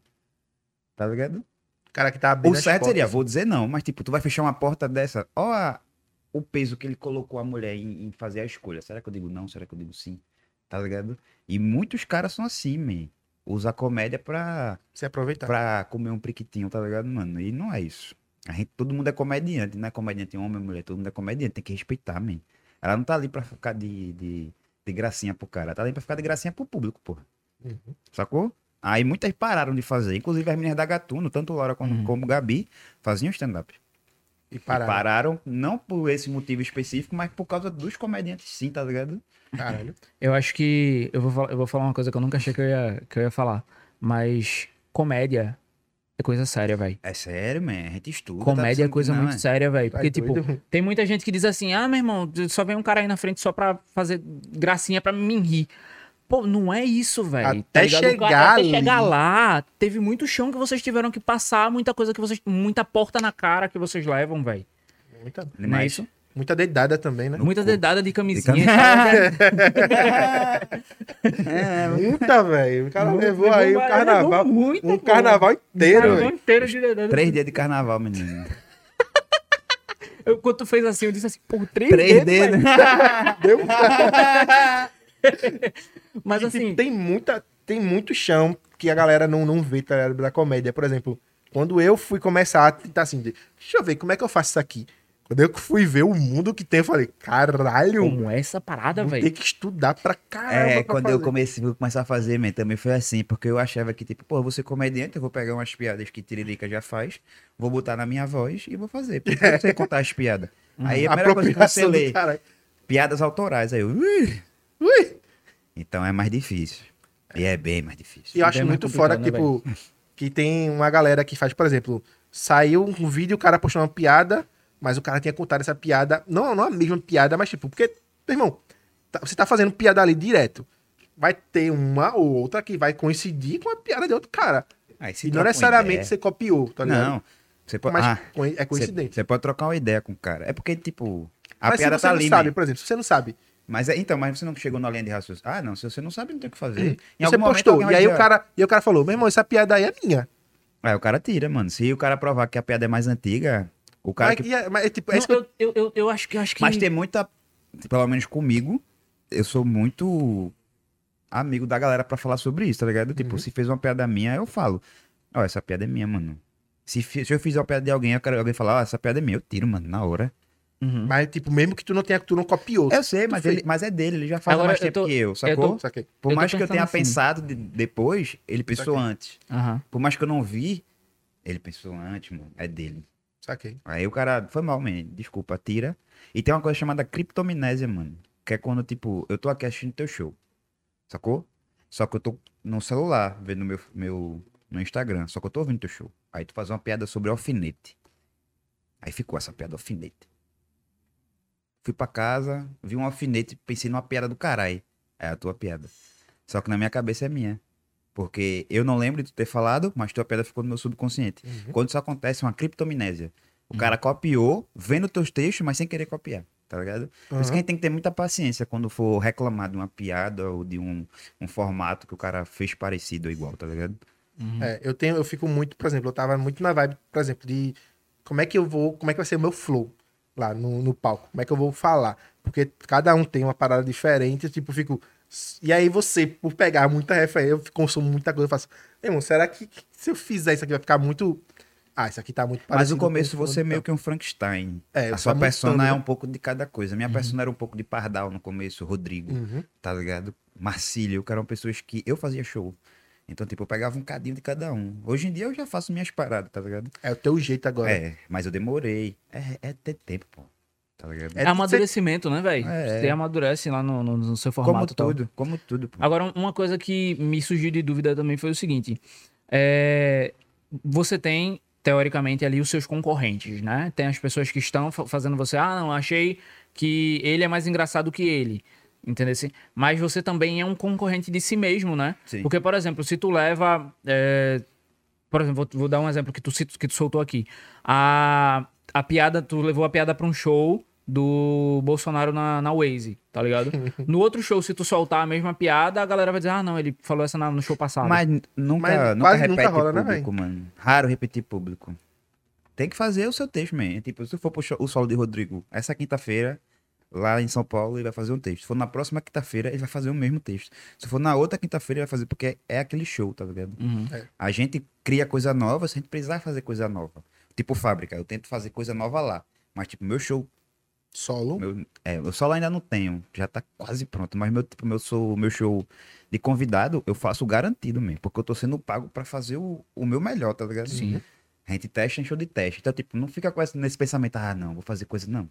Tá ligado? O cara que tá abrindo O as certo portas, seria, assim. vou dizer não, mas tipo, tu vai fechar uma porta dessa, ó a- o peso que ele colocou a mulher em, em fazer a escolha. Será que eu digo não? Será que eu digo sim? Tá ligado? E muitos caras são assim, man. Usa a comédia pra, Se aproveitar. pra comer um priquitinho, tá ligado, mano? E não é isso. A gente, todo mundo é comediante, não é comediante homem ou mulher, todo mundo é comediante, tem que respeitar, man. Ela não tá ali pra ficar de, de, de gracinha pro cara, ela tá ali pra ficar de gracinha pro público, porra. Uhum. Sacou? Aí muitas pararam de fazer, inclusive as meninas da Gatuno, tanto Laura como, Uhum. como Gabi, faziam stand-up. E E pararam. pararam, não por esse motivo específico, mas por causa dos comediantes, sim, tá ligado? Caralho. Eu acho que. Eu vou, fal- eu vou falar uma coisa que eu nunca achei que eu ia, que eu ia falar. Mas comédia é coisa séria, velho. É sério, man, a gente estuda. tá Comédia é pensando que coisa não, muito é? séria, velho. Tá Porque, tipo, doido? tem muita gente que diz assim: ah, meu irmão, só vem um cara aí na frente só pra fazer gracinha pra me rir. Pô, não é isso, velho. Até chegar Até ali. chegar lá, teve muito chão que vocês tiveram que passar, muita coisa que vocês. Muita porta na cara que vocês levam, velho. Muita, Não é Mas- isso? muita dedada também, né? Muita cu. dedada de camisinha. De É, Muita, velho. O cara levou aí o levou carnaval. muita, Um pô. carnaval inteiro, Carnaval velho. inteiro de dedada. Três dias de carnaval, menino. Eu, quando tu fez assim, eu disse assim, pô, três, Três dedos, dedos. velho. Deu- Mas E, assim, tipo, tem, muita, tem muito chão que a galera não, não vê, tá ligado? Da comédia. Por exemplo, quando eu fui começar a tentar assim, de, deixa eu ver como é que eu faço isso aqui. Quando eu fui ver o mundo que tem, eu falei, caralho, como é essa parada, vou ter velho? que estudar pra caramba. É, pra quando eu fazer. comecei, vou começar a fazer, man, também foi assim, porque eu achava que, tipo, pô, eu vou ser comediante, eu vou pegar umas piadas que Tiririca já faz, vou botar na minha voz e vou fazer. Porque eu sei contar as piadas. Aí a primeira coisa que você Apropriação do lê, caralho. piadas autorais, aí eu, ui, Ui! então é mais difícil. E é bem mais difícil. E eu acho Bem mais muito foda, complicado, né, tipo, que tem uma galera que faz, por exemplo, saiu um vídeo, o cara postou uma piada, mas o cara tinha contado essa piada, não, não a mesma piada, mas tipo, porque, meu irmão, tá- você tá fazendo piada ali direto. Vai ter uma ou outra que vai coincidir com a piada de outro cara. Aí se E não troca uma necessariamente ideia- você copiou, tá ligado? Não, você pode... Mas ah, co- é você, coincidente. você pode trocar uma ideia com o cara. É porque, tipo, a Mas se piada você tá não ali, sabe, man. por exemplo, se você não sabe, Mas é, então, mas você não chegou na linha de raciocínio. Ah, não, se você não sabe, não tem o que fazer. Em você algum momento postou, alguém e vai aí dizer, o cara, e o cara falou, meu irmão, essa piada aí é minha. Aí o cara tira, mano. Se o cara provar que a piada é mais antiga, o cara Mas, que... e é, mas é tipo, é Não, isso que eu- eu, eu, eu, eu acho que eu acho que. Mas tem muita... Pelo menos comigo, eu sou muito amigo da galera pra falar sobre isso, tá ligado? Tipo, Uhum. se fez uma piada minha, eu falo. Ó, essa piada é minha, mano. Se, fi- se eu fizer uma piada de alguém, eu quero alguém falar, ó, essa piada é minha. Eu tiro, mano, na hora. Uhum. mas tipo, mesmo que tu não tenha, tu não copiou. Eu sei, tu mas, fez. ele, mas é dele, ele já faz há Agora, mais eu tempo tô- que eu, eu sacou? tô- Saquei. Por eu tô mais que eu tenha pensando assim. pensado de- depois, ele pensou Saquei. antes. Aham. Por mais que eu não vi, ele pensou antes, mano. É dele. Saquei. Aí o cara, foi mal, man. Desculpa, tira. E tem uma coisa chamada criptomnésia, mano. Que é quando, tipo, eu tô aqui assistindo teu show. Sacou? Só que eu tô no celular, vendo meu, meu, no Instagram. Só que eu tô ouvindo teu show. Aí tu faz uma piada sobre alfinete. Aí ficou essa piada, alfinete. Fui pra casa, vi um alfinete, pensei numa piada do caralho. É a tua piada. Só que na minha cabeça é minha. Porque eu não lembro de tu ter falado, mas tua piada ficou no meu subconsciente. Uhum. Quando isso acontece, é uma criptomnésia. O cara copiou, vendo teus textos, mas sem querer copiar, tá ligado? Por isso que a gente tem que ter muita paciência quando for reclamar de uma piada ou de um, um formato que o cara fez parecido ou igual, tá ligado? Uhum. É, eu tenho, eu fico muito, por exemplo, eu tava muito na vibe, por exemplo, de como é que eu vou, como é que vai ser o meu flow lá no, no palco, como é que eu vou falar, porque cada um tem uma parada diferente, eu, tipo, fico, E aí você, por pegar muita referência, eu consumo muita coisa, eu faço, irmão, será que se eu fizer isso aqui vai ficar muito... Ah, isso aqui tá muito Mas parecido no começo com o você é fulano, meio então. que um Frankenstein. É, A você sua vai persona montando, é né? um pouco de cada coisa. Minha persona era um pouco de Pardal no começo, Rodrigo, Uhum. tá ligado? Marcílio, que eram pessoas que eu fazia show. Então, tipo, eu pegava um cadinho de cada um. Hoje em dia eu já faço minhas paradas, tá ligado? É o teu jeito agora. É, mas eu demorei. É, é ter tempo, pô. Tá ligado? É É amadurecimento, né, velho? É. Você amadurece lá no, no, no seu como formato e tal. tudo, como tudo, pô. Agora, uma coisa que me surgiu de dúvida também foi o seguinte. É, você tem, teoricamente, ali os seus concorrentes, né? Tem as pessoas que estão fa- fazendo você... Ah, não, achei que ele é mais engraçado que ele. Entendeu? Mas você também é um concorrente de si mesmo, né? Sim. Porque, por exemplo, se tu leva... é, por exemplo, vou, vou dar um exemplo que tu, cit- que tu soltou aqui. A, a piada... Tu levou a piada pra um show do Bolsonaro na, na Waze, tá ligado? No outro show, se tu soltar a mesma piada, a galera vai dizer, ah, não, ele falou essa na- no show passado. Mas n- nunca, Mas nunca quase repete nunca rola, né, público, mano. Raro repetir público. Tem que fazer o seu texto, man. Tipo, se for pro show- o solo de Rodrigo, essa quinta-feira, lá em São Paulo, ele vai fazer um texto. Se for na próxima quinta-feira, ele vai fazer o mesmo texto. Se for na outra quinta-feira, ele vai fazer, porque é aquele show, tá ligado? Uhum. A gente cria coisa nova, se a gente precisar fazer coisa nova. Tipo fábrica, eu tento fazer coisa nova lá. Mas, tipo, meu show, Solo. meu, é, eu solo ainda não tenho, já tá quase pronto. Mas meu, tipo, meu, sou, meu show de convidado, eu faço garantido mesmo. Porque eu tô sendo pago pra fazer o, o meu melhor, tá ligado? Sim. A gente testa em show de teste. Então, tipo, não fica com esse, nesse pensamento, ah, não, vou fazer coisa, não.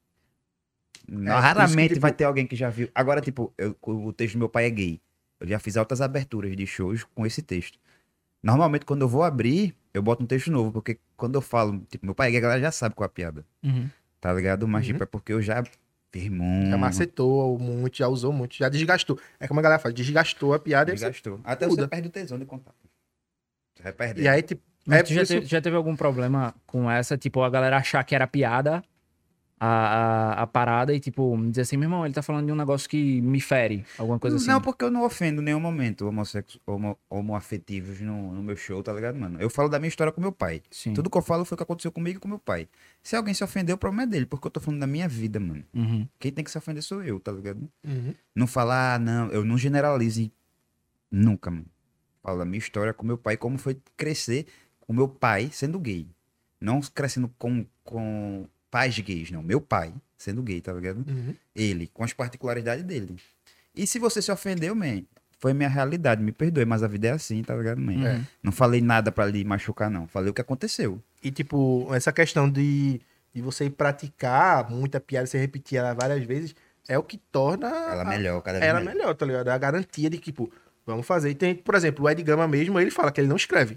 Não, É, por raramente isso que, tipo- vai ter alguém que já viu. Agora, tipo, eu- o texto do meu pai é gay. Eu já fiz altas aberturas de shows com esse texto. Normalmente, quando eu vou abrir, eu boto um texto novo, porque quando eu falo, tipo, meu pai é gay, a galera já sabe qual é a piada, Uhum. tá ligado? Mas, Uhum. tipo, é porque eu já fiz muito. Já macetou muito, já usou muito, já desgastou. É como a galera fala, desgastou a piada e você... Desgastou. Até muda. você perde o tesão de contar. Você vai perder. E aí, tipo... Mas é tu já, por isso- teve, já teve algum problema com essa? Tipo, a galera achar que era piada, a, a, a parada, e tipo, dizer assim, meu irmão, ele tá falando de um negócio que me fere, alguma coisa assim. Não, porque eu não ofendo em nenhum momento homossexu... homo... homoafetivos no... no meu show, tá ligado, mano? Eu falo da minha história com meu pai. Sim. Tudo que eu falo foi o que aconteceu comigo e com meu pai. Se alguém se ofendeu, o problema é dele, porque eu tô falando da minha vida, mano. Uhum. Quem tem que se ofender sou eu, tá ligado? Uhum. Não falar, ah, não, eu não generalize nunca, mano. Falo da minha história com meu pai, como foi crescer com meu pai sendo gay. Não crescendo com, com pais gays, não. Meu pai sendo gay, tá ligado? Uhum. Ele, com as particularidades dele. E se você se ofendeu, man, foi minha realidade, me perdoe, mas a vida é assim, tá ligado, man? Uhum. É. Não falei nada pra lhe machucar, não. Falei o que aconteceu. E, tipo, essa questão de, de você ir praticar muita piada, você repetir ela várias vezes, é o que torna Ela a- melhor, cada vez ela melhor. melhor, tá ligado? É a garantia de que, tipo, vamos fazer. E tem, por exemplo, o Ed Gama mesmo, ele fala que ele não escreve.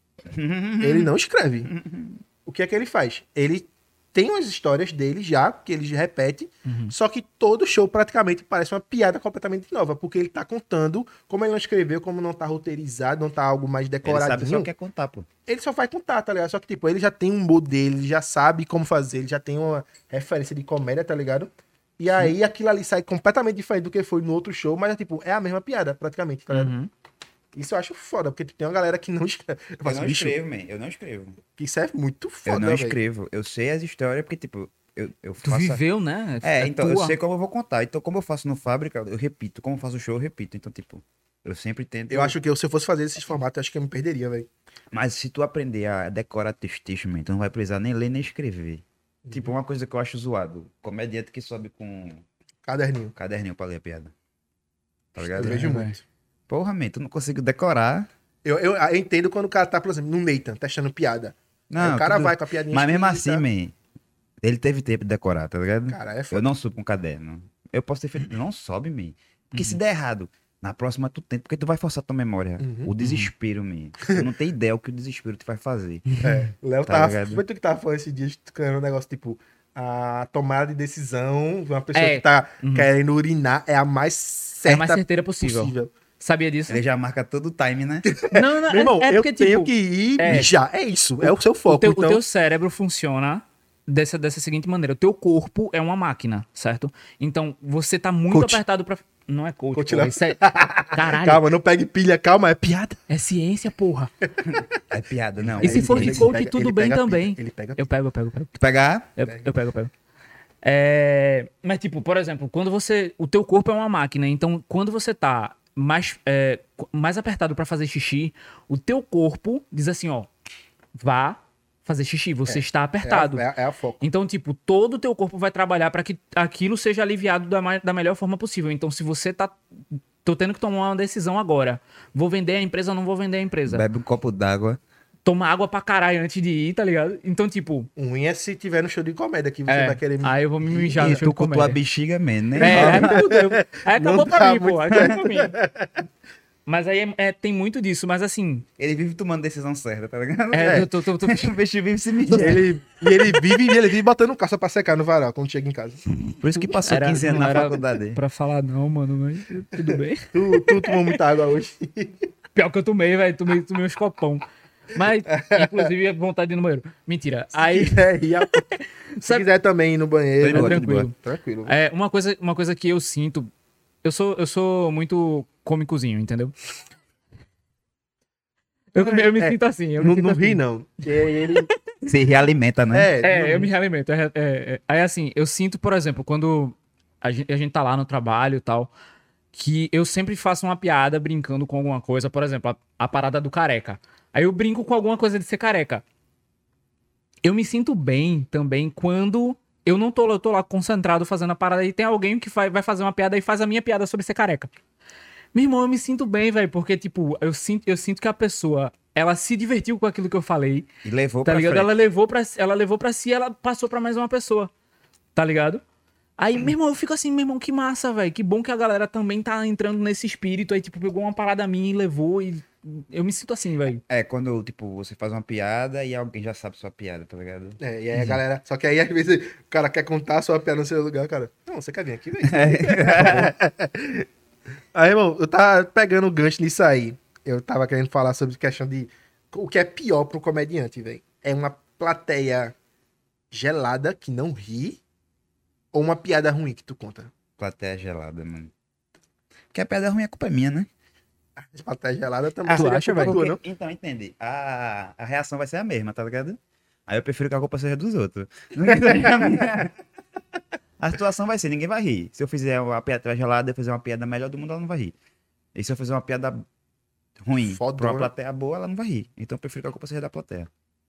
Ele não escreve. O que é que ele faz? Ele tem umas histórias dele já, que ele repete, Uhum. só que todo show praticamente parece uma piada completamente nova, porque ele tá contando, como ele não escreveu, como não tá roteirizado, não tá algo mais Ele sabe decoradinho, só o que é contar, pô. ele só vai contar, tá ligado? Só que, tipo, ele já tem um humor dele, ele já sabe como fazer, ele já tem uma referência de comédia, tá ligado? E aí aquilo ali sai completamente diferente do que foi no outro show, mas, tipo, é a mesma piada, praticamente, tá ligado? Uhum. Isso eu acho foda, porque tipo, tem uma galera que não escreve. Eu Eu faço, não bicho, escrevo, man. Eu não escrevo. que isso é muito foda, Eu não velho. escrevo. Eu sei as histórias porque, tipo, eu, eu Tu faço... a- viveu, né? É, então, eu tua. sei como eu vou contar. Então, como eu faço no Fábrica, eu repito. Como eu faço o show, eu repito. Então, tipo, eu sempre tento... Eu acho que eu, se eu fosse fazer esses formatos, eu acho que eu me perderia, velho. Mas se tu aprender a decorar texto, texto, man, tu não vai precisar nem ler nem escrever. Uhum. Tipo, uma coisa que eu acho zoado. Comediante que sobe com um Caderninho. caderninho pra ler a piada. Tá Eu ligado? vejo É, muito. Porra, man, tu não consigo decorar. Eu, eu, eu entendo quando o cara tá, por exemplo, no Nathan, testando piada. Aí Não, o cara tudo- vai com a piadinha Mas mesmo escrita. assim, man, ele teve tempo de decorar, tá ligado? Cara, é Eu foda. não subo com caderno. Eu posso ter feito. Não sobe, man. Porque Uhum. se der errado, na próxima tu tenta. Porque tu vai forçar tua memória. Uhum. O desespero, man. Tu não tem ideia o que o desespero te vai fazer. É, o Léo Tá tava. ligado? Foi tu que tava falando esses dias, criando um negócio tipo. A tomada de decisão de uma pessoa É. que tá Uhum. querendo urinar é a mais É a certa mais certeira possível. possível. Sabia disso? Ele já marca todo o time, né? Não, não, Meu irmão, é, é eu porque, tenho tipo, que ir é. já. É isso. É o seu foco. o teu, então, o teu cérebro funciona dessa, dessa seguinte maneira. O teu corpo é uma máquina, certo? Então, você tá muito Coach. apertado pra... Não é coach, Coach porra, não. isso é... Caralho, Calma, não pegue pilha, calma, é piada. é ciência, porra. É piada, não. E se Ele- for ele- de coach, pega- tudo ele bem pega também. pilha, ele pega Eu pego, eu pego, eu pego. Tu pegar, Eu, eu pego, eu pego. É, mas, tipo, por exemplo, quando você. O teu corpo é uma máquina, então quando você tá mais, é, mais apertado pra fazer xixi, o teu corpo diz assim, ó, vá fazer xixi, você está apertado. É a, é a- é a foco. Então, tipo, todo o teu corpo vai trabalhar pra que aquilo seja aliviado da, ma- da melhor forma possível. Então, se você tá. Tô tendo que tomar uma decisão agora. Vou vender a empresa ou não vou vender a empresa? Bebe um copo d'água. Toma água pra caralho antes de ir, tá ligado? Então, tipo. O ruim é se tiver no show de comédia que você É, vai querer... aí eu vou me mijar no E show tu de com tua comédia. bexiga mesmo, né? É, aí, fudeu. Aí acabou Não pra dá mim, pô. muito Aí acabou pra mim. Mas aí é- é- tem muito disso, mas assim. Ele vive tomando decisão certa, tá ligado? É, eu tô, tô, tô- O peixe vive se mijando. Ele, e ele vive, ele vive botando calça pra secar no varal quando chega em casa. Por isso que passou Era- quinze anos não na era faculdade. pra falar não, mano, mas tudo bem. Tu, tu tomou muita água hoje. Pior que eu tomei, velho. Tomei, tomei uns copão. Mas, inclusive, é vontade de ir no banheiro. Mentira. Aí, Se quiser, ir a- se Sabe- quiser também ir no banheiro, Tô de boa, tô de tranquilo. tranquilo. É, uma coisa, uma coisa que eu sinto. Eu sou, eu sou muito cômicozinho, entendeu? Eu, eu me É, sinto assim. Eu me Não, sinto não assim. ri, não. Porque ele... Se realimenta, né? É, É, não- eu me realimento. É, é, é. Aí, assim, eu sinto, por exemplo, quando a gente, a gente tá lá no trabalho e tal, que eu sempre faço uma piada brincando com alguma coisa. Por exemplo, a, a parada do careca. Aí eu brinco com alguma coisa de ser careca. Eu me sinto bem também quando eu não tô, eu tô lá concentrado fazendo a parada e tem alguém que vai, vai fazer uma piada e faz a minha piada sobre ser careca. Meu irmão, eu me sinto bem, velho, porque, tipo, eu sinto, eu sinto que a pessoa, ela se divertiu com aquilo que eu falei. E levou Tá pra ligado? frente. Ela levou pra, ela levou pra si, ela passou pra mais uma pessoa. Tá ligado? Aí, meu irmão, eu fico assim, meu irmão, que massa, velho. Que bom que a galera também tá entrando nesse espírito. Aí, tipo, pegou uma parada minha e levou. E eu me sinto assim, velho. É, quando, tipo, você faz uma piada e alguém já sabe sua piada, tá ligado? É, e aí a galera... Só que aí, às vezes, o cara quer contar a sua piada no seu lugar, cara... Não, você quer vir aqui, velho? Aí, irmão, eu tava pegando o gancho nisso aí. Eu tava querendo falar sobre questão de... O que é pior pro comediante, velho? É uma plateia gelada que não ri ou uma piada ruim que tu conta? Plateia gelada, mano. Porque a piada ruim, a culpa é minha, né? Essa plateia gelada também Ah, tu seria acha, culpa velho? tua, Porque- não? Então, entende. A, a reação vai ser a mesma, tá ligado? Aí eu prefiro que a culpa seja dos outros. Não que seja a minha. A situação vai ser, ninguém vai rir. Se eu fizer uma piada gelada, eu fizer uma piada melhor do mundo, ela não vai rir. E se eu fizer uma piada ruim pra Fodona. uma plateia boa, ela não vai rir. Então eu prefiro que a culpa seja da plateia.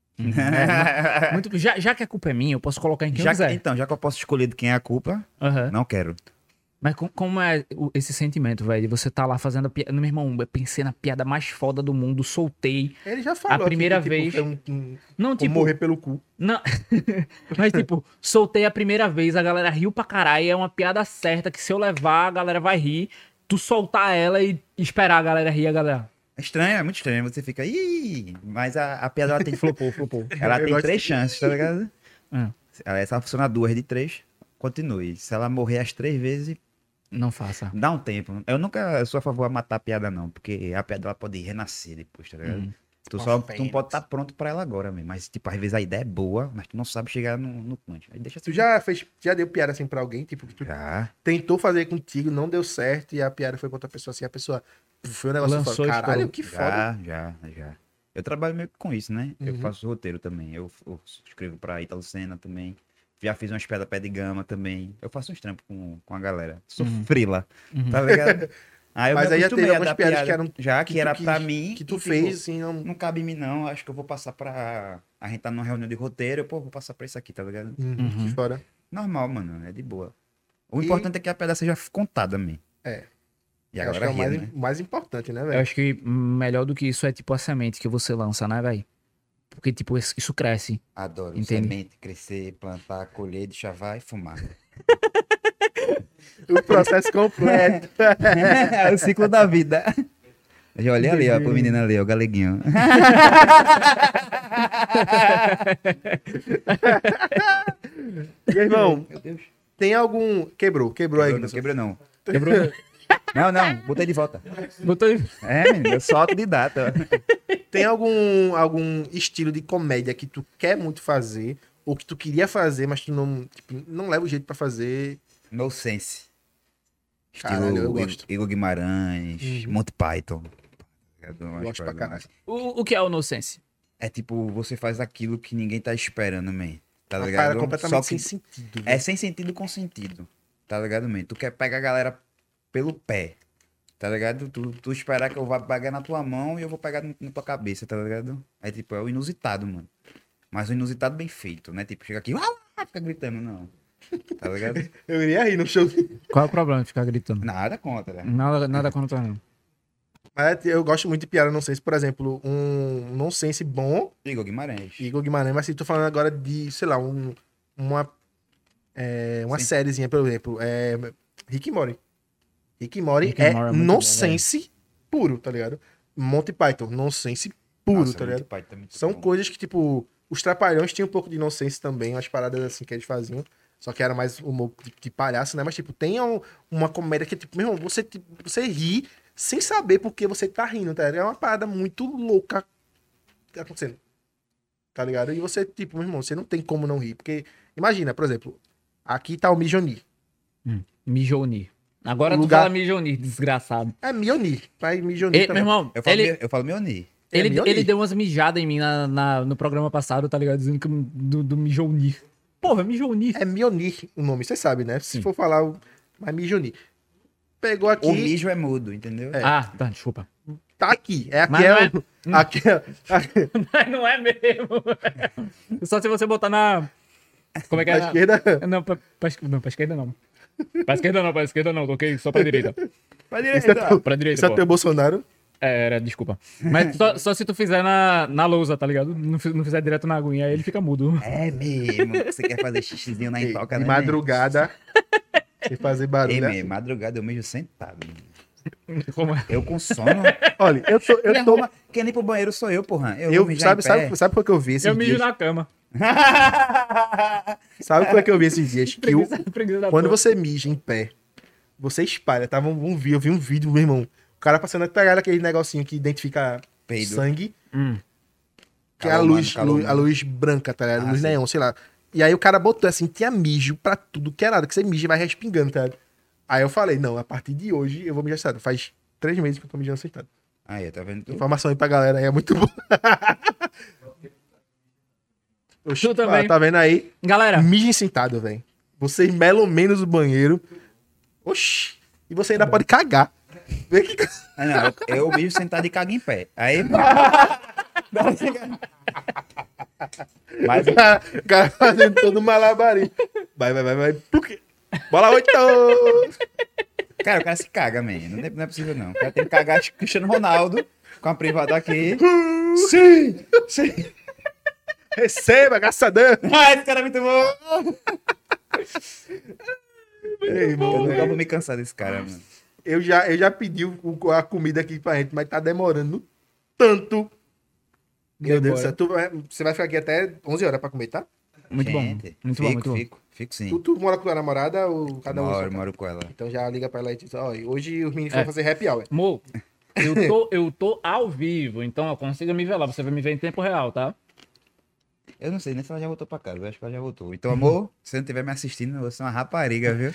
É, muito, já, já que a culpa é minha, eu posso colocar em quem Já eu que- quiser. então, já que eu posso escolher de quem é a culpa, Aham. não quero. Mas com- como é o- esse sentimento, velho? De você tá lá fazendo a piada. Meu irmão, eu pensei na piada mais foda do mundo, soltei. Ele já falou A primeira aqui que, vez- tipo, é um, um, Não, como tipo. morrer pelo cu. Não. Mas, tipo, soltei a primeira vez, a galera riu pra caralho. É uma piada certa que se eu levar, a galera vai rir. Tu soltar ela e esperar a galera rir, a galera. É estranho, é muito estranho. Você fica, ih, mas a, a piada ela tem, Flopou, flopou. ela Eu tem gosto três chances, tá ligado? É. Ela, se ela funcionar duas de três, continue. Se ela morrer as três vezes, Não faça. dá um tempo. Eu nunca sou a favor de matar a piada, não, porque a piada ela pode renascer depois, tá ligado? Uhum. Tu Uma só tu não fênix. pode estar pronto pra ela agora mesmo. Mas, tipo, às vezes a ideia é boa, mas tu não sabe chegar no, no punch. Aí deixa Tu já fez, já deu piada assim pra alguém, tipo, que tu Já. tentou fazer contigo, não deu certo, e a piada foi com outra pessoa assim, a pessoa foi um negócio Lançou foda. e Caralho, estourou. que foda. Já, já, já. Eu trabalho meio que com isso, né? Eu Uhum. faço roteiro também. Eu, eu escrevo pra Ítalo Senna também. Já fiz umas piadas pé de gama também. Eu faço uns trampos com, com a galera. Sou Uhum. frila, Uhum. tá ligado? Aí eu Mas me aí já acostumei teve a algumas dar piadas piada que eram- Já, que, que tu era quis- pra mim. Que tu e, fez, tipo, assim, não... não cabe em mim, não. Acho que eu vou passar pra. A gente tá numa reunião de roteiro, pô, vou passar pra isso aqui, tá ligado? Uhum, Uhum. que foda. Normal, mano. É de boa. O E- importante é que a piada seja contada, man. É. E a Eu acho que é galera o ria, mais, né? mais importante, né, Eu velho? acho que melhor do que isso é tipo a semente que você lança, né, velho? Porque, tipo, isso isso cresce. Adoro. Entende? Semente, crescer, plantar, colher, deschavar e fumar. O processo completo. É o ciclo da vida. Eu já olhei ali, ó, pro menino ali, ó, o galeguinho. Meu irmão, Meu Deus. tem algum... Quebrou, quebrou aí. Quebrou, não quebrou, não. Quebrou? Não, não, botei de volta. Botou aí. É, menino, eu solto de data. Tem algum, algum estilo de comédia que tu quer muito fazer, ou que tu queria fazer, mas tu não, tipo, não leva o jeito pra fazer? No Sense. Estilo Caralho, eu Igor- gosto. Igor Guimarães, Uhum. Monty Python. Eu Gosto pra caralho. O, o que é o nonsense? É tipo, você faz aquilo que ninguém tá esperando, man. tá Uma ligado? parada completamente Só que sem sentido. é sem sentido com sentido, tá ligado, man? Tu quer pegar a galera pelo pé, tá ligado? Tu, tu esperar que eu vá pegar na tua mão e eu vou pegar no- na tua cabeça, tá ligado? É tipo, é o inusitado, mano. Mas o inusitado bem feito, né? Tipo, chega aqui, ah, fica gritando, não. Tá ligado? Eu iria rir no show. Qual é o problema de ficar gritando? Nada contra. Nada, nada contra não. Mas eu gosto muito de piada nonsense. Por exemplo, um nonsense bom, Igor Guimarães. Igor Guimarães, mas se tô falando agora de, sei lá, um, uma, é, uma Sim. sériezinha, por exemplo, é Rick e Morty. Rick e Morty Rick e é Morty é muito nonsense puro, tá ligado? Monty Python, nonsense puro, Nossa, tá ligado? muito pai, tá muito São bom. coisas que, tipo, os Trapalhões tinham um pouco de nonsense também, umas paradas assim que eles faziam. Só que era mais humor de, de palhaço, né? Mas, tipo, tem um- uma comédia que, tipo, meu irmão, você, tipo, você ri sem saber por que você tá rindo, tá ligado? É uma parada muito louca que tá acontecendo. Tá ligado? E você, tipo, meu irmão, você não tem como não rir. Porque, imagina, por exemplo, aqui tá o Mijoni. Hum, Mijoni. Agora O tu lugar- fala Mijoni, desgraçado. É Mioni. Pai Mijoni E, meu também. irmão, Eu falo, ele, meu- eu falo meu Ni. É ele, Mijoni. ele deu umas mijadas em mim na, na- no programa passado, tá ligado? Dizendo que eu- do, do Mijoni. Porra, Mijoni. É Mioni o nome, você sabe, né? Se Sim. for falar, o- mas Mijoni. Pegou aqui, O mijo é mudo, entendeu? É. Ah, tá, desculpa. tá aqui. É aqui, Mas é, não é- o- aqui é, aqui Não é mesmo. Só se você botar na... Como é que é? à Na- esquerda. Não, pra, pra, es- não, pra esquerda não. Pra esquerda não, pra esquerda não, toquei só pra direita. Pra Isso é direita. teu, Pra direita, isso é pô. teu Bolsonaro. É, era, desculpa. Mas só, só se tu fizer na, na lousa, tá ligado? Não, fi- não fizer direto na aguinha, aí ele fica mudo. É mesmo. Você quer fazer xixizinho na Ei, intoca, de né? madrugada. Sem fazer Ei, barulho. meu, né? madrugada eu mijo sentado. mano. Como é? Eu com sono. Olha, eu tô. Eu Quem tô arruma- Quem limpa o banheiro sou eu, porra. Eu, eu, vou mijar sabe, em pé. sabe, sabe por que eu vi esses Eu mijo dias? na cama. Sabe por que eu vi esses dias? Que o, Preguiça, preguiça da quando porra. você mija em pé, você espalha. Tava um, um vídeo, eu vi um vídeo, meu irmão. O cara passando a pegar aquele negocinho que identifica Peido. sangue, Hum. que é a Calor luz, humano, calor luz- a humano. luz branca, tá ligado? Ah, luz sim. neon, sei lá. E aí o cara botou assim, tinha mijo pra tudo que é nada, que você mija e vai respingando, tá ligado? Aí eu falei, não, a partir de hoje eu vou mijar sentado. Faz três meses que eu tô mijando sentado. Aí, tá vendo? tu? Informação aí pra galera aí, é muito bom. Oxi, Tu também. ah, tá vendo aí? Galera, Mijem sentado, velho. Vocês melam menos o banheiro. Oxi. E você ainda pode cagar. Vê que... Ah, não, eu, eu mijo sentado e cago em pé. Aí. Mas O cara, o cara fazendo todo malabarismo. Vai, vai, vai, vai. Pluque. Bola oito! Cara, o cara se caga, man. Não é, não é possível, não. O cara tem que cagar tipo Cristiano Ronaldo com a privada aqui. Sim! Sim! Receba, caçador! Ah, esse cara é muito bom! Ei, Eu mano, nunca vou me cansar desse cara, mano. eu, já, eu já pedi o- a comida aqui pra gente, mas tá demorando tanto. Meu Deus do céu. Tu vai- você vai ficar aqui até onze horas pra comer, tá? muito bom. Gente, Muito fico, bom, muito bom. Fico, fico sim. Tu, tu mora com a tua namorada ou cada um? na sua Moro, casa? moro com ela. Então já liga pra ela e diz: ó, hoje os meninos É. vão fazer happy hour. Mo, eu tô, eu tô ao vivo, então eu consigo me ver lá. Você vai me ver em tempo real, tá? Eu não sei nem se ela já voltou pra casa. Eu acho que ela já voltou. Então, amor, se você não estiver me assistindo, você é uma rapariga, viu?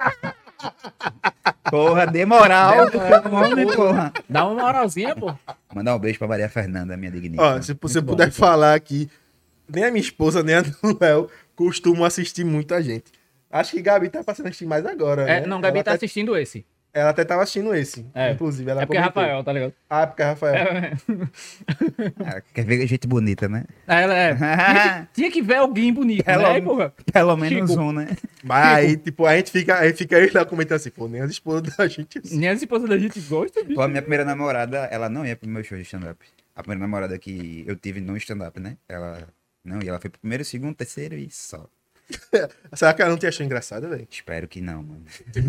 Porra, de moral. Homem, porra. Dá uma moralzinha, pô. Mandar um beijo pra Maria Fernanda, minha digníssima. Ó, se você puder falar aqui, nem a minha esposa, nem a do Léo costumam assistir muito a gente. Acho que Gabi tá passando a assistir mais agora. É, né? não, Gabi ela tá até, assistindo esse. ela até tava assistindo esse. É. Inclusive, ela É porque é comentou. Rafael, tá ligado? Ah, porque é Rafael. É, Ah, quer ver gente bonita, né? ela é. Tinha, tinha que ver alguém bonito, Pelo- né, porra? Pelo menos Chico. um, né? Mas aí, tipo, a gente fica aí, fica aí lá comentando assim, pô, nem as esposas da gente. Assim. Nem as esposas da gente gostam, bicho. Pô, a minha primeira namorada, ela não ia pro meu show de stand-up. A primeira namorada que eu tive no stand-up, né? Ela não ia, ela foi pro primeiro, segundo, terceiro e só. Será que ela não te achou engraçado, velho? Espero que não, mano.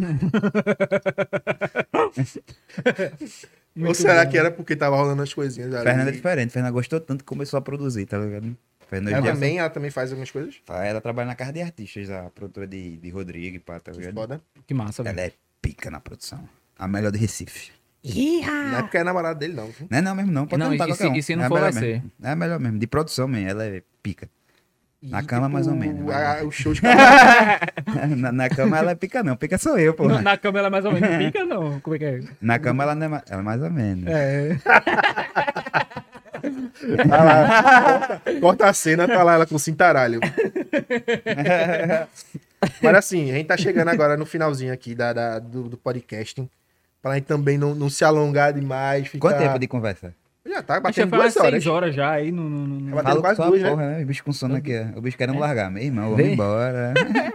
Ou Muito será bom. que era porque tava rolando as coisinhas ali? Fernanda é diferente. Fernanda gostou tanto que começou a produzir, tá ligado? Fernanda Ela já- também, ela também faz algumas coisas? Ela trabalha na casa de artistas, a produtora de, de Rodrigo e pá, tá ligado? Foda. Que massa, velho. Ela é pica na produção. A melhor de Recife. Não é porque é namorada dele, não. viu? Não é não mesmo, não. Pode Não, perguntar e qualquer se- um. e se não É a for, melhor vai mesmo. É a melhor mesmo. De produção mesmo, ela é pica. Na E, cama, mais ou menos, né? a- o show de na, na cama ela é pica não. Pica sou eu, pô. Na, na cama ela é mais ou menos pica, não? Como é que é? Na cama ela, não é, ma- ela é mais ou menos. É. Tá lá, corta, corta a cena, tá lá ela com cintaralho. Mas assim, a gente tá chegando agora no finalzinho aqui da, da- do, do podcasting. Pra gente também não, não se alongar demais. Ficar... Quanto tempo de conversa? Já tá Acho que batendo foi umas duas horas. seis horas já aí no... no, no- no- Batendo Falo quase só a duas, né? porra, né? O bicho com sono aqui, ó. O bicho querendo largar. Meu irmão, vamos Vê. embora.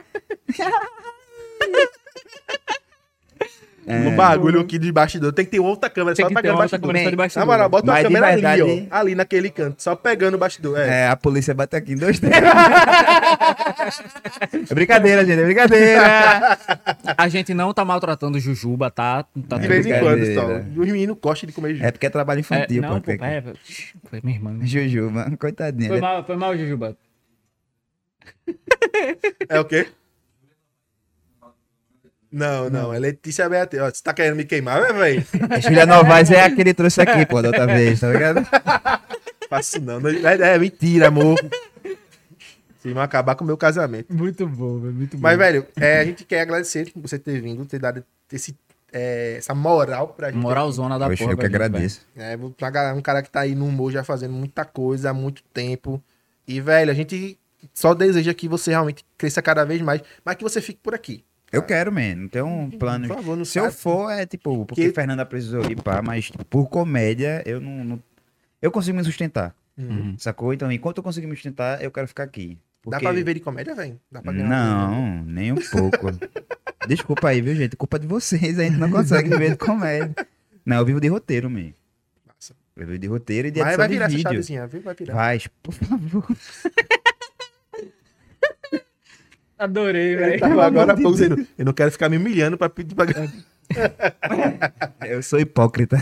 No bagulho aqui de bastidor. Tem que ter outra câmera Tem só que ter pegando uma outra bastidor. câmera só de Na bastidor. moral, bota uma Mas de câmera verdade- ali, ó. Ali naquele canto. Só pegando o bastidor. É. É, a polícia bate aqui em dois tempos. É brincadeira, gente, é brincadeira. A gente não tá maltratando o Jujuba, tá? Tá De tudo vez em bem. quando, brincadeira. só. Os meninos gostam de comer junto. É porque é trabalho É, infantil, não, pô. pô, é, foi minha irmã. Jujuba, coitadinha. Foi mal, foi mal, Jujuba. É o quê? Não, não, é Letícia Beatriz. Ó, você tá querendo me queimar, né, velho? A Julia Novaes é aquele que trouxe aqui, pô, da outra vez, tá ligado? Faço não. não é, é mentira, amor. Vocês vão acabar com o meu casamento. Muito bom, velho, muito bom. Mas, velho, é, a gente quer agradecer por você ter vindo, ter dado esse, é, essa moral pra gente. Moralzona da Poxa, porra. eu que pra gente, agradeço. É, pra galera, um cara que tá aí no humor já fazendo muita coisa há muito tempo. E, velho, a gente só deseja que você realmente cresça cada vez mais, mas que você fique por aqui. Eu quero, man. Não tem um plano. Por favor, não Se eu sabe. for, é tipo, porque Que- Fernanda precisou ir, pá, mas tipo, por comédia, eu não, não- Eu consigo me sustentar. Uhum. Sacou? Então, enquanto eu conseguir me sustentar, eu quero ficar aqui. Dá Porque- pra viver de comédia, velho? Dá pra ganhar uma grana? Não, nem um pouco. Desculpa aí, viu, gente? Culpa de vocês, a gente não consegue viver de comédia. Não, eu vivo de roteiro, man. Massa. Eu vivo de roteiro e de Mas edição vai de virar essa vídeo. chavezinha, viu? Vai virar. Faz, por favor. Adorei, Ele velho. tava agora há pouco dizendo, eu não quero ficar me humilhando pra pedir pra ganhar. Eu sou hipócrita.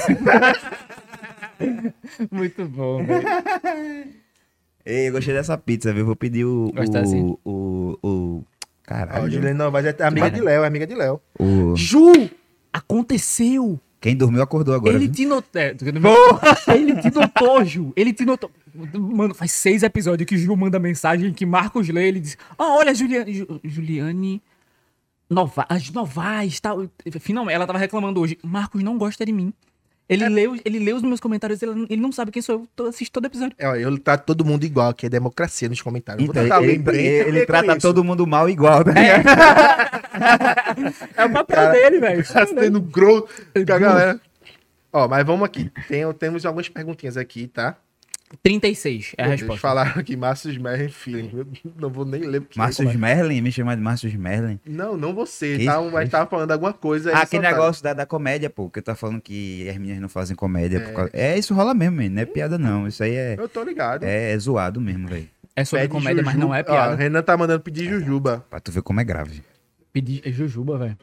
Muito bom, velho. Ei, eu gostei dessa pizza, viu? Vou pedir o. Gostou o, assim? o, o. Ó, Caralho. Juliana Novaes é amiga de Léo, é amiga de Léo. o... Ju! Aconteceu! Quem dormiu acordou agora. Ele viu? te notou. É, ele te notou, Ju. Ele te notou. Mano, faz seis episódios que o Ju manda mensagem que Marcos lê. Ele diz: Ah, olha, Juliane. Ju- Juliane. Nova, as Novaes. Tal. Finalmente, ela tava reclamando hoje. Marcos não gosta de mim. Ele, leu, ele leu os meus comentários. Ele, ele não sabe quem sou eu. Tô, assisto todo episódio. É, ó, eu trato todo mundo igual, aqui é democracia nos comentários. Vou Então, tratar ele, alguém bem, ele- ele eu trata reconheço. todo mundo mal igual, tá ligado? É o papel Cara, dele, velho. Tá sendo grosso com a galera. Ó, mas vamos aqui. Tem, temos algumas perguntinhas aqui, tá? trinta e seis é a Eles resposta. falaram aqui, Márcio Smerling Feeling. Eu não vou nem ler porque... Márcio Merlin, me chama de Márcio Merlin. Não, não você. Que Tá, isso? mas tava falando alguma coisa. aí Ah, eles aquele soltaram. negócio da, da comédia, pô, que eu tava falando que as meninas não fazem comédia. Por causa... É, isso rola mesmo, man. Não é piada, não. Isso aí é, Eu tô ligado. é, é zoado mesmo, velho. É sobre Pede comédia, mas não é jujuba. Ó, piada. o Renan tá mandando pedir jujuba. Pra tu ver como é grave. Pedir é Jujuba, velho.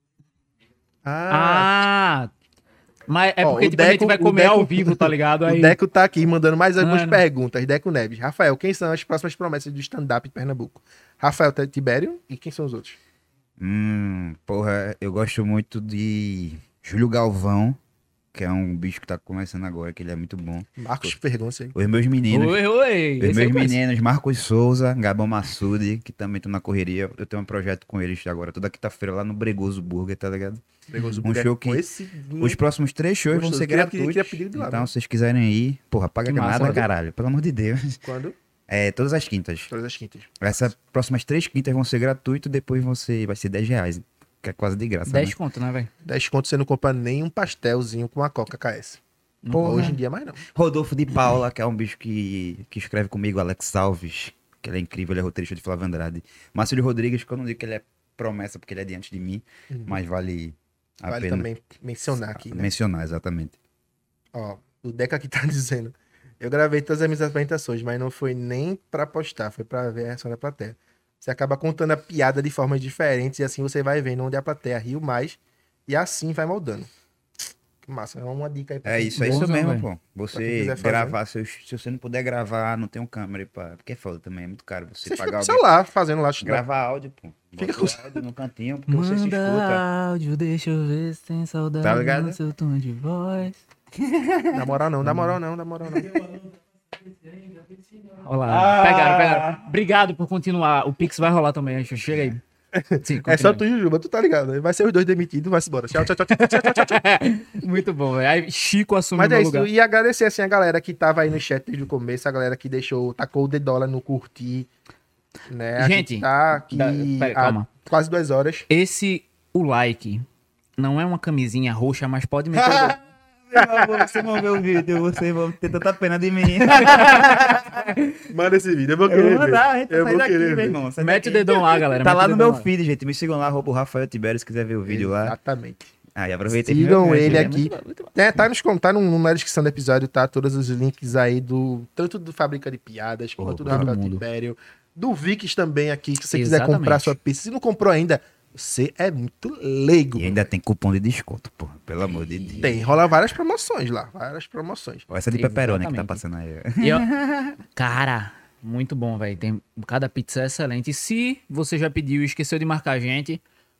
Ah, Ah! Mas é Ó, porque o tipo, a gente Deco- vai o comer Deco- ao vivo, tá ligado? Aí... o Deco tá aqui mandando mais algumas Mano. perguntas. Deco Neves. Rafael, quem são as próximas promessas do stand-up de Pernambuco? Rafael Tibério e quem são os outros? Hum, porra, eu gosto muito de Júlio Galvão, que é um bicho que tá começando agora, que ele é muito bom. Marcos Pergunça aí. Os meus meninos. Oi, oi. Os Esse meus eu conheço. meninos, Marcos Souza, Gabão Massude, que também estão na correria. Eu tenho um projeto com eles agora, toda quinta-feira lá no Bregoso Burger, tá ligado? Bregoso Um Burger show que- com esse... Os próximos três shows vão Gostoso. ser Queria- gratuitos. queria pedir de lá, Então, né? se vocês quiserem ir, porra, paga Que massa, nada, né? caralho. Pelo amor de Deus. Quando? É, todas as quintas. Todas as quintas. Essas próximas três quintas vão ser gratuitas, depois vão ser, vai ser dez reais, que é quase de graça, dez né? conto, né, velho? dez conto você não compra nem um pastelzinho com uma Coca K S. Porra. Hoje em dia mais não. Rodolfo de Paula, que é um bicho que, que escreve comigo, Alex Alves, que ele é incrível, ele é roteirista de Flávio Andrade. Márcio de Rodrigues, que eu não digo que ele é promessa, porque ele é diante de mim, mas vale a Vale pena também mencionar aqui, né? mencionar, exatamente. Ó, o Deca aqui tá dizendo. Eu gravei todas as minhas apresentações, mas não foi nem pra postar, foi pra ver a reação da plateia. Você acaba contando a piada de formas diferentes e assim você vai vendo onde a plateia riu mais e assim vai moldando. Que massa, é uma dica aí pra É quem- isso, é isso Bonzão, mesmo, velho. pô. Pra quem Você quiser fazer. gravar seus. Se você não puder gravar, não tem um câmera, pá. Porque é foda também, é muito caro você Você fica pagar com o alguém. celular fazendo lá. Gravar áudio, pô. Fica Bota com- o áudio no cantinho, porque você se Manda escuta. áudio, deixa eu ver se tem saudade Tá ligado? no seu tom de voz. Na moral não, na moral não, na moral não. Olha lá, pegaram, pegaram. Obrigado por continuar. O Pix vai rolar também, acho. Chega aí. Sim, É só continua. tu e o Juba, tu tá ligado. Vai ser os dois demitidos, vai-se embora. Tchau, tchau, tchau, tchau, tchau, tchau, tchau. Muito bom, velho. Aí Chico assumiu Mas meu é isso, lugar. e agradecer assim a galera que tava aí no chat desde o começo, a galera que deixou, tacou o dedola no curtir. Né? A Gente, tá aqui da- pera, há calma. quase duas horas. Esse, o like, não é uma camisinha roxa, mas pode meter o dedo. Vocês vão ver o vídeo, vocês vão ter tanta pena de mim. Manda esse vídeo, eu vou Eu querer vou mandar, a ver. gente Eu sai vou daqui, querer meu ver. irmão. sai Mete o daqui. dedão lá, galera. Tá mete lá o no dedão meu feed, gente. Me sigam lá, arroba o Rafael Tibério, se quiser ver o vídeo lá. Exatamente. Aí aproveitei. Sigam meu- ele é aqui. muito bom, muito bom. É, tá, nos, tá no, na descrição do episódio, tá? Todos os links aí do. Tanto do Fábrica de Piadas, Porra, quanto do todo Rafael mundo. Tibério. Do Vix também aqui, se você quiser Exatamente. comprar sua pizza. Se não comprou ainda, você é muito leigo. E ainda tem cupom de desconto, porra. Pelo amor de Deus. Tem, rola várias promoções lá. Várias promoções. Ó, essa de pepperoni que tá Exatamente. passando aí. E, ó, cara, muito bom, velho. Tem cada pizza é excelente. E se você já pediu e esqueceu de marcar a gente,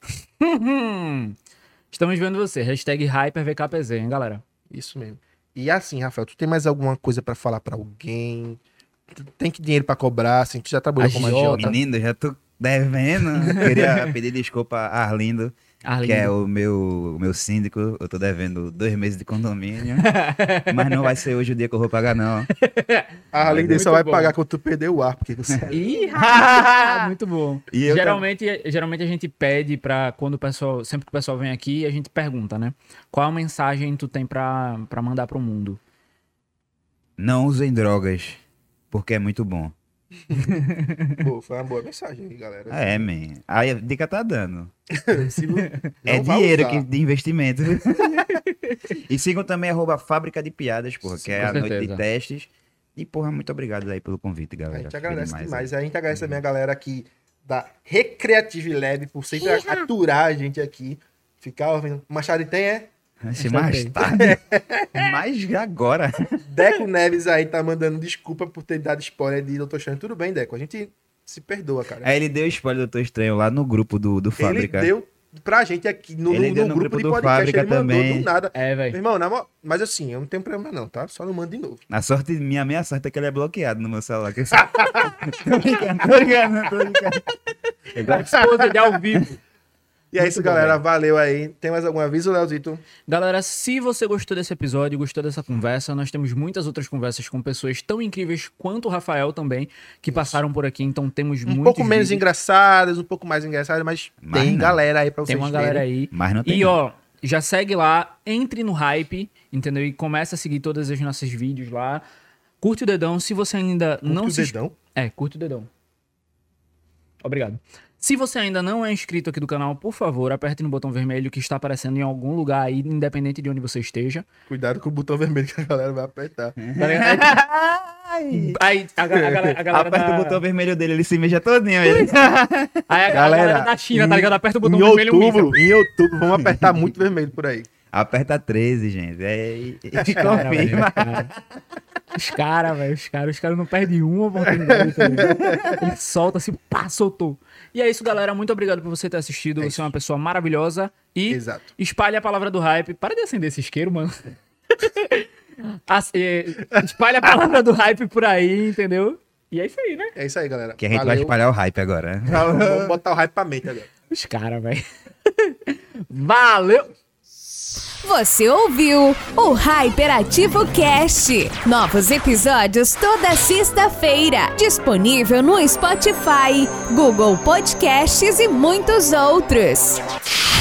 estamos vendo você. Hashtag HyperVKPZ, hein, galera? Isso mesmo. E assim, Rafael, tu tem mais alguma coisa pra falar pra alguém? Tu tem que dinheiro pra cobrar, assim, tu já trabalhou com uma Agiota. agiota. Menino, já tô devendo. Queria pedir desculpa a Arlindo, Arlindo. que é o meu, o meu síndico. Eu tô devendo dois meses de condomínio. Mas não vai ser hoje o dia que eu vou pagar, não. A Arlindo Muito só vai bom. pagar quando tu perder o ar, porque você... Ih, rapaz, muito bom. E eu geralmente, geralmente a gente pede pra quando o pessoal, sempre que o pessoal vem aqui, a gente pergunta, né? Qual a mensagem tu tem pra, pra mandar pro mundo? Não usem drogas, porque é muito bom. Pô, foi uma boa mensagem aí, galera. É, man. Aí a dica tá dando. Se não- É não vai dinheiro usar. que, de investimento. E sigam também arroba Fábrica de Piadas, porra, que é Com a noite de certeza. testes. E, porra, muito obrigado aí pelo convite, A galera. gente Fiquei agradece demais. aí. A gente agradece também a galera aqui da Recreative Lab por sempre aturar a gente aqui. Ficar ouvindo. Machado tem, é? Vai ser mais tarde. Mas agora. Deco Neves aí tá mandando desculpa por ter dado spoiler de Doutor Estranho. Tudo bem, Deco. A gente se perdoa, cara. Aí ele deu spoiler do Doutor Estranho lá no grupo do, do Fábrica. Ele deu pra gente aqui no, Ele no- deu no no grupo, grupo de do podcast. Fábrica Ele mandou também. do nada. É, Meu velho. irmão, na mo- mas assim, eu não tenho problema não, tá? Só não mando de novo. A sorte, minha minha sorte é que ele é bloqueado no meu celular. que eu só- tô brincando, tô brincando, tô brincando. Esposa de ao vivo. E é isso, bom, galera. Valeu aí. Tem mais algum aviso, Leozito? Galera, se você gostou desse episódio, gostou dessa conversa, nós temos muitas outras conversas com pessoas tão incríveis quanto o Rafael também, que passaram por aqui, então temos Um muitos pouco menos vídeos. engraçadas, um pouco mais engraçadas, mas, Mas tem não. galera aí pra vocês Tem uma galera verem. aí. Mas não tem E não. ó, já segue lá, entre no hype, entendeu? E começa a seguir todos os nossos vídeos lá. Curte o dedão, se você ainda Curte não o se... ins- dedão. É, curte o dedão. Obrigado. Se você ainda não é inscrito aqui do canal, por favor, aperte no botão vermelho que está aparecendo em algum lugar aí, independente de onde você esteja. Cuidado com o botão vermelho que a galera vai apertar. Tá ligado? Aí a, ga- a galera, a galera Aperta da... o botão vermelho dele, ele se meja todinho. Ele. Aí a, Galera, galera da China, tá ligado? Aperta o botão em vermelho e outubro, em outubro, vamos apertar muito vermelho por aí. Aperta treze, gente. É, e, e Cara, velho, confirma. cara. Os caras, velho, os caras, os caras não perdem uma oportunidade. Tá ligado? Ele solta assim, pá, soltou. E é isso, galera. Muito obrigado por você ter assistido. É você isso. é uma pessoa maravilhosa. E Exato. espalhe a palavra do hype. Para de acender esse isqueiro, mano. As- eh, espalhe a palavra do hype por aí, entendeu? E é isso aí, né? É isso aí, galera. Que a gente vai Valeu. espalhar o hype agora. né? Vamos botar o hype pra mente agora. Os caras, velho. Valeu! Você ouviu o Hyperativo Cast. Novos episódios toda sexta-feira. Disponível no Spotify, Google Podcasts e muitos outros.